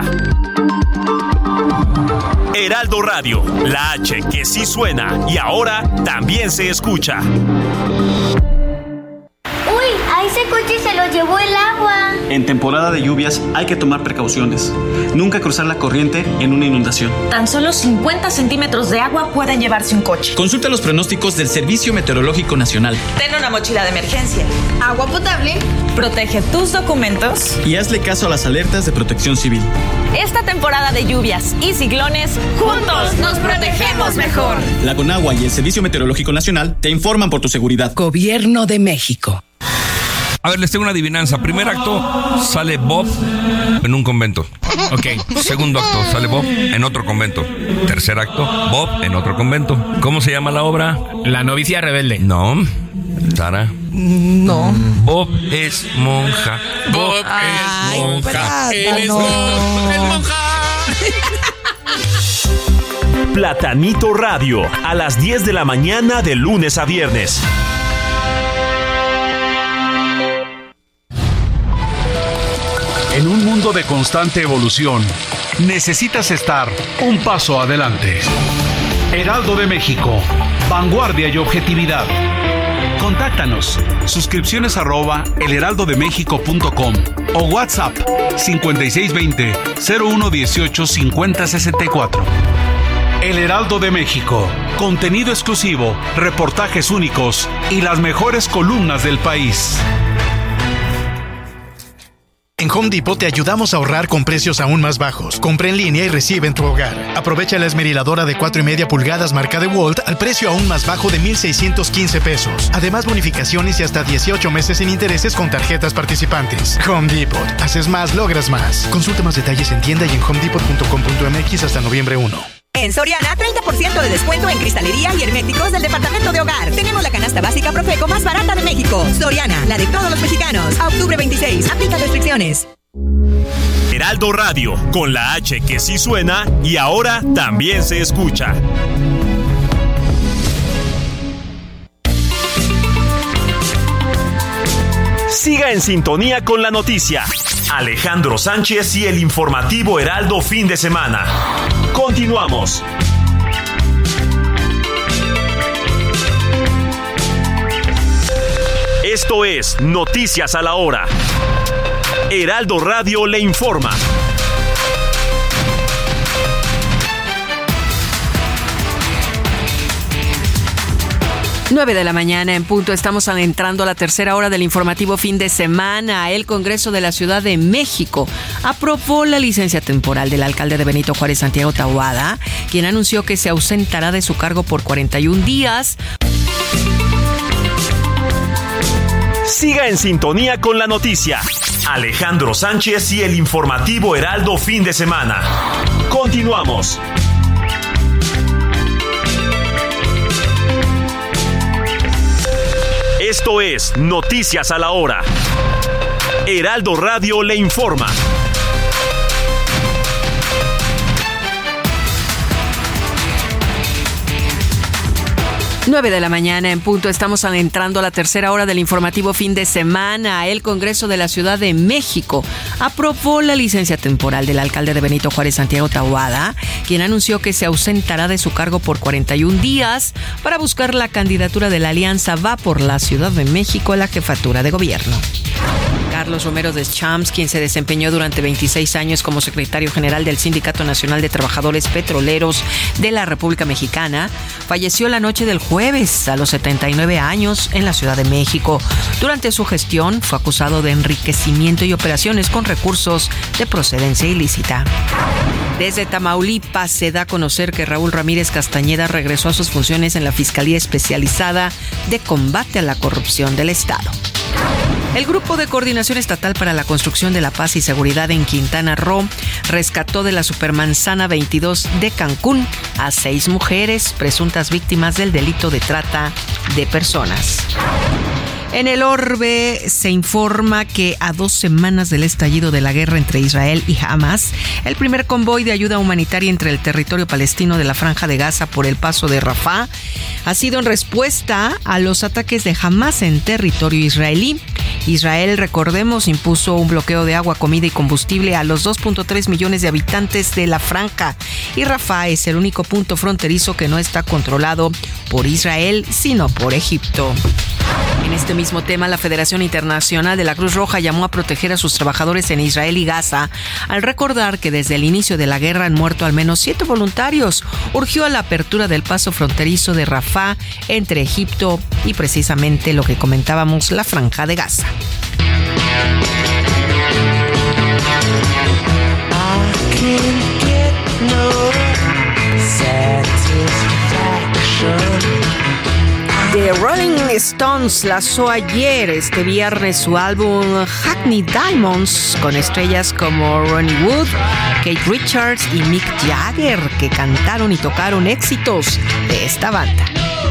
Speaker 2: Heraldo Radio, la H que sí suena y ahora también se escucha.
Speaker 13: ¡Uy! A ese coche se lo llevó el agua.
Speaker 25: En temporada de lluvias hay que tomar precauciones. Nunca cruzar la corriente en una inundación.
Speaker 26: Tan solo 50 centímetros de agua pueden llevarse un coche.
Speaker 25: Consulta los pronósticos del Servicio Meteorológico Nacional.
Speaker 26: Ten una mochila de emergencia, agua potable, protege tus documentos
Speaker 25: y hazle caso a las alertas de Protección Civil.
Speaker 26: Esta temporada de lluvias y ciclones, juntos nos protegemos mejor.
Speaker 25: La Conagua y el Servicio Meteorológico Nacional te informan por tu seguridad.
Speaker 24: Gobierno de México.
Speaker 27: A ver, les tengo una adivinanza. Primer acto, sale Bob en un convento. Ok. Segundo acto, sale Bob en otro convento. Tercer acto, Bob en otro convento. ¿Cómo se llama la obra?
Speaker 28: La novicia rebelde.
Speaker 27: No. Sara.
Speaker 24: No.
Speaker 27: Bob es monja. Bob es monja. Él es monja.
Speaker 2: Platanito Radio, a las 10 de la mañana de lunes a viernes.
Speaker 29: En un mundo de constante evolución, necesitas estar un paso adelante. Heraldo de México, vanguardia y objetividad. Contáctanos. Suscripciones @elheraldodemexico.com o WhatsApp 5620-0118-5064. El Heraldo de México. Contenido exclusivo, reportajes únicos y las mejores columnas del país.
Speaker 30: En Home Depot te ayudamos a ahorrar con precios aún más bajos. Compra en línea y recibe en tu hogar. Aprovecha la esmeriladora de 4.5 pulgadas marca DeWalt al precio aún más bajo de $1,615 pesos. Además, bonificaciones y hasta 18 meses sin intereses con tarjetas participantes. Home Depot. Haces más, logras más. Consulta más detalles en tienda y en homedepot.com.mx hasta noviembre 1.
Speaker 23: En Soriana, 30% de descuento en cristalería y herméticos del departamento de hogar. Tenemos la canasta básica Profeco más barata de México. Soriana, la de todos los mexicanos. A octubre 26, aplica restricciones.
Speaker 2: Heraldo Radio, con la H que sí suena y ahora también se escucha. Siga en sintonía con la noticia. Alejandro Sánchez y el informativo Heraldo fin de semana. Continuamos. Esto es Noticias a la Hora. Heraldo Radio le informa.
Speaker 8: 9 de la mañana en punto. Estamos entrando a la tercera hora del informativo fin de semana. El Congreso de la Ciudad de México aprobó la licencia temporal del alcalde de Benito Juárez, Santiago Taboada, quien anunció que se ausentará de su cargo por 41 días.
Speaker 2: Siga en sintonía con la noticia. Alejandro Sánchez y el informativo Heraldo fin de semana. Continuamos. Esto es Noticias a la Hora. Heraldo Radio le informa.
Speaker 8: 9 de la mañana en punto, estamos entrando a la tercera hora del informativo fin de semana. El Congreso de la Ciudad de México aprobó la licencia temporal del alcalde de Benito Juárez, Santiago Taboada, quien anunció que se ausentará de su cargo por 41 días para buscar la candidatura de la Alianza Va por la Ciudad de México a la jefatura de gobierno. Carlos Romero Deschamps, quien se desempeñó durante 26 años como secretario general del Sindicato Nacional de Trabajadores Petroleros de la República Mexicana, falleció la noche del jueves a los 79 años en la Ciudad de México. Durante su gestión fue acusado de enriquecimiento y operaciones con recursos de procedencia ilícita. Desde Tamaulipas se da a conocer que Raúl Ramírez Castañeda regresó a sus funciones en la Fiscalía Especializada de Combate a la Corrupción del Estado. El Grupo de Coordinación Estatal para la Construcción de la Paz y Seguridad en Quintana Roo rescató de la Supermanzana 22 de Cancún a 6 mujeres presuntas víctimas del delito de trata de personas. En el orbe se informa que a 2 semanas del estallido de la guerra entre Israel y Hamas, el primer convoy de ayuda humanitaria entre el territorio palestino de la Franja de Gaza por el paso de Rafah ha sido en respuesta a los ataques de Hamas en territorio israelí. Israel, recordemos, impuso un bloqueo de agua, comida y combustible a los 2.3 millones de habitantes de la franja, y Rafah es el único punto fronterizo que no está controlado por Israel, sino por Egipto. En este mismo tema, la Federación Internacional de la Cruz Roja llamó a proteger a sus trabajadores en Israel y Gaza, al recordar que desde el inicio de la guerra han muerto al menos 7 voluntarios. Urgió a la apertura del paso fronterizo de Rafah entre Egipto y precisamente lo que comentábamos, la Franja de Gaza. The Rolling Stones lanzó ayer, este viernes, su álbum Hackney Diamonds, con estrellas como Ronnie Wood, Keith Richards y Mick Jagger, que cantaron y tocaron éxitos de esta banda.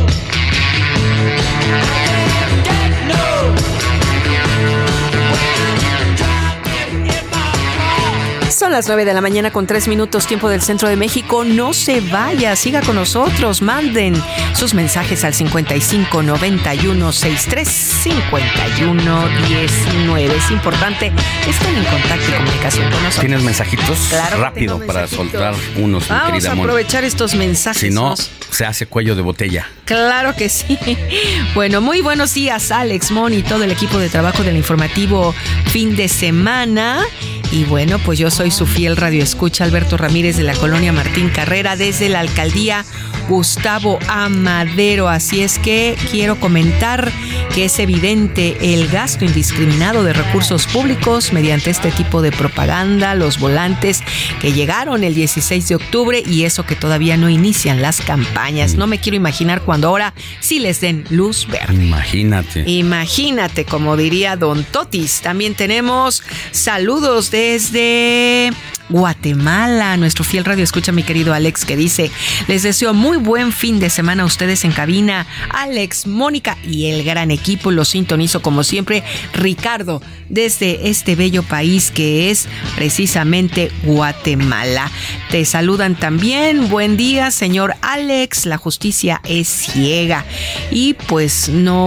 Speaker 8: Son las 9 de la mañana con 3 minutos, tiempo del centro de México. No se vaya, siga con nosotros. Manden sus mensajes al 55 91 63 51 19. Es importante que estén en contacto y comunicación con nosotros.
Speaker 7: ¿Tienes mensajitos?
Speaker 8: Claro,
Speaker 7: rápido para soltar unos, mi
Speaker 8: Vamos
Speaker 7: querida
Speaker 8: a aprovechar estos mensajes.
Speaker 7: Si no, se hace cuello de botella.
Speaker 8: Claro que sí. Bueno, muy buenos días, Alex, Moni y todo el equipo de trabajo del informativo fin de semana. Y bueno, pues yo soy su fiel radioescucha, Alberto Ramírez, de la colonia Martín Carrera, desde la alcaldía Gustavo Amadero. Así es que quiero comentar que es evidente el gasto indiscriminado de recursos públicos mediante este tipo de propaganda, los volantes que llegaron el 16 de octubre y eso que todavía no inician las campañas. No me quiero imaginar cuando ahora sí les den luz verde. Imagínate, como diría Don Totis. También tenemos saludos desde Guatemala, nuestro fiel radio escucha, mi querido Alex, que dice: les deseo muy buen fin de semana a ustedes en cabina, Alex, Mónica y el gran equipo. Los sintonizo como siempre, Ricardo, desde este bello país que es precisamente Guatemala. Te saludan también. Buen día, señor Alex, la justicia es ciega. Y pues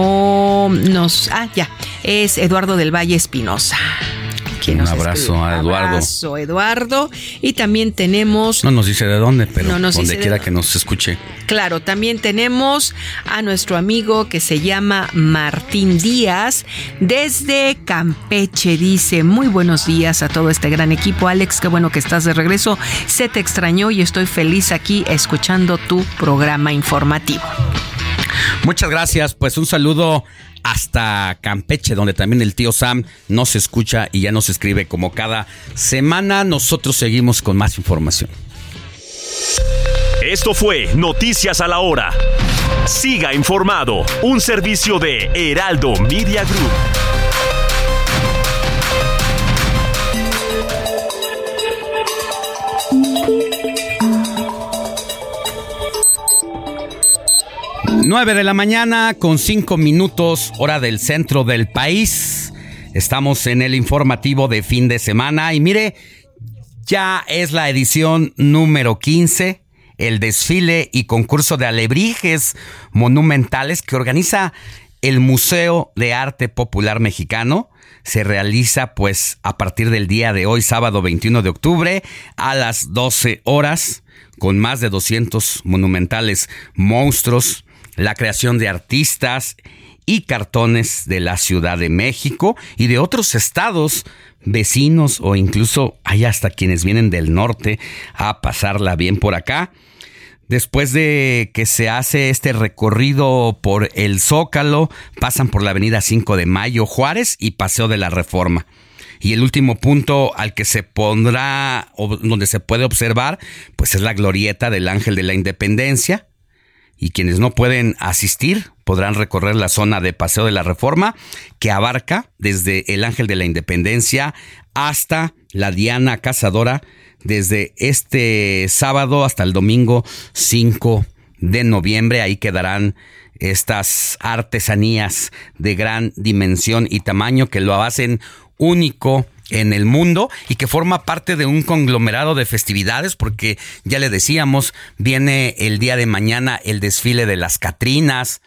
Speaker 8: es Eduardo del Valle Espinosa. Un
Speaker 7: abrazo a Eduardo.
Speaker 8: Un abrazo, Eduardo. Y también tenemos...
Speaker 7: No nos dice de dónde, pero donde quiera que nos escuche.
Speaker 8: Claro, también tenemos a nuestro amigo que se llama Martín Díaz, desde Campeche. Dice: muy buenos días a todo este gran equipo. Alex, qué bueno que estás de regreso. Se te extrañó y estoy feliz aquí escuchando tu programa informativo.
Speaker 7: Muchas gracias. Pues un saludo hasta Campeche, donde también el tío Sam nos escucha y ya nos escribe como cada semana. Nosotros seguimos con más información.
Speaker 2: Esto fue Noticias a la Hora. Siga informado, un servicio de Heraldo Media Group.
Speaker 7: Nueve de la mañana con 5 minutos, hora del centro del país. Estamos en el informativo de fin de semana y mire, ya es la edición número 15 el desfile y concurso de alebrijes monumentales que organiza el Museo de Arte Popular Mexicano. Se realiza pues a partir del día de hoy, sábado 21 de octubre, a las 12 horas, con más de 200 monumentales monstruos, la creación de artistas y cartones de la Ciudad de México y de otros estados vecinos, o incluso hay hasta quienes vienen del norte a pasarla bien por acá. Después de que se hace este recorrido por el Zócalo, pasan por la avenida 5 de Mayo, Juárez y Paseo de la Reforma. Y el último punto al que se pondrá, o donde se puede observar, pues es la glorieta del Ángel de la Independencia. Y quienes no pueden asistir podrán recorrer la zona de Paseo de la Reforma, que abarca desde el Ángel de la Independencia hasta la Diana Cazadora, desde este sábado hasta el domingo 5 de noviembre. Ahí quedarán estas artesanías de gran dimensión y tamaño que lo hacen único en el mundo y que forma parte de un conglomerado de festividades, porque ya le decíamos, viene el día de mañana el desfile de las Catrinas,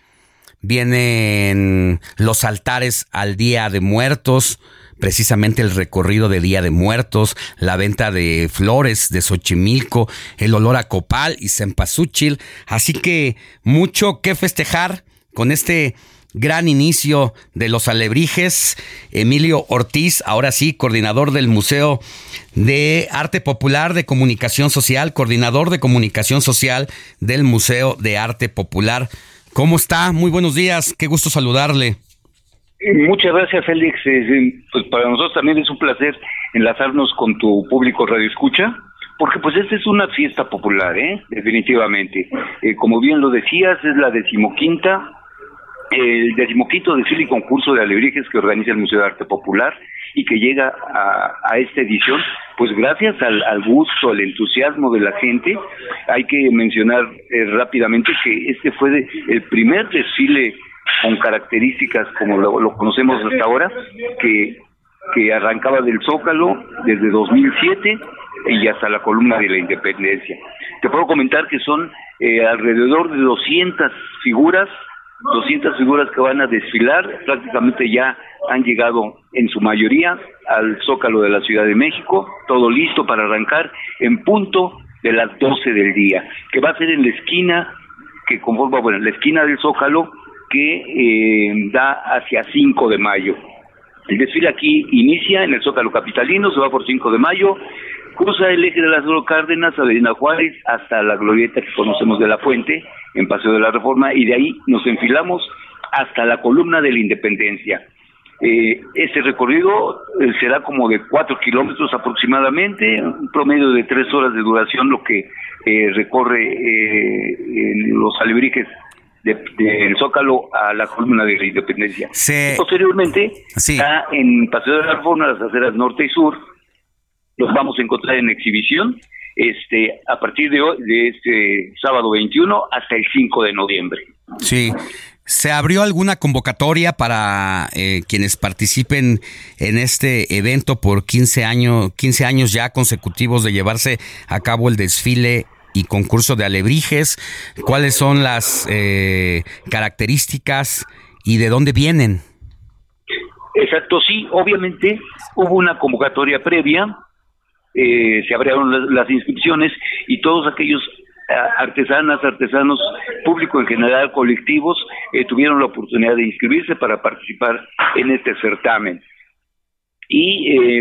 Speaker 7: vienen los altares al Día de Muertos, precisamente el recorrido de Día de Muertos, la venta de flores de Xochimilco, el olor a copal y cempasúchil. Así que mucho que festejar con este gran inicio de los alebrijes. Emilio Ortiz, ahora sí, coordinador del Museo de Arte Popular de Comunicación Social, coordinador de Comunicación Social del Museo de Arte Popular. ¿Cómo está? Muy buenos días, qué gusto saludarle.
Speaker 9: Muchas gracias, Félix. Pues para nosotros también es un placer enlazarnos con tu público Radio Escucha, porque pues esta es una fiesta popular, definitivamente. Como bien lo decías, es la 15ª, el 15º desfile y concurso de alebrijes que organiza el Museo de Arte Popular y que llega a esta edición, pues gracias al gusto, al entusiasmo de la gente. Hay que mencionar rápidamente que este fue el primer desfile con características como lo conocemos hasta ahora, que arrancaba del Zócalo desde 2007 y hasta la Columna de la Independencia. Te puedo comentar que son alrededor de 200 figuras que van a desfilar. Prácticamente ya han llegado en su mayoría al Zócalo de la Ciudad de México, todo listo para arrancar en punto de las 12 del día, que va a ser en la esquina que conforma, la esquina del Zócalo que da hacia 5 de mayo. El desfile aquí inicia en el Zócalo capitalino, se va por 5 de mayo, cruza el eje de Lázaro Cárdenas, Avenida Juárez, hasta la glorieta que conocemos de la Fuente, en Paseo de la Reforma, y de ahí nos enfilamos hasta la Columna de la Independencia. Este recorrido será como de 4 kilómetros aproximadamente, un promedio de 3 horas de duración, lo que recorre los alebrijes del Zócalo a la Columna de la Independencia. Posteriormente, está en Paseo de la Reforma, las aceras norte y sur, los vamos a encontrar en exhibición a partir de este sábado 21 hasta el 5 de noviembre.
Speaker 7: Sí. ¿Se abrió alguna convocatoria para quienes participen en este evento por 15 años ya consecutivos de llevarse a cabo el desfile y concurso de alebrijes? ¿Cuáles son las características y de dónde vienen?
Speaker 9: Exacto, sí, obviamente hubo una convocatoria previa, se abrieron las inscripciones y todos aquellos artesanos, público en general, colectivos, tuvieron la oportunidad de inscribirse para participar en este certamen. Y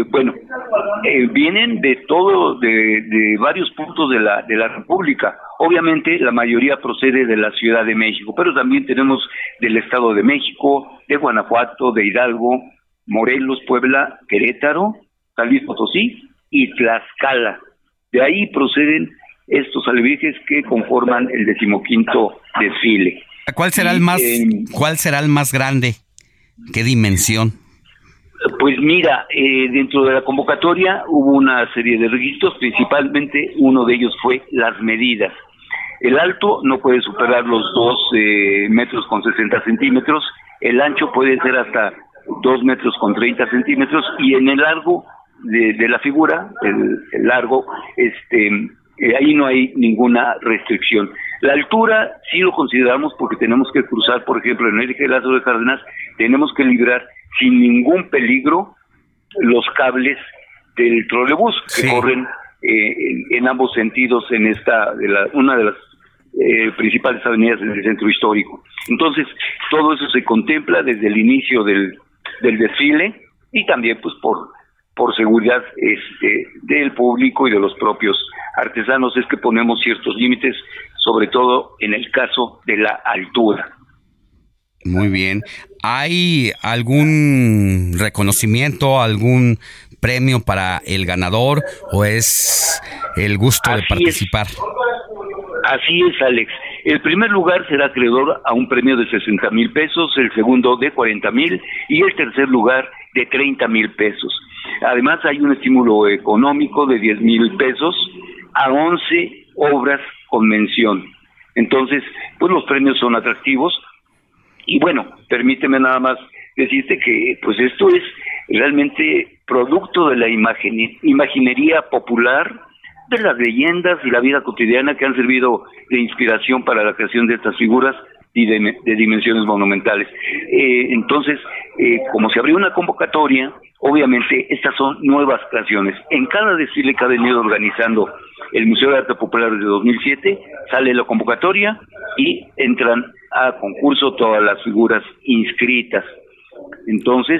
Speaker 9: vienen de varios puntos de la República. Obviamente la mayoría procede de la Ciudad de México, pero también tenemos del Estado de México, de Guanajuato, de Hidalgo, Morelos, Puebla, Querétaro, San Luis Potosí y Tlaxcala. De ahí proceden estos alebrijes que conforman el 15º desfile.
Speaker 7: ¿Cuál será el más grande? ¿Qué dimensión?
Speaker 9: Pues mira, dentro de la convocatoria hubo una serie de requisitos, principalmente uno de ellos fue las medidas. El alto no puede superar los 2 metros con 60 centímetros, el ancho puede ser hasta 2 metros con 30 centímetros y en el largo de la figura, el largo, ahí no hay ninguna restricción. La altura sí lo consideramos porque tenemos que cruzar, por ejemplo, en el eje Lázaro de Cárdenas, tenemos que librar sin ningún peligro los cables del trolebús que corren en ambos sentidos en una de las principales avenidas del centro histórico. Entonces, todo eso se contempla desde el inicio del desfile y también pues por seguridad del público y de los propios artesanos es que ponemos ciertos límites, sobre todo en el caso de la altura.
Speaker 7: Muy bien. ¿Hay algún reconocimiento, algún premio para el ganador o es el gusto de participar?
Speaker 9: Así es, Alex. El primer lugar será acreedor a un premio de 60,000 pesos, el segundo de 40,000 y el tercer lugar de 30,000 pesos. Además hay un estímulo económico de 10,000 pesos a 11 obras con mención. Entonces, pues los premios son atractivos. Y bueno, permíteme nada más decirte que pues esto es realmente producto de la imaginería popular, de las leyendas y la vida cotidiana que han servido de inspiración para la creación de estas figuras y de dimensiones monumentales. Entonces, como se abrió una convocatoria, obviamente estas son nuevas creaciones. En cada desfile que ha venido organizando el Museo de Arte Popular desde 2007, sale la convocatoria y entran a concurso todas las figuras inscritas. Entonces,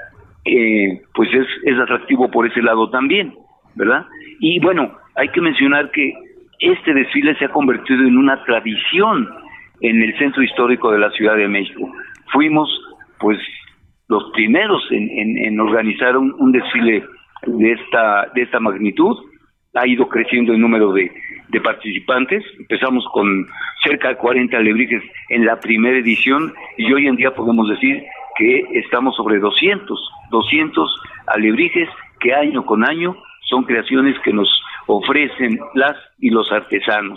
Speaker 9: pues es atractivo por ese lado también, ¿verdad? Y bueno, hay que mencionar que este desfile se ha convertido en una tradición en el centro histórico de la Ciudad de México. Fuimos, pues, los primeros en organizar un desfile de esta magnitud. Ha ido creciendo el número de participantes. Empezamos con cerca de 40 alebrijes en la primera edición y hoy en día podemos decir que estamos sobre 200 alebrijes que año con año son creaciones que nos ofrecen las y los artesanos,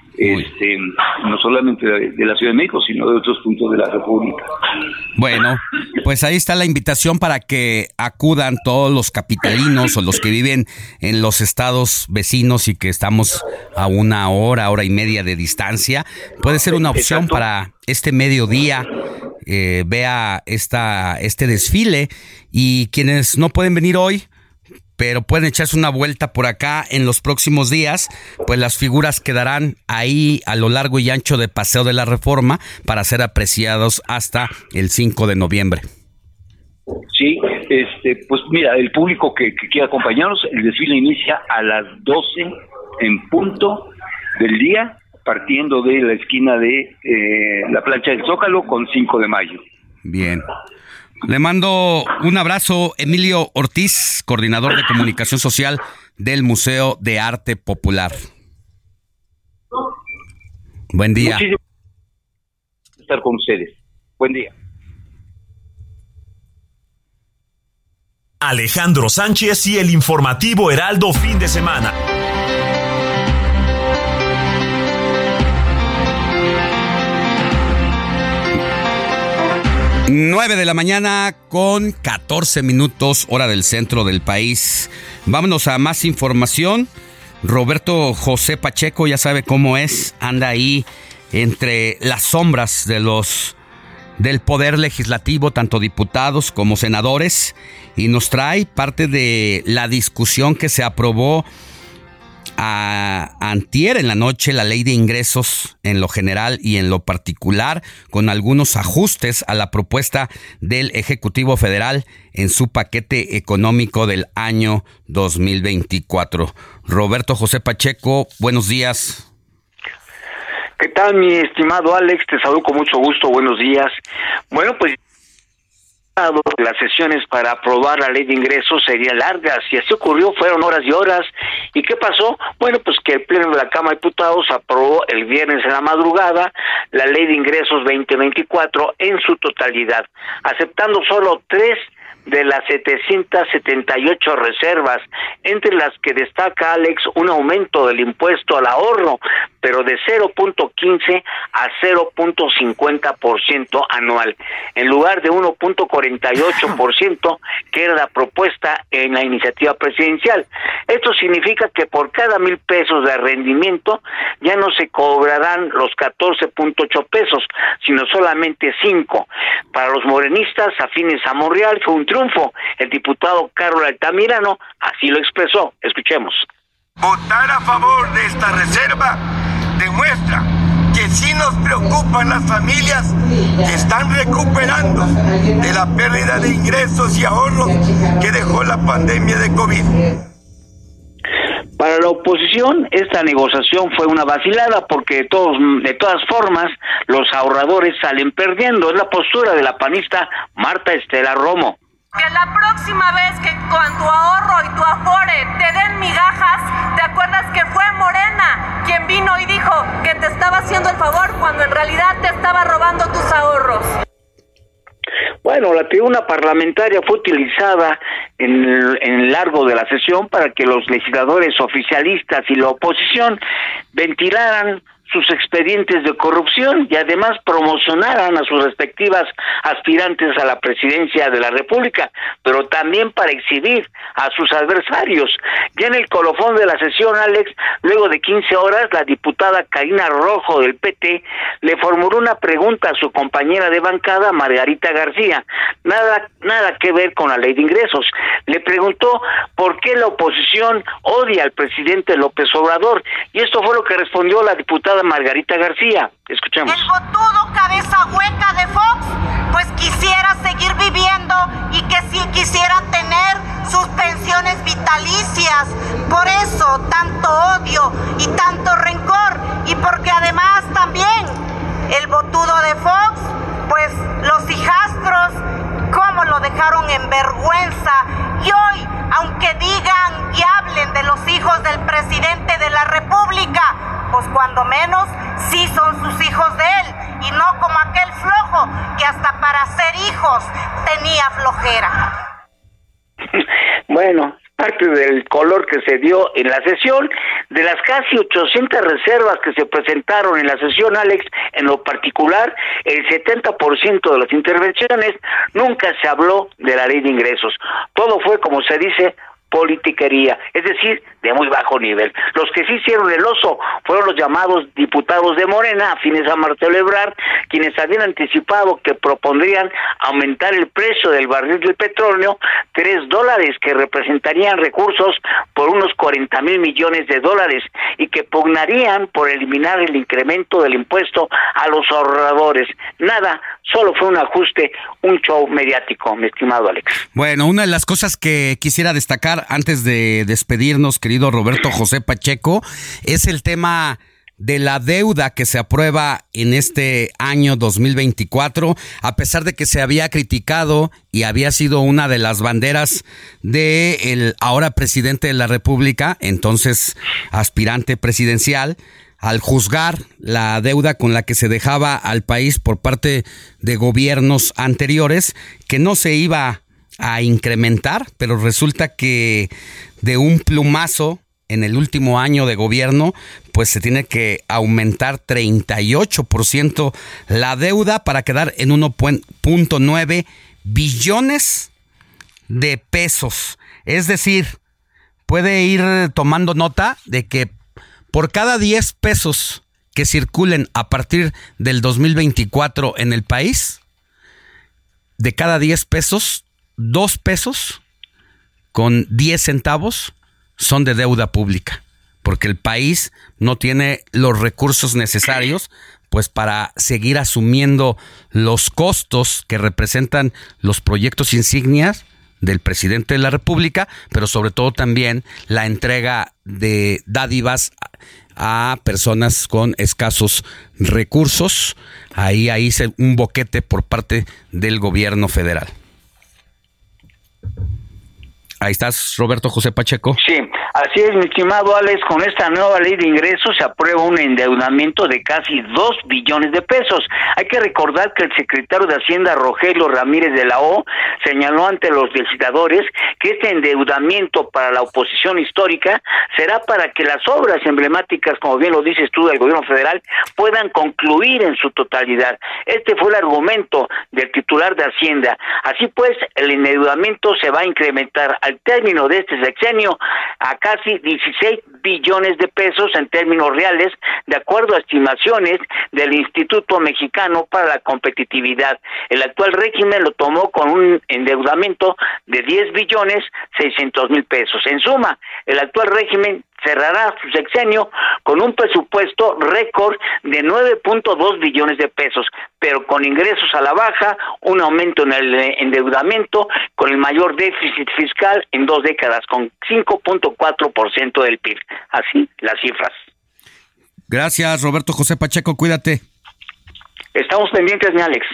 Speaker 9: no solamente de la Ciudad de México, sino de otros puntos de la República.
Speaker 7: Bueno, pues ahí está la invitación para que acudan todos los capitalinos o los que viven en los estados vecinos y que estamos a una hora y media de distancia. Puede ser una opción para este mediodía. Vea este desfile, y quienes no pueden venir hoy pero pueden echarse una vuelta por acá en los próximos días, pues las figuras quedarán ahí a lo largo y ancho de Paseo de la Reforma para ser apreciados hasta el 5 de noviembre.
Speaker 9: Sí, pues mira, el público que quiera acompañarnos, el desfile inicia a las 12 en punto del día, partiendo de la esquina de la plancha del Zócalo con 5 de mayo.
Speaker 7: Bien. Le mando un abrazo, Emilio Ortiz, coordinador de comunicación social del Museo de Arte Popular. Buen día.
Speaker 9: Muchísimas gracias por estar con ustedes. Buen día.
Speaker 2: Alejandro Sánchez y el informativo Heraldo fin de semana.
Speaker 7: Nueve de la mañana con 14 minutos, hora del centro del país. Vámonos a más información. Roberto José Pacheco, ya sabe cómo es, anda ahí entre las sombras del poder legislativo, tanto diputados como senadores, y nos trae parte de la discusión que se aprobó antier en la noche, la ley de ingresos en lo general y en lo particular, con algunos ajustes a la propuesta del Ejecutivo Federal en su paquete económico del año 2024. Roberto José Pacheco, buenos días.
Speaker 1: ¿Qué tal, mi estimado Alex? Te saludo con mucho gusto, buenos días. Bueno, pues las sesiones para aprobar la ley de ingresos serían largas, y así ocurrió, fueron horas y horas. ¿Y qué pasó? Bueno, pues que el Pleno de la Cámara de Diputados aprobó el viernes en la madrugada la ley de ingresos 2024 en su totalidad, aceptando solo 3 de las 778 reservas, entre las que destaca, Alex, un aumento del impuesto al ahorro, pero de 0.15 a 0.50% anual, en lugar de 1.48% que era la propuesta en la iniciativa presidencial. Esto significa que por cada 1,000 pesos de rendimiento ya no se cobrarán los 14.8 pesos, sino solamente 5. Para los morenistas afines a Monreal fue un triunfo. El diputado Carlos Altamirano así lo expresó. Escuchemos.
Speaker 14: Votar a favor de esta reserva demuestra que sí nos preocupan las familias que están recuperando de la pérdida de ingresos y ahorros que dejó la pandemia de COVID.
Speaker 1: Para la oposición, esta negociación fue una vacilada porque de todas formas los ahorradores salen perdiendo. Es la postura de la panista Marta Estela Romo.
Speaker 15: Que la próxima vez que con tu ahorro y tu afore te den migajas, te acuerdas que fue Morena quien vino y dijo que te estaba haciendo el favor cuando en realidad te estaba robando tus ahorros.
Speaker 1: Bueno, la tribuna parlamentaria fue utilizada en el largo de la sesión para que los legisladores oficialistas y la oposición ventilaran sus expedientes de corrupción y además promocionaran a sus respectivas aspirantes a la presidencia de la República, pero también para exhibir a sus adversarios. Ya en el colofón de la sesión, Alex, luego de 15 horas, la diputada Karina Rojo del PT le formuló una pregunta a su compañera de bancada, Margarita García, nada que ver con la ley de ingresos. Le preguntó por qué la oposición odia al presidente López Obrador, y esto fue lo que respondió la diputada Margarita García. Escuchemos.
Speaker 16: El botudo cabeza hueca de Fox, pues quisiera seguir viviendo y que sí quisiera tener sus pensiones vitalicias. Por eso tanto odio y tanto rencor, y porque además también el botudo de Fox, pues los hijastros, cómo lo dejaron en vergüenza. Y hoy, aunque digan y hablen de los hijos del presidente de la República, pues cuando menos sí son sus hijos de él, y no como aquel flojo que hasta para ser hijos tenía flojera.
Speaker 1: Bueno, parte del color que se dio en la sesión. De las casi 800 reservas que se presentaron en la sesión, Alex, en lo particular, el 70% de las intervenciones nunca se habló de la ley de ingresos. Todo fue, como se dice, politiquería, es decir, de muy bajo nivel. Los que sí hicieron el oso fueron los llamados diputados de Morena, afines a Marcelo Ebrard, quienes habían anticipado que propondrían aumentar el precio del barril del petróleo $3, que representarían recursos por unos 40,000 millones de dólares, y que pugnarían por eliminar el incremento del impuesto a los ahorradores. Nada, solo fue un ajuste, un show mediático, mi estimado Alex.
Speaker 7: Bueno, una de las cosas que quisiera destacar antes de despedirnos, querido Roberto José Pacheco, es el tema de la deuda que se aprueba en este año 2024, a pesar de que se había criticado y había sido una de las banderas de el ahora presidente de la República, entonces aspirante presidencial, al juzgar la deuda con la que se dejaba al país por parte de gobiernos anteriores, que no se iba a incrementar, pero resulta que de un plumazo en el último año de gobierno, pues se tiene que aumentar 38% la deuda para quedar en 1.9 billones de pesos. Es decir, puede ir tomando nota de que por cada 10 pesos que circulen a partir del 2024 en el país, de cada 10 pesos, 2 pesos con 10 centavos son de deuda pública, porque el país no tiene los recursos necesarios pues para seguir asumiendo los costos que representan los proyectos insignias del presidente de la República, pero sobre todo también la entrega de dádivas a personas con escasos recursos. Ahí un boquete por parte del gobierno federal. Ahí estás, Roberto José Pacheco.
Speaker 1: Sí, así es, mi estimado Alex. Con esta nueva ley de ingresos se aprueba un endeudamiento de casi 2 billones de pesos. Hay que recordar que el secretario de Hacienda, Rogelio Ramírez de la O, señaló ante los legisladores que este endeudamiento para la oposición histórica será para que las obras emblemáticas, como bien lo dices tú, del gobierno federal, puedan concluir en su totalidad. Este fue el argumento del titular de Hacienda. Así pues, el endeudamiento se va a incrementar al término de este sexenio a casi 16 billones de pesos en términos reales, de acuerdo a estimaciones del Instituto Mexicano para la Competitividad. El actual régimen lo tomó con un endeudamiento de 10 billones 600 mil pesos. En suma, el actual régimen cerrará su sexenio con un presupuesto récord de 9.2 billones de pesos, pero con ingresos a la baja, un aumento en el endeudamiento, con el mayor déficit fiscal en 2 décadas, con 5.4% del PIB. Así las cifras.
Speaker 7: Gracias, Roberto José Pacheco, cuídate.
Speaker 1: Estamos pendientes, mi Alex.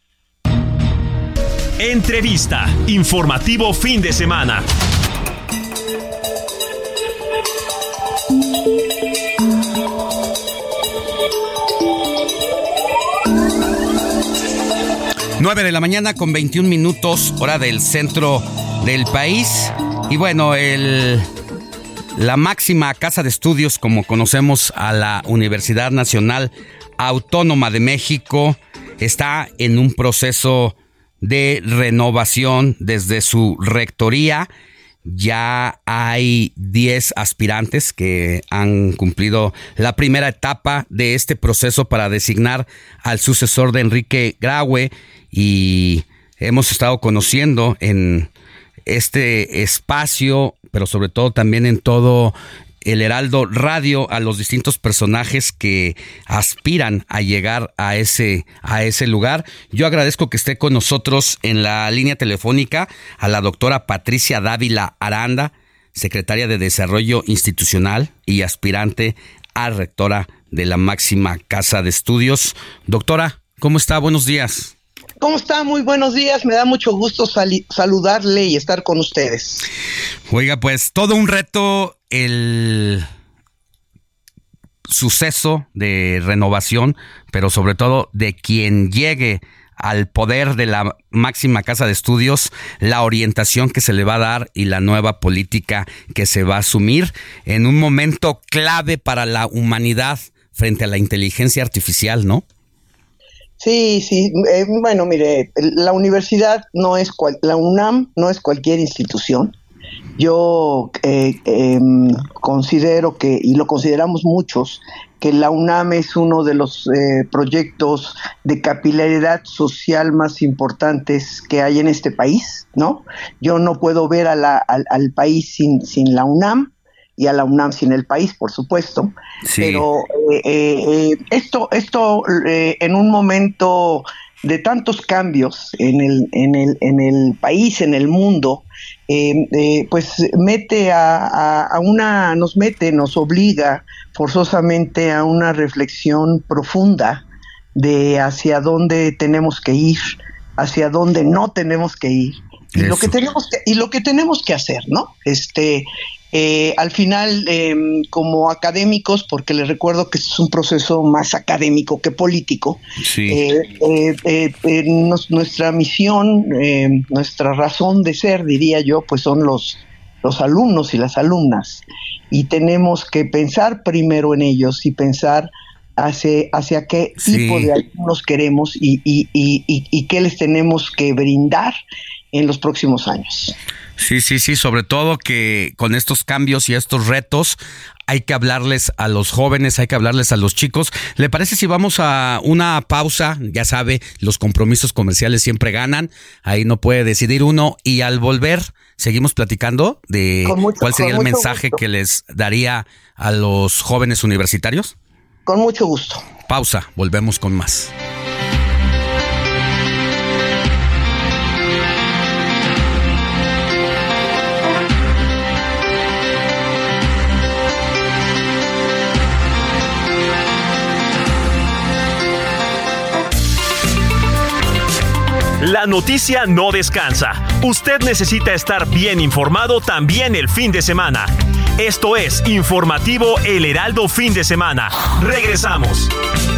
Speaker 2: Entrevista, informativo fin de semana.
Speaker 7: Nueve de la mañana con 21 minutos, hora del centro del país. Y bueno, la máxima casa de estudios, como conocemos a la Universidad Nacional Autónoma de México, está en un proceso de renovación desde su rectoría. Ya hay 10 aspirantes que han cumplido la primera etapa de este proceso para designar al sucesor de Enrique Graue, y hemos estado conociendo en este espacio, pero sobre todo también en todo el Heraldo Radio, a los distintos personajes que aspiran a llegar a ese lugar. Yo agradezco que esté con nosotros en la línea telefónica a la doctora Patricia Dávila Aranda, secretaria de Desarrollo Institucional y aspirante a rectora de la máxima casa de estudios. Doctora, ¿cómo está? Buenos días.
Speaker 4: ¿Cómo está? Muy buenos días. Me da mucho gusto saludarle y estar con ustedes.
Speaker 7: Oiga, pues todo un reto el suceso de renovación, pero sobre todo de quien llegue al poder de la máxima casa de estudios, la orientación que se le va a dar y la nueva política que se va a asumir en un momento clave para la humanidad frente a la inteligencia artificial, ¿no?
Speaker 4: Sí. Bueno, mire, la universidad la UNAM no es cualquier institución. Yo considero que, y lo consideramos muchos, que la UNAM es uno de los proyectos de capilaridad social más importantes que hay en este país, ¿no? Yo no puedo ver al país sin la UNAM, y a la UNAM sin el país, por supuesto. Sí. Pero esto en un momento de tantos cambios en el país, en el mundo, pues nos obliga forzosamente a una reflexión profunda de hacia dónde tenemos que ir, hacia dónde no tenemos que ir, y lo que tenemos que hacer, ¿no? Al final, como académicos, porque les recuerdo que es un proceso más académico que político, sí. Nuestra misión, nuestra razón de ser, diría yo, pues son los alumnos y las alumnas, y tenemos que pensar primero en ellos y pensar hacia qué tipo de alumnos queremos y qué les tenemos que brindar en los próximos años.
Speaker 7: Sí, sobre todo que con estos cambios y estos retos hay que hablarles a los jóvenes, hay que hablarles a los chicos. ¿Le parece si vamos a una pausa? Ya sabe, los compromisos comerciales siempre ganan, ahí no puede decidir uno, y al volver seguimos platicando de cuál sería el mensaje que les daría a los jóvenes universitarios.
Speaker 4: Con mucho gusto.
Speaker 7: Pausa, volvemos con más.
Speaker 2: La noticia no descansa. Usted necesita estar bien informado también el fin de semana. Esto es Informativo El Heraldo Fin de Semana. Regresamos.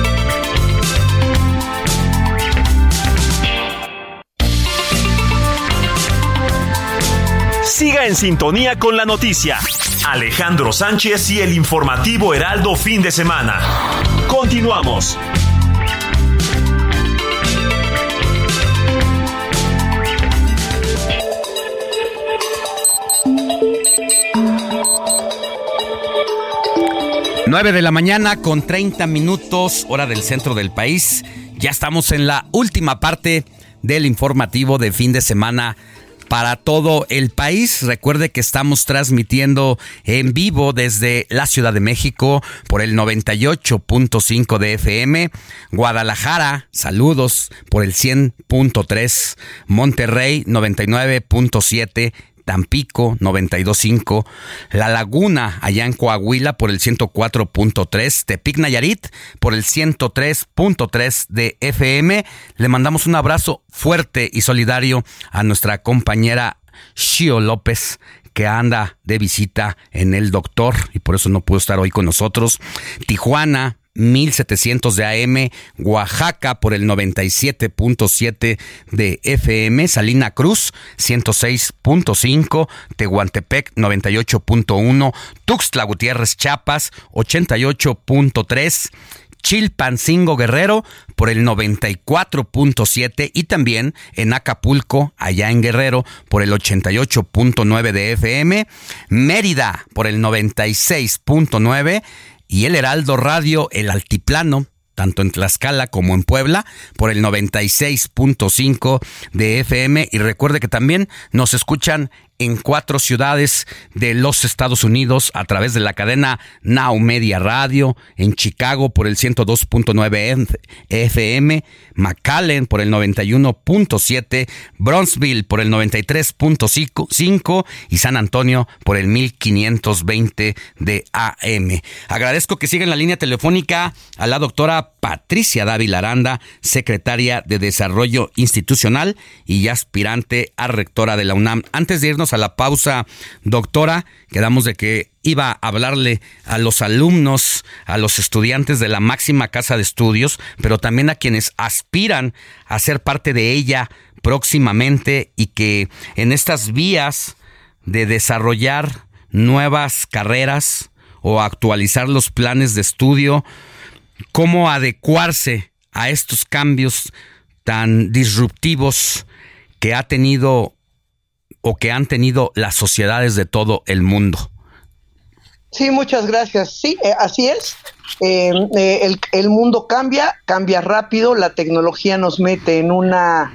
Speaker 2: Siga en sintonía con la noticia. Alejandro Sánchez y el Informativo Heraldo Fin de Semana. Continuamos.
Speaker 7: Nueve de la mañana con 30 minutos, hora del centro del país. Ya estamos en la última parte del informativo de fin de semana para todo el país. Recuerde que estamos transmitiendo en vivo desde la Ciudad de México por el 98.5 de FM, Guadalajara, saludos, por el 100.3, Monterrey 99.7, Tampico 92.5, La Laguna allá en Coahuila por el 104.3, Tepic Nayarit por el 103.3 de FM. Le mandamos un abrazo fuerte y solidario a nuestra compañera Shio López, que anda de visita en el doctor y por eso no pudo estar hoy con nosotros. Tijuana 1700 de AM, Oaxaca por el 97.7 de FM, Salina Cruz 106.5, Tehuantepec 98.1, Tuxtla Gutiérrez Chiapas 88.3, Chilpancingo Guerrero por el 94.7 y también en Acapulco, allá en Guerrero, por el 88.9 de FM, Mérida por el 96.9 y el Heraldo Radio, el Altiplano, tanto en Tlaxcala como en Puebla, por el 96.5 de FM. Y recuerde que también nos escuchan en 4 ciudades de los Estados Unidos a través de la cadena Now Media Radio, en Chicago por el 102.9 FM, McAllen por el 91.7, Bronzeville por el 93.5 y San Antonio por el 1520 de AM. Agradezco que siga en la línea telefónica a la doctora Patricia Dávila Aranda, secretaria de Desarrollo Institucional y aspirante a rectora de la UNAM. Antes de irnos a la pausa, doctora, quedamos de que iba a hablarle a los alumnos, a los estudiantes de la máxima casa de estudios, pero también a quienes aspiran a ser parte de ella próximamente y que en estas vías de desarrollar nuevas carreras o actualizar los planes de estudio, cómo adecuarse a estos cambios tan disruptivos que ha tenido o que han tenido las sociedades de todo el mundo.
Speaker 4: Sí, muchas gracias. Sí, así es. El mundo cambia rápido, la tecnología nos mete en una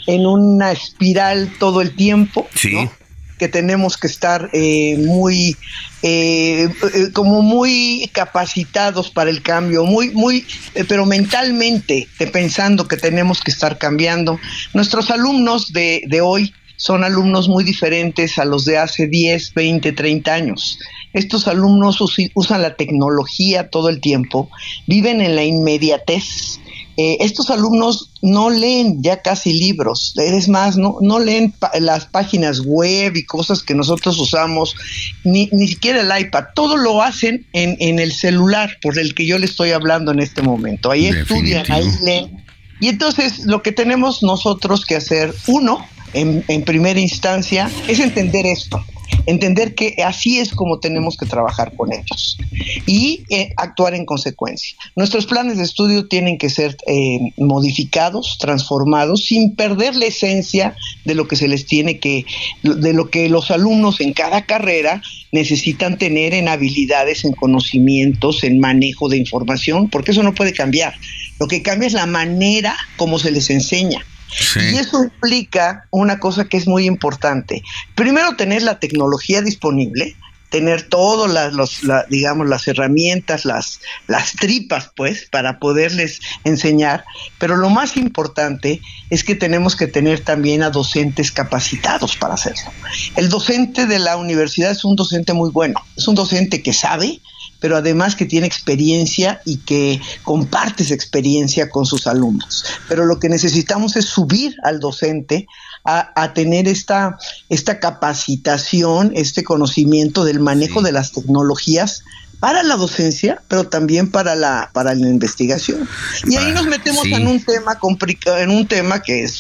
Speaker 4: espiral todo el tiempo,
Speaker 7: sí,
Speaker 4: ¿no? Que tenemos que estar muy capacitados para el cambio, pero mentalmente pensando que tenemos que estar cambiando. Nuestros alumnos de hoy son alumnos muy diferentes a los de hace 10, 20, 30 años. Estos alumnos usan la tecnología todo el tiempo, viven en la inmediatez. Estos alumnos no leen ya casi libros, es más, no leen las páginas web y cosas que nosotros usamos, ni siquiera el iPad, todo lo hacen en el celular por el que yo le estoy hablando en este momento. Ahí estudian, ahí leen. Y entonces lo que tenemos nosotros que hacer, en primera instancia, es entender esto. Entender que así es como tenemos que trabajar con ellos y actuar en consecuencia. Nuestros planes de estudio tienen que ser modificados, transformados, sin perder la esencia de lo que se les tiene de lo que los alumnos en cada carrera necesitan tener en habilidades, en conocimientos, en manejo de información, porque eso no puede cambiar. Lo que cambia es la manera como se les enseña. Sí. Y eso implica una cosa que es muy importante. Primero, tener la tecnología disponible, tener todas las herramientas, las tripas, pues, para poderles enseñar, pero lo más importante es que tenemos que tener también a docentes capacitados para hacerlo. El docente de la universidad es un docente muy bueno, es un docente que sabe, pero además que tiene experiencia y que comparte esa experiencia con sus alumnos. Pero lo que necesitamos es subir al docente a tener esta capacitación, este conocimiento del manejo de las tecnologías para la docencia, pero también para la investigación. Y ahí nos metemos en un tema complicado, en un tema que es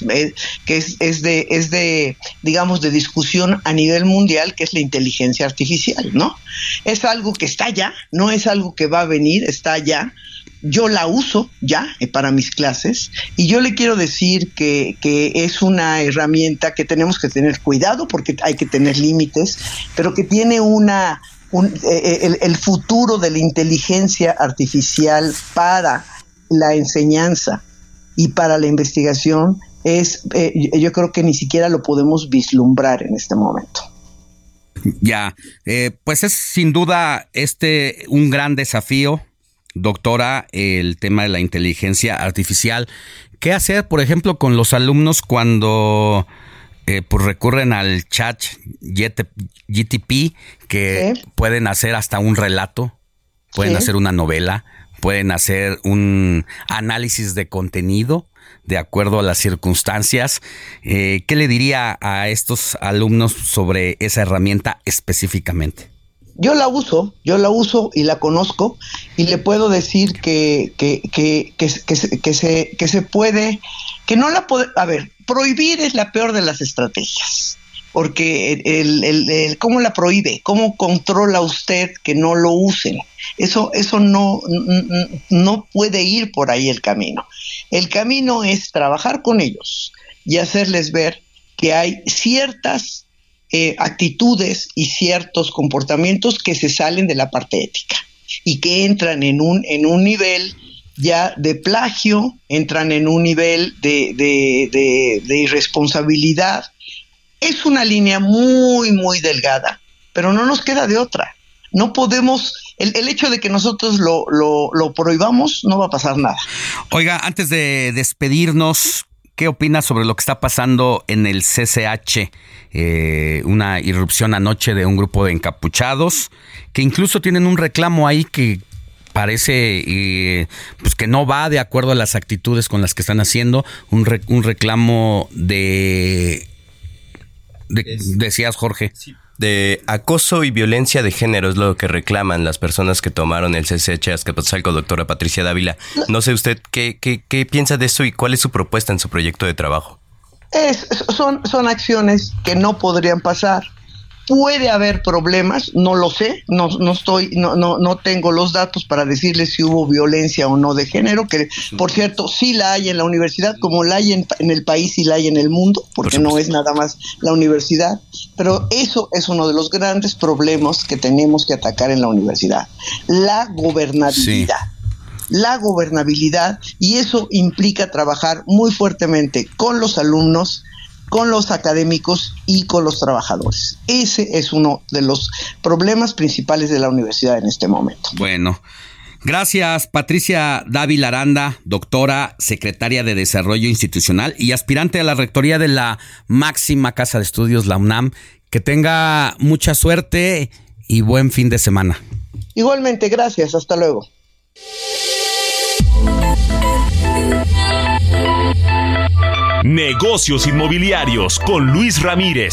Speaker 4: de digamos de discusión a nivel mundial, que es la inteligencia artificial, ¿no? Es algo que está ya, no es algo que va a venir, está ya. Yo la uso ya para mis clases y yo le quiero decir que es una herramienta que tenemos que tener cuidado porque hay que tener límites, pero que tiene el futuro de la inteligencia artificial para la enseñanza y para la investigación yo creo que ni siquiera lo podemos vislumbrar en este momento.
Speaker 7: Ya, pues es sin duda un gran desafío, doctora, el tema de la inteligencia artificial. ¿Qué hacer, por ejemplo, con los alumnos cuando pues recurren al chat GTP, que pueden hacer hasta un relato, pueden hacer una novela, pueden hacer un análisis de contenido de acuerdo a las circunstancias? ¿Qué le diría a estos alumnos sobre esa herramienta específicamente?
Speaker 4: Yo la uso y la conozco y le puedo decir que se puede, que no la puede, a ver, prohibir es la peor de las estrategias, porque ¿cómo la prohíbe? ¿Cómo controla usted que no lo usen? Eso no puede ir por ahí el camino. El camino es trabajar con ellos y hacerles ver que hay ciertas actitudes y ciertos comportamientos que se salen de la parte ética y que entran en un nivel ya de plagio, entran en un nivel de irresponsabilidad. Es una línea muy, muy delgada, pero no nos queda de otra. No podemos, el hecho de que nosotros lo prohibamos, no va a pasar nada.
Speaker 7: Oiga, antes de despedirnos, ¿qué opina sobre lo que está pasando en el CCH? Una irrupción anoche de un grupo de encapuchados que incluso tienen un reclamo ahí que parece pues que no va de acuerdo a las actitudes con las que están haciendo, un reclamo decías, Jorge.
Speaker 5: Sí. De acoso y violencia de género es lo que reclaman las personas que tomaron el CCH Azcapotzalco, doctora Patricia Dávila. No sé usted qué piensa de eso y cuál es su propuesta en su proyecto de trabajo.
Speaker 4: Son acciones que no podrían pasar. Puede haber problemas, no lo sé, no tengo los datos para decirles si hubo violencia o no de género, que por cierto sí la hay en la universidad, como la hay en el país y la hay en el mundo, porque no es nada más la universidad, pero eso es uno de los grandes problemas que tenemos que atacar en la universidad, la gobernabilidad. Sí. La gobernabilidad, y eso implica trabajar muy fuertemente con los alumnos, con los académicos y con los trabajadores. Ese es uno de los problemas principales de la universidad en este momento.
Speaker 7: Bueno, gracias Patricia Dávila Aranda, doctora, secretaria de Desarrollo Institucional y aspirante a la rectoría de la máxima casa de estudios, la UNAM. Que tenga mucha suerte y buen fin de semana.
Speaker 4: Igualmente, gracias, hasta luego.
Speaker 2: Negocios inmobiliarios con Luis Ramírez.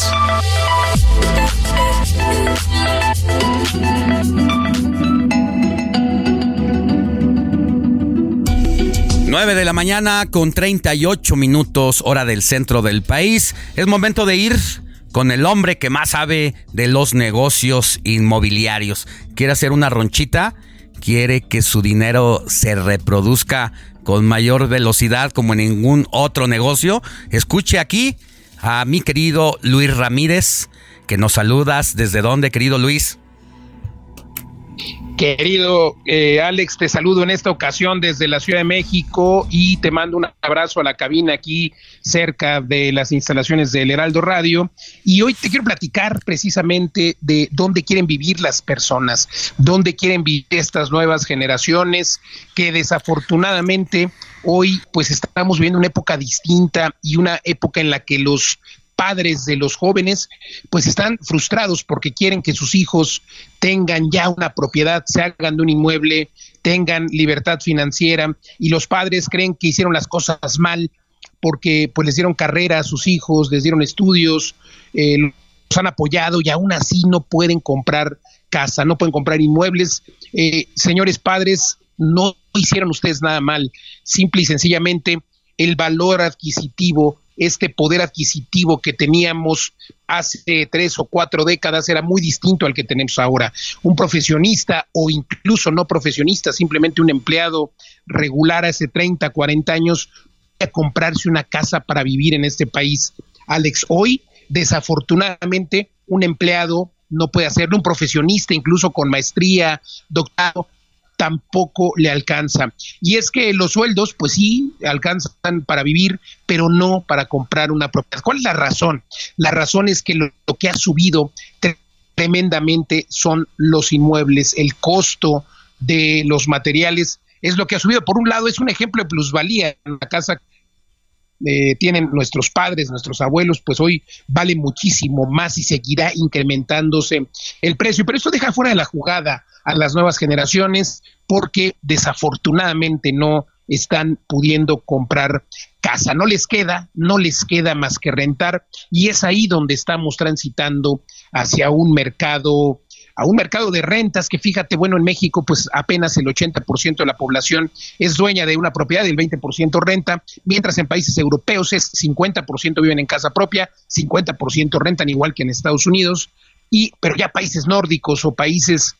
Speaker 7: 9 de la mañana con 38 minutos, hora del centro del país. Es momento de ir con el hombre que más sabe de los negocios inmobiliarios. ¿Quiere hacer una ronchita? ¿Quiere que su dinero se reproduzca con mayor velocidad como en ningún otro negocio? Escuche aquí a mi querido Luis Ramírez, que nos saludas. ¿Desde dónde, querido Luis?
Speaker 3: Querido Alex, te saludo en esta ocasión desde la Ciudad de México y te mando un abrazo a la cabina aquí cerca de las instalaciones del Heraldo Radio. Y hoy te quiero platicar precisamente de dónde quieren vivir las personas, dónde quieren vivir estas nuevas generaciones que desafortunadamente hoy pues estamos viviendo una época distinta y una época en la que los padres de los jóvenes pues están frustrados porque quieren que sus hijos tengan ya una propiedad, se hagan de un inmueble, tengan libertad financiera, y los padres creen que hicieron las cosas mal porque pues les dieron carrera a sus hijos, les dieron estudios, los han apoyado y aún así no pueden comprar casa, no pueden comprar inmuebles. Señores padres, no hicieron ustedes nada mal, simple y sencillamente el valor adquisitivo, este poder adquisitivo que teníamos hace 3 o 4 décadas era muy distinto al que tenemos ahora. Un profesionista o incluso no profesionista, simplemente un empleado regular hace 30, 40 años, podía comprarse una casa para vivir en este país. Alex, hoy desafortunadamente un empleado no puede hacerlo, un profesionista incluso con maestría, doctorado, tampoco le alcanza. Y es que los sueldos, pues sí, alcanzan para vivir, pero no para comprar una propiedad. ¿Cuál es la razón? La razón es que lo que ha subido tremendamente son los inmuebles, el costo de los materiales es lo que ha subido. Por un lado, es un ejemplo de plusvalía. La casa tienen nuestros padres, nuestros abuelos, pues hoy vale muchísimo más y seguirá incrementándose el precio. Pero esto deja fuera de la jugada a las nuevas generaciones porque desafortunadamente no están pudiendo comprar casa. No les queda más que rentar, y es ahí donde estamos transitando hacia un mercado de rentas que, fíjate, bueno, en México pues apenas el 80% de la población es dueña de una propiedad, el 20% renta, mientras en países europeos es 50% viven en casa propia, 50% rentan, igual que en Estados Unidos. Pero ya países nórdicos o países,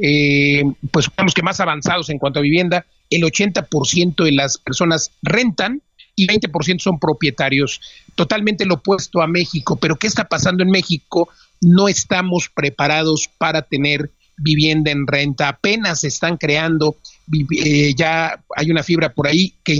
Speaker 3: pues digamos que más avanzados en cuanto a vivienda, el 80% de las personas rentan y 20% son propietarios. Totalmente lo opuesto a México. Pero ¿qué está pasando en México? No estamos preparados para tener vivienda en renta. Apenas se están creando, ya hay una fibra por ahí que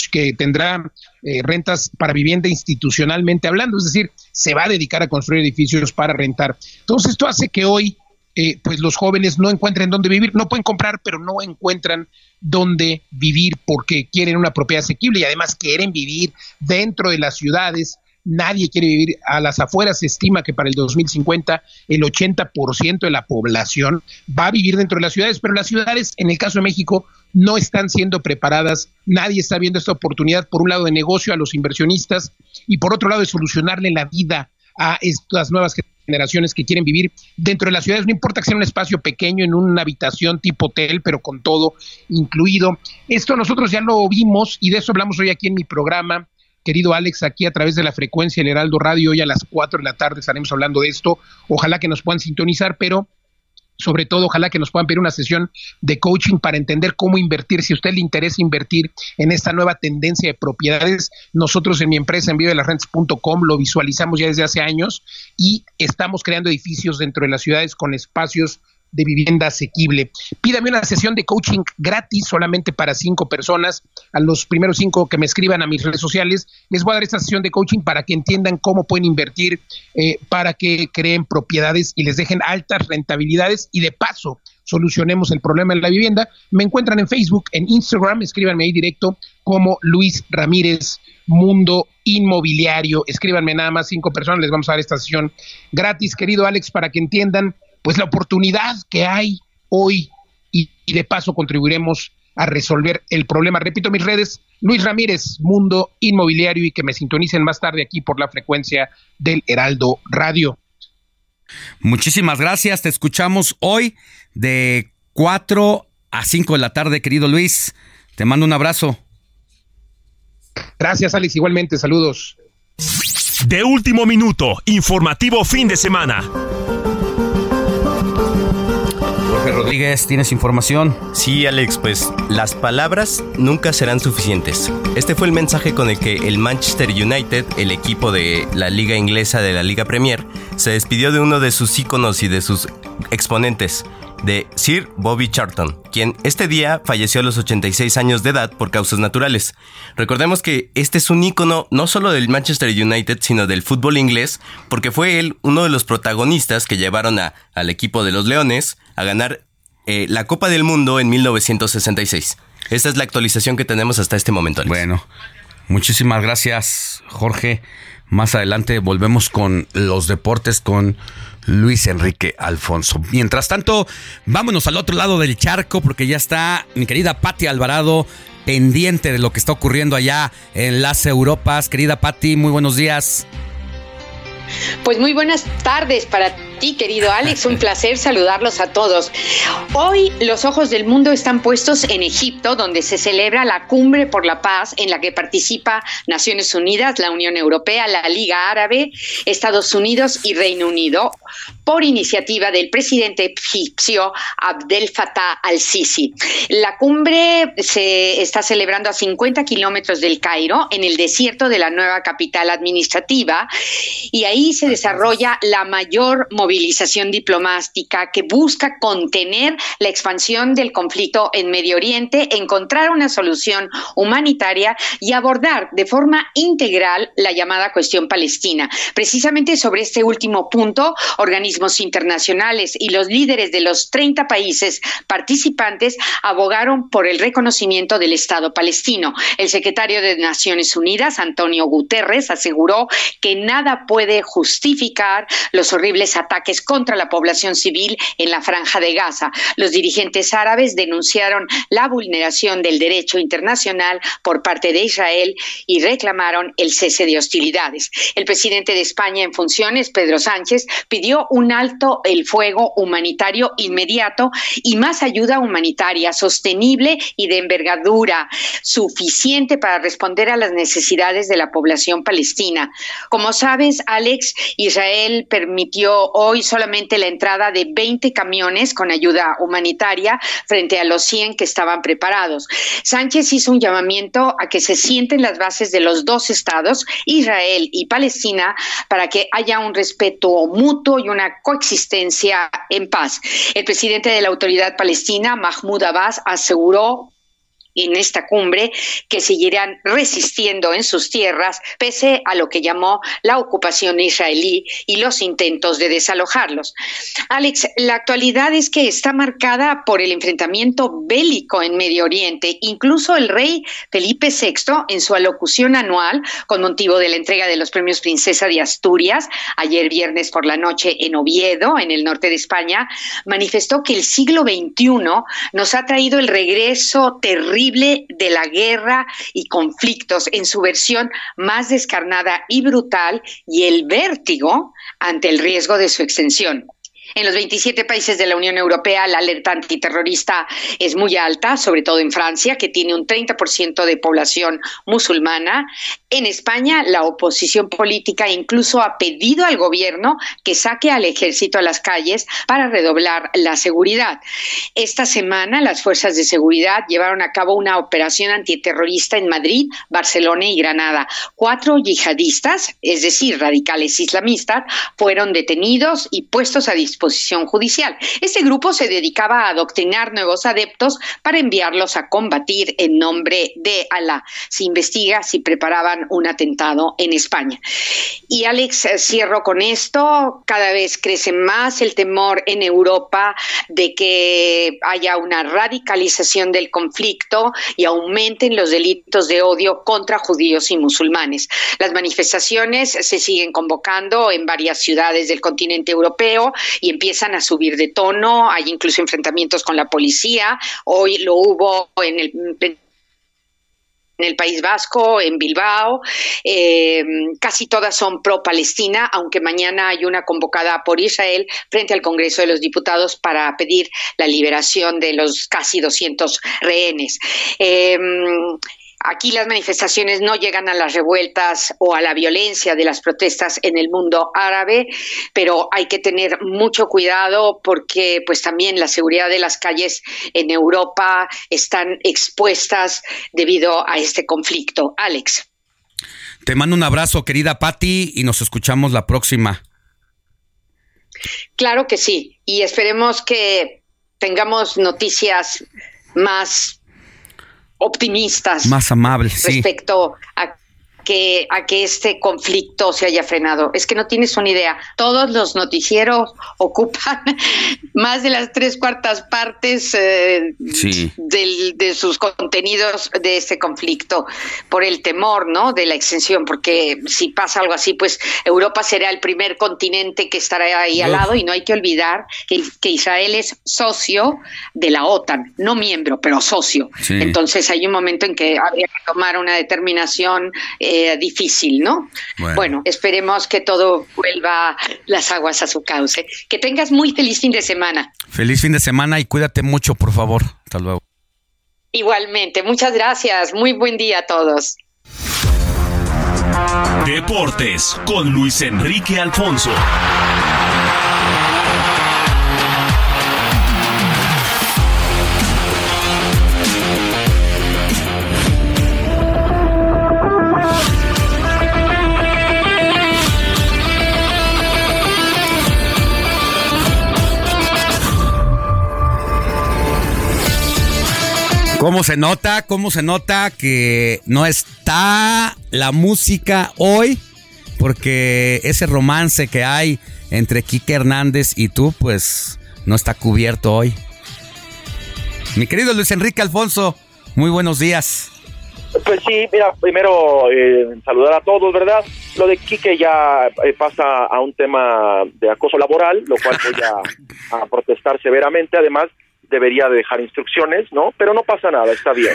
Speaker 3: tendrá rentas para vivienda institucionalmente hablando, es decir, se va a dedicar a construir edificios para rentar. Entonces esto hace que hoy pues los jóvenes no encuentren dónde vivir, no pueden comprar, pero no encuentran dónde vivir porque quieren una propiedad asequible y además quieren vivir dentro de las ciudades. Nadie quiere vivir a las afueras. Se estima que para el 2050 el 80% de la población va a vivir dentro de las ciudades, pero las ciudades, en el caso de México, no están siendo preparadas. Nadie está viendo esta oportunidad, por un lado, de negocio a los inversionistas y por otro lado de solucionarle la vida a estas nuevas generaciones que quieren vivir dentro de las ciudades. No importa que sea un espacio pequeño, en una habitación tipo hotel, pero con todo incluido. Esto nosotros ya lo vimos y de eso hablamos hoy aquí en mi programa. Querido Alex, aquí a través de la frecuencia del Heraldo Radio, hoy a las 4 de la tarde estaremos hablando de esto. Ojalá que nos puedan sintonizar, pero sobre todo ojalá que nos puedan pedir una sesión de coaching para entender cómo invertir. Si a usted le interesa invertir en esta nueva tendencia de propiedades, nosotros en mi empresa en vivelasrentas.com lo visualizamos ya desde hace años y estamos creando edificios dentro de las ciudades con espacios de vivienda asequible. Pídame una sesión de coaching gratis solamente para 5 personas. A los primeros 5 que me escriban a mis redes sociales les voy a dar esta sesión de coaching para que entiendan cómo pueden invertir, para que creen propiedades y les dejen altas rentabilidades y de paso solucionemos el problema de la vivienda. Me encuentran en Facebook, en Instagram, escríbanme ahí directo como Luis Ramírez Mundo Inmobiliario. Escríbanme nada más 5 personas, les vamos a dar esta sesión gratis, querido Alex, para que entiendan pues la oportunidad que hay hoy y de paso contribuiremos a resolver el problema. Repito mis redes, Luis Ramírez Mundo Inmobiliario, y que me sintonicen más tarde aquí por la frecuencia del Heraldo Radio.
Speaker 7: Muchísimas gracias, te escuchamos hoy de 4 a 5 de la tarde, querido Luis. Te mando un abrazo.
Speaker 3: Gracias, Alex, igualmente, saludos.
Speaker 2: De último minuto, informativo fin de semana.
Speaker 7: Jorge Rodríguez, ¿tienes información?
Speaker 5: Sí, Alex, pues las palabras nunca serán suficientes. Este fue el mensaje con el que el Manchester United, el equipo de la liga inglesa de la Liga Premier, se despidió de uno de sus íconos y de sus exponentes, de Sir Bobby Charlton, quien este día falleció a los 86 años de edad por causas naturales. Recordemos que este es un ícono no solo del Manchester United, sino del fútbol inglés, porque fue él uno de los protagonistas que llevaron al equipo de los Leones a ganar la Copa del Mundo en 1966. Esta es la actualización que tenemos hasta este momento, Alex.
Speaker 7: Bueno, muchísimas gracias, Jorge. Más adelante volvemos con los deportes con Luis Enrique Alfonso. Mientras tanto, vámonos al otro lado del charco porque ya está mi querida Pati Alvarado pendiente de lo que está ocurriendo allá en las Europas. Querida Pati, muy buenos días.
Speaker 6: Pues muy buenas tardes para ti, querido Alex, un placer saludarlos a todos. Hoy los ojos del mundo están puestos en Egipto, donde se celebra la Cumbre por la Paz, en la que participa Naciones Unidas, la Unión Europea, la Liga Árabe, Estados Unidos y Reino Unido, por iniciativa del presidente egipcio Abdel Fattah al-Sisi. La cumbre se está celebrando a 50 kilómetros del Cairo, en el desierto de la nueva capital administrativa, y ahí se desarrolla la mayor movilización diplomática que busca contener la expansión del conflicto en Medio Oriente, encontrar una solución humanitaria y abordar de forma integral la llamada cuestión palestina. Precisamente sobre este último punto, organismos internacionales y los líderes de los 30 países participantes abogaron por el reconocimiento del Estado palestino. El secretario de Naciones Unidas, Antonio Guterres, aseguró que nada puede justificar los horribles ataques contra la población civil en la Franja de Gaza. Los dirigentes árabes denunciaron la vulneración del derecho internacional por parte de Israel y reclamaron el cese de hostilidades. El presidente de España en funciones, Pedro Sánchez, pidió un alto el fuego humanitario inmediato y más ayuda humanitaria sostenible y de envergadura suficiente para responder a las necesidades de la población palestina. Como sabes, Alex, Israel permitió hoy solamente la entrada de 20 camiones con ayuda humanitaria frente a los 100 que estaban preparados. Sánchez hizo un llamamiento a que se sienten las bases de los dos estados, Israel y Palestina, para que haya un respeto mutuo y una coexistencia en paz. El presidente de la Autoridad Palestina, Mahmoud Abbas, aseguró en esta cumbre que seguirán resistiendo en sus tierras pese a lo que llamó la ocupación israelí y los intentos de desalojarlos. Alex, la actualidad es que está marcada por el enfrentamiento bélico en Medio Oriente. Incluso el rey Felipe VI, en su alocución anual con motivo de la entrega de los premios Princesa de Asturias, ayer viernes por la noche en Oviedo, en el norte de España, manifestó que el siglo XXI nos ha traído el regreso terrible de la guerra y conflictos en su versión más descarnada y brutal y el vértigo ante el riesgo de su extensión. En los 27 países de la Unión Europea la alerta antiterrorista es muy alta, sobre todo en Francia, que tiene un 30% de población musulmana. En España, la oposición política incluso ha pedido al gobierno que saque al ejército a las calles para redoblar la seguridad. Esta semana, las fuerzas de seguridad llevaron a cabo una operación antiterrorista en Madrid, Barcelona y Granada. 4 yihadistas, es decir, radicales islamistas, fueron detenidos y puestos a disposición judicial. Este grupo se dedicaba a adoctrinar nuevos adeptos para enviarlos a combatir en nombre de Alá. Se investiga si preparaban un atentado en España. Y Alex, cierro con esto. Cada vez crece más el temor en Europa de que haya una radicalización del conflicto y aumenten los delitos de odio contra judíos y musulmanes. Las manifestaciones se siguen convocando en varias ciudades del continente europeo y empiezan a subir de tono. Hay incluso enfrentamientos con la policía. Hoy lo hubo en el País Vasco, en Bilbao. Casi todas son pro-Palestina, aunque mañana hay una convocada por Israel frente al Congreso de los Diputados para pedir la liberación de los casi 200 rehenes. Aquí las manifestaciones no llegan a las revueltas o a la violencia de las protestas en el mundo árabe, pero hay que tener mucho cuidado porque pues también la seguridad de las calles en Europa están expuestas debido a este conflicto. Alex.
Speaker 7: Te mando un abrazo, querida Pati, y nos escuchamos la próxima.
Speaker 6: Claro que sí, y esperemos que tengamos noticias más optimistas,
Speaker 7: más amables,
Speaker 6: respecto a que este conflicto se haya frenado. Es que no tienes una idea. Todos los noticieros ocupan más de las 3/4 partes de sus contenidos de este conflicto por el temor, ¿no?, de la extensión, porque si pasa algo así, pues Europa será el primer continente que estará ahí al lado, y no hay que olvidar que Israel es socio de la OTAN, no miembro, pero socio. Sí. Entonces hay un momento en que habría que tomar una determinación difícil, ¿no? Bueno, esperemos que todo vuelva las aguas a su cauce. Que tengas muy feliz fin de semana.
Speaker 7: Feliz fin de semana y cuídate mucho, por favor. Hasta luego.
Speaker 6: Igualmente, muchas gracias. Muy buen día a todos.
Speaker 2: Deportes con Luis Enrique Alfonso.
Speaker 7: ¿Cómo se nota que no está la música hoy? Porque ese romance que hay entre Quique Hernández y tú, pues, no está cubierto hoy. Mi querido Luis Enrique Alfonso, muy buenos días.
Speaker 10: Pues sí, mira, primero saludar a todos, ¿verdad? Lo de Quique ya pasa a un tema de acoso laboral, lo cual voy a protestar severamente. Además, debería de dejar instrucciones, ¿no? Pero no pasa nada, está bien.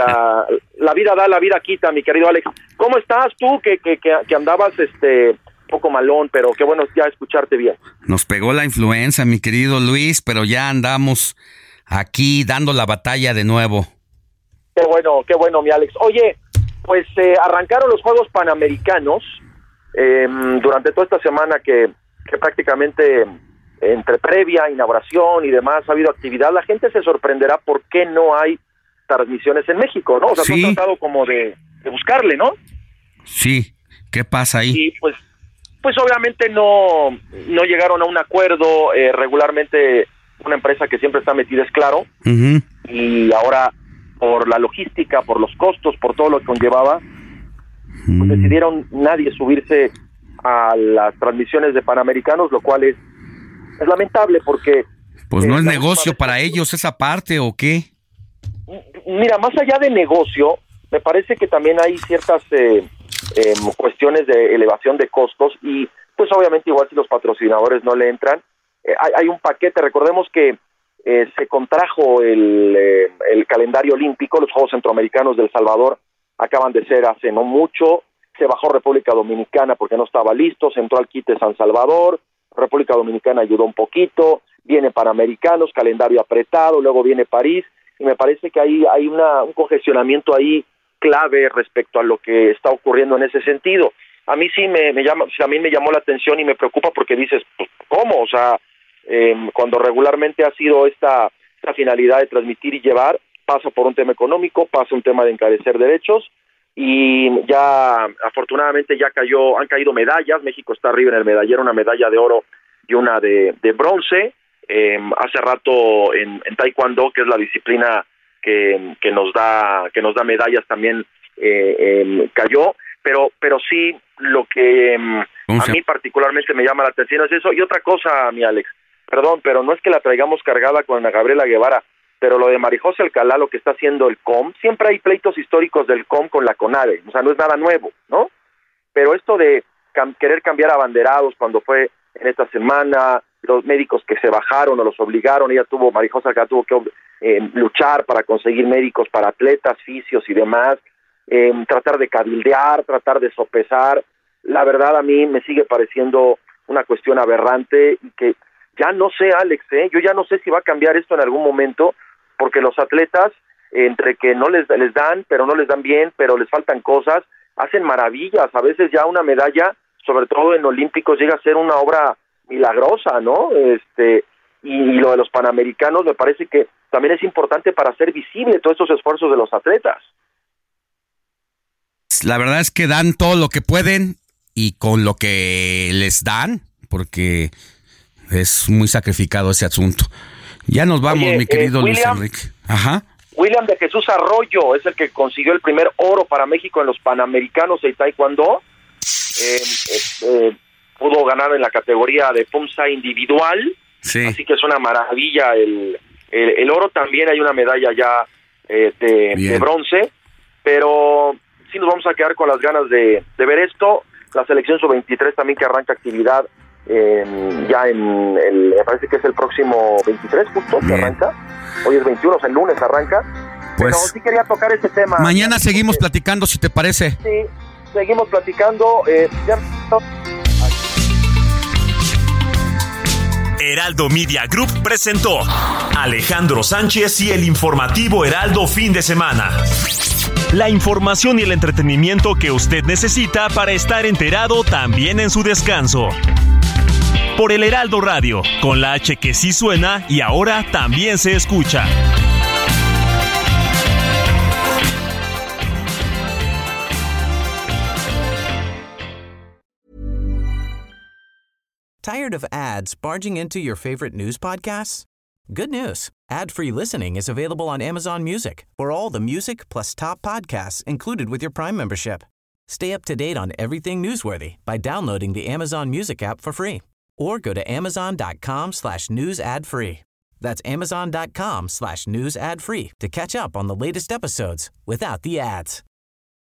Speaker 10: La vida da, la vida quita, mi querido Alex. ¿Cómo estás tú? Que andabas poco malón, pero qué bueno ya escucharte bien.
Speaker 7: Nos pegó la influenza, mi querido Luis, pero ya andamos aquí dando la batalla de nuevo.
Speaker 10: Qué bueno, mi Alex. Oye, pues arrancaron los Juegos Panamericanos durante toda esta semana que prácticamente entre previa, inauguración y demás ha habido actividad. La gente se sorprenderá por qué no hay transmisiones en México, ¿no? O sea, sí. Han tratado como de buscarle, ¿no?
Speaker 7: Sí, ¿qué pasa ahí?
Speaker 10: Y pues obviamente no llegaron a un acuerdo. Regularmente una empresa que siempre está metida es Claro, y ahora por la logística, por los costos, por todo lo que conllevaba, pues decidieron nadie subirse a las transmisiones de Panamericanos, lo cual es lamentable porque...
Speaker 7: Pues no es negocio para ellos esa parte, ¿o qué?
Speaker 10: Mira, más allá de negocio, me parece que también hay ciertas cuestiones de elevación de costos y pues obviamente igual si los patrocinadores no le entran, hay un paquete. Recordemos que se contrajo el calendario olímpico. Los Juegos Centroamericanos de El Salvador acaban de ser hace no mucho. Se bajó República Dominicana porque no estaba listo, se entró al quite San Salvador, República Dominicana ayudó un poquito, viene Panamericanos, calendario apretado, luego viene París, y me parece que hay un congestionamiento ahí clave respecto a lo que está ocurriendo en ese sentido. A mí sí me llamó la atención y me preocupa porque dices, pues, ¿cómo? O sea, cuando regularmente ha sido esta finalidad de transmitir y llevar, pasa por un tema económico, pasa un tema de encarecer derechos, y ya afortunadamente han caído medallas. México está arriba en el medallero, una medalla de oro y una de bronce. Hace rato en taekwondo, que es la disciplina que nos da medallas, también cayó, pero sí lo que a mí particularmente me llama la atención es eso. Y otra cosa, mi Alex, perdón, pero no es que la traigamos cargada con Ana Gabriela Guevara, pero lo de Marijose Alcalá, lo que está haciendo el COM, siempre hay pleitos históricos del COM con la CONADE, o sea, no es nada nuevo, ¿no? Pero esto de querer cambiar abanderados cuando fue en esta semana, los médicos que se bajaron o los obligaron, Marijose Alcalá tuvo que luchar para conseguir médicos para atletas, fisios y demás, tratar de cabildear, tratar de sopesar. La verdad a mí me sigue pareciendo una cuestión aberrante y que ya no sé, Alex, yo ya no sé si va a cambiar esto en algún momento, porque los atletas, entre que no les dan, pero no les dan bien, pero les faltan cosas, hacen maravillas. A veces ya una medalla, sobre todo en olímpicos, llega a ser una obra milagrosa, ¿no? Y lo de los Panamericanos me parece que también es importante para hacer visible todos estos esfuerzos de los atletas.
Speaker 7: La verdad es que dan todo lo que pueden y con lo que les dan, porque es muy sacrificado ese asunto. Ya nos vamos, mi querido Luis Enrique. Ajá.
Speaker 10: William de Jesús Arroyo es el que consiguió el primer oro para México en los Panamericanos de Taekwondo. Pudo ganar en la categoría de Pumsa individual, sí. Así que es una maravilla el oro. También hay una medalla ya de bronce, pero sí nos vamos a quedar con las ganas de ver esto. La selección sub-23 también que arranca actividad ya me parece que es el próximo 23 justo, que arranca. Hoy es 21, o sea, el lunes arranca.
Speaker 7: Pues,
Speaker 10: pero sí quería tocar ese tema.
Speaker 7: Mañana seguimos platicando, si te parece.
Speaker 10: Sí, seguimos platicando.
Speaker 2: Heraldo Media Group presentó Alejandro Sánchez y el informativo Heraldo Fin de Semana. La información y el entretenimiento que usted necesita para estar enterado también en su descanso. Por el Heraldo Radio, con la H que sí suena y ahora también se escucha.
Speaker 11: Tired of ads barging into your favorite news podcasts? Good news. Ad-free listening is available on Amazon Music for all the music plus top podcasts included with your Prime membership. Stay up to date on everything newsworthy by downloading the Amazon Music app for free or go to amazon.com/news ad free. That's amazon.com/news ad free to catch up on the latest episodes without the ads.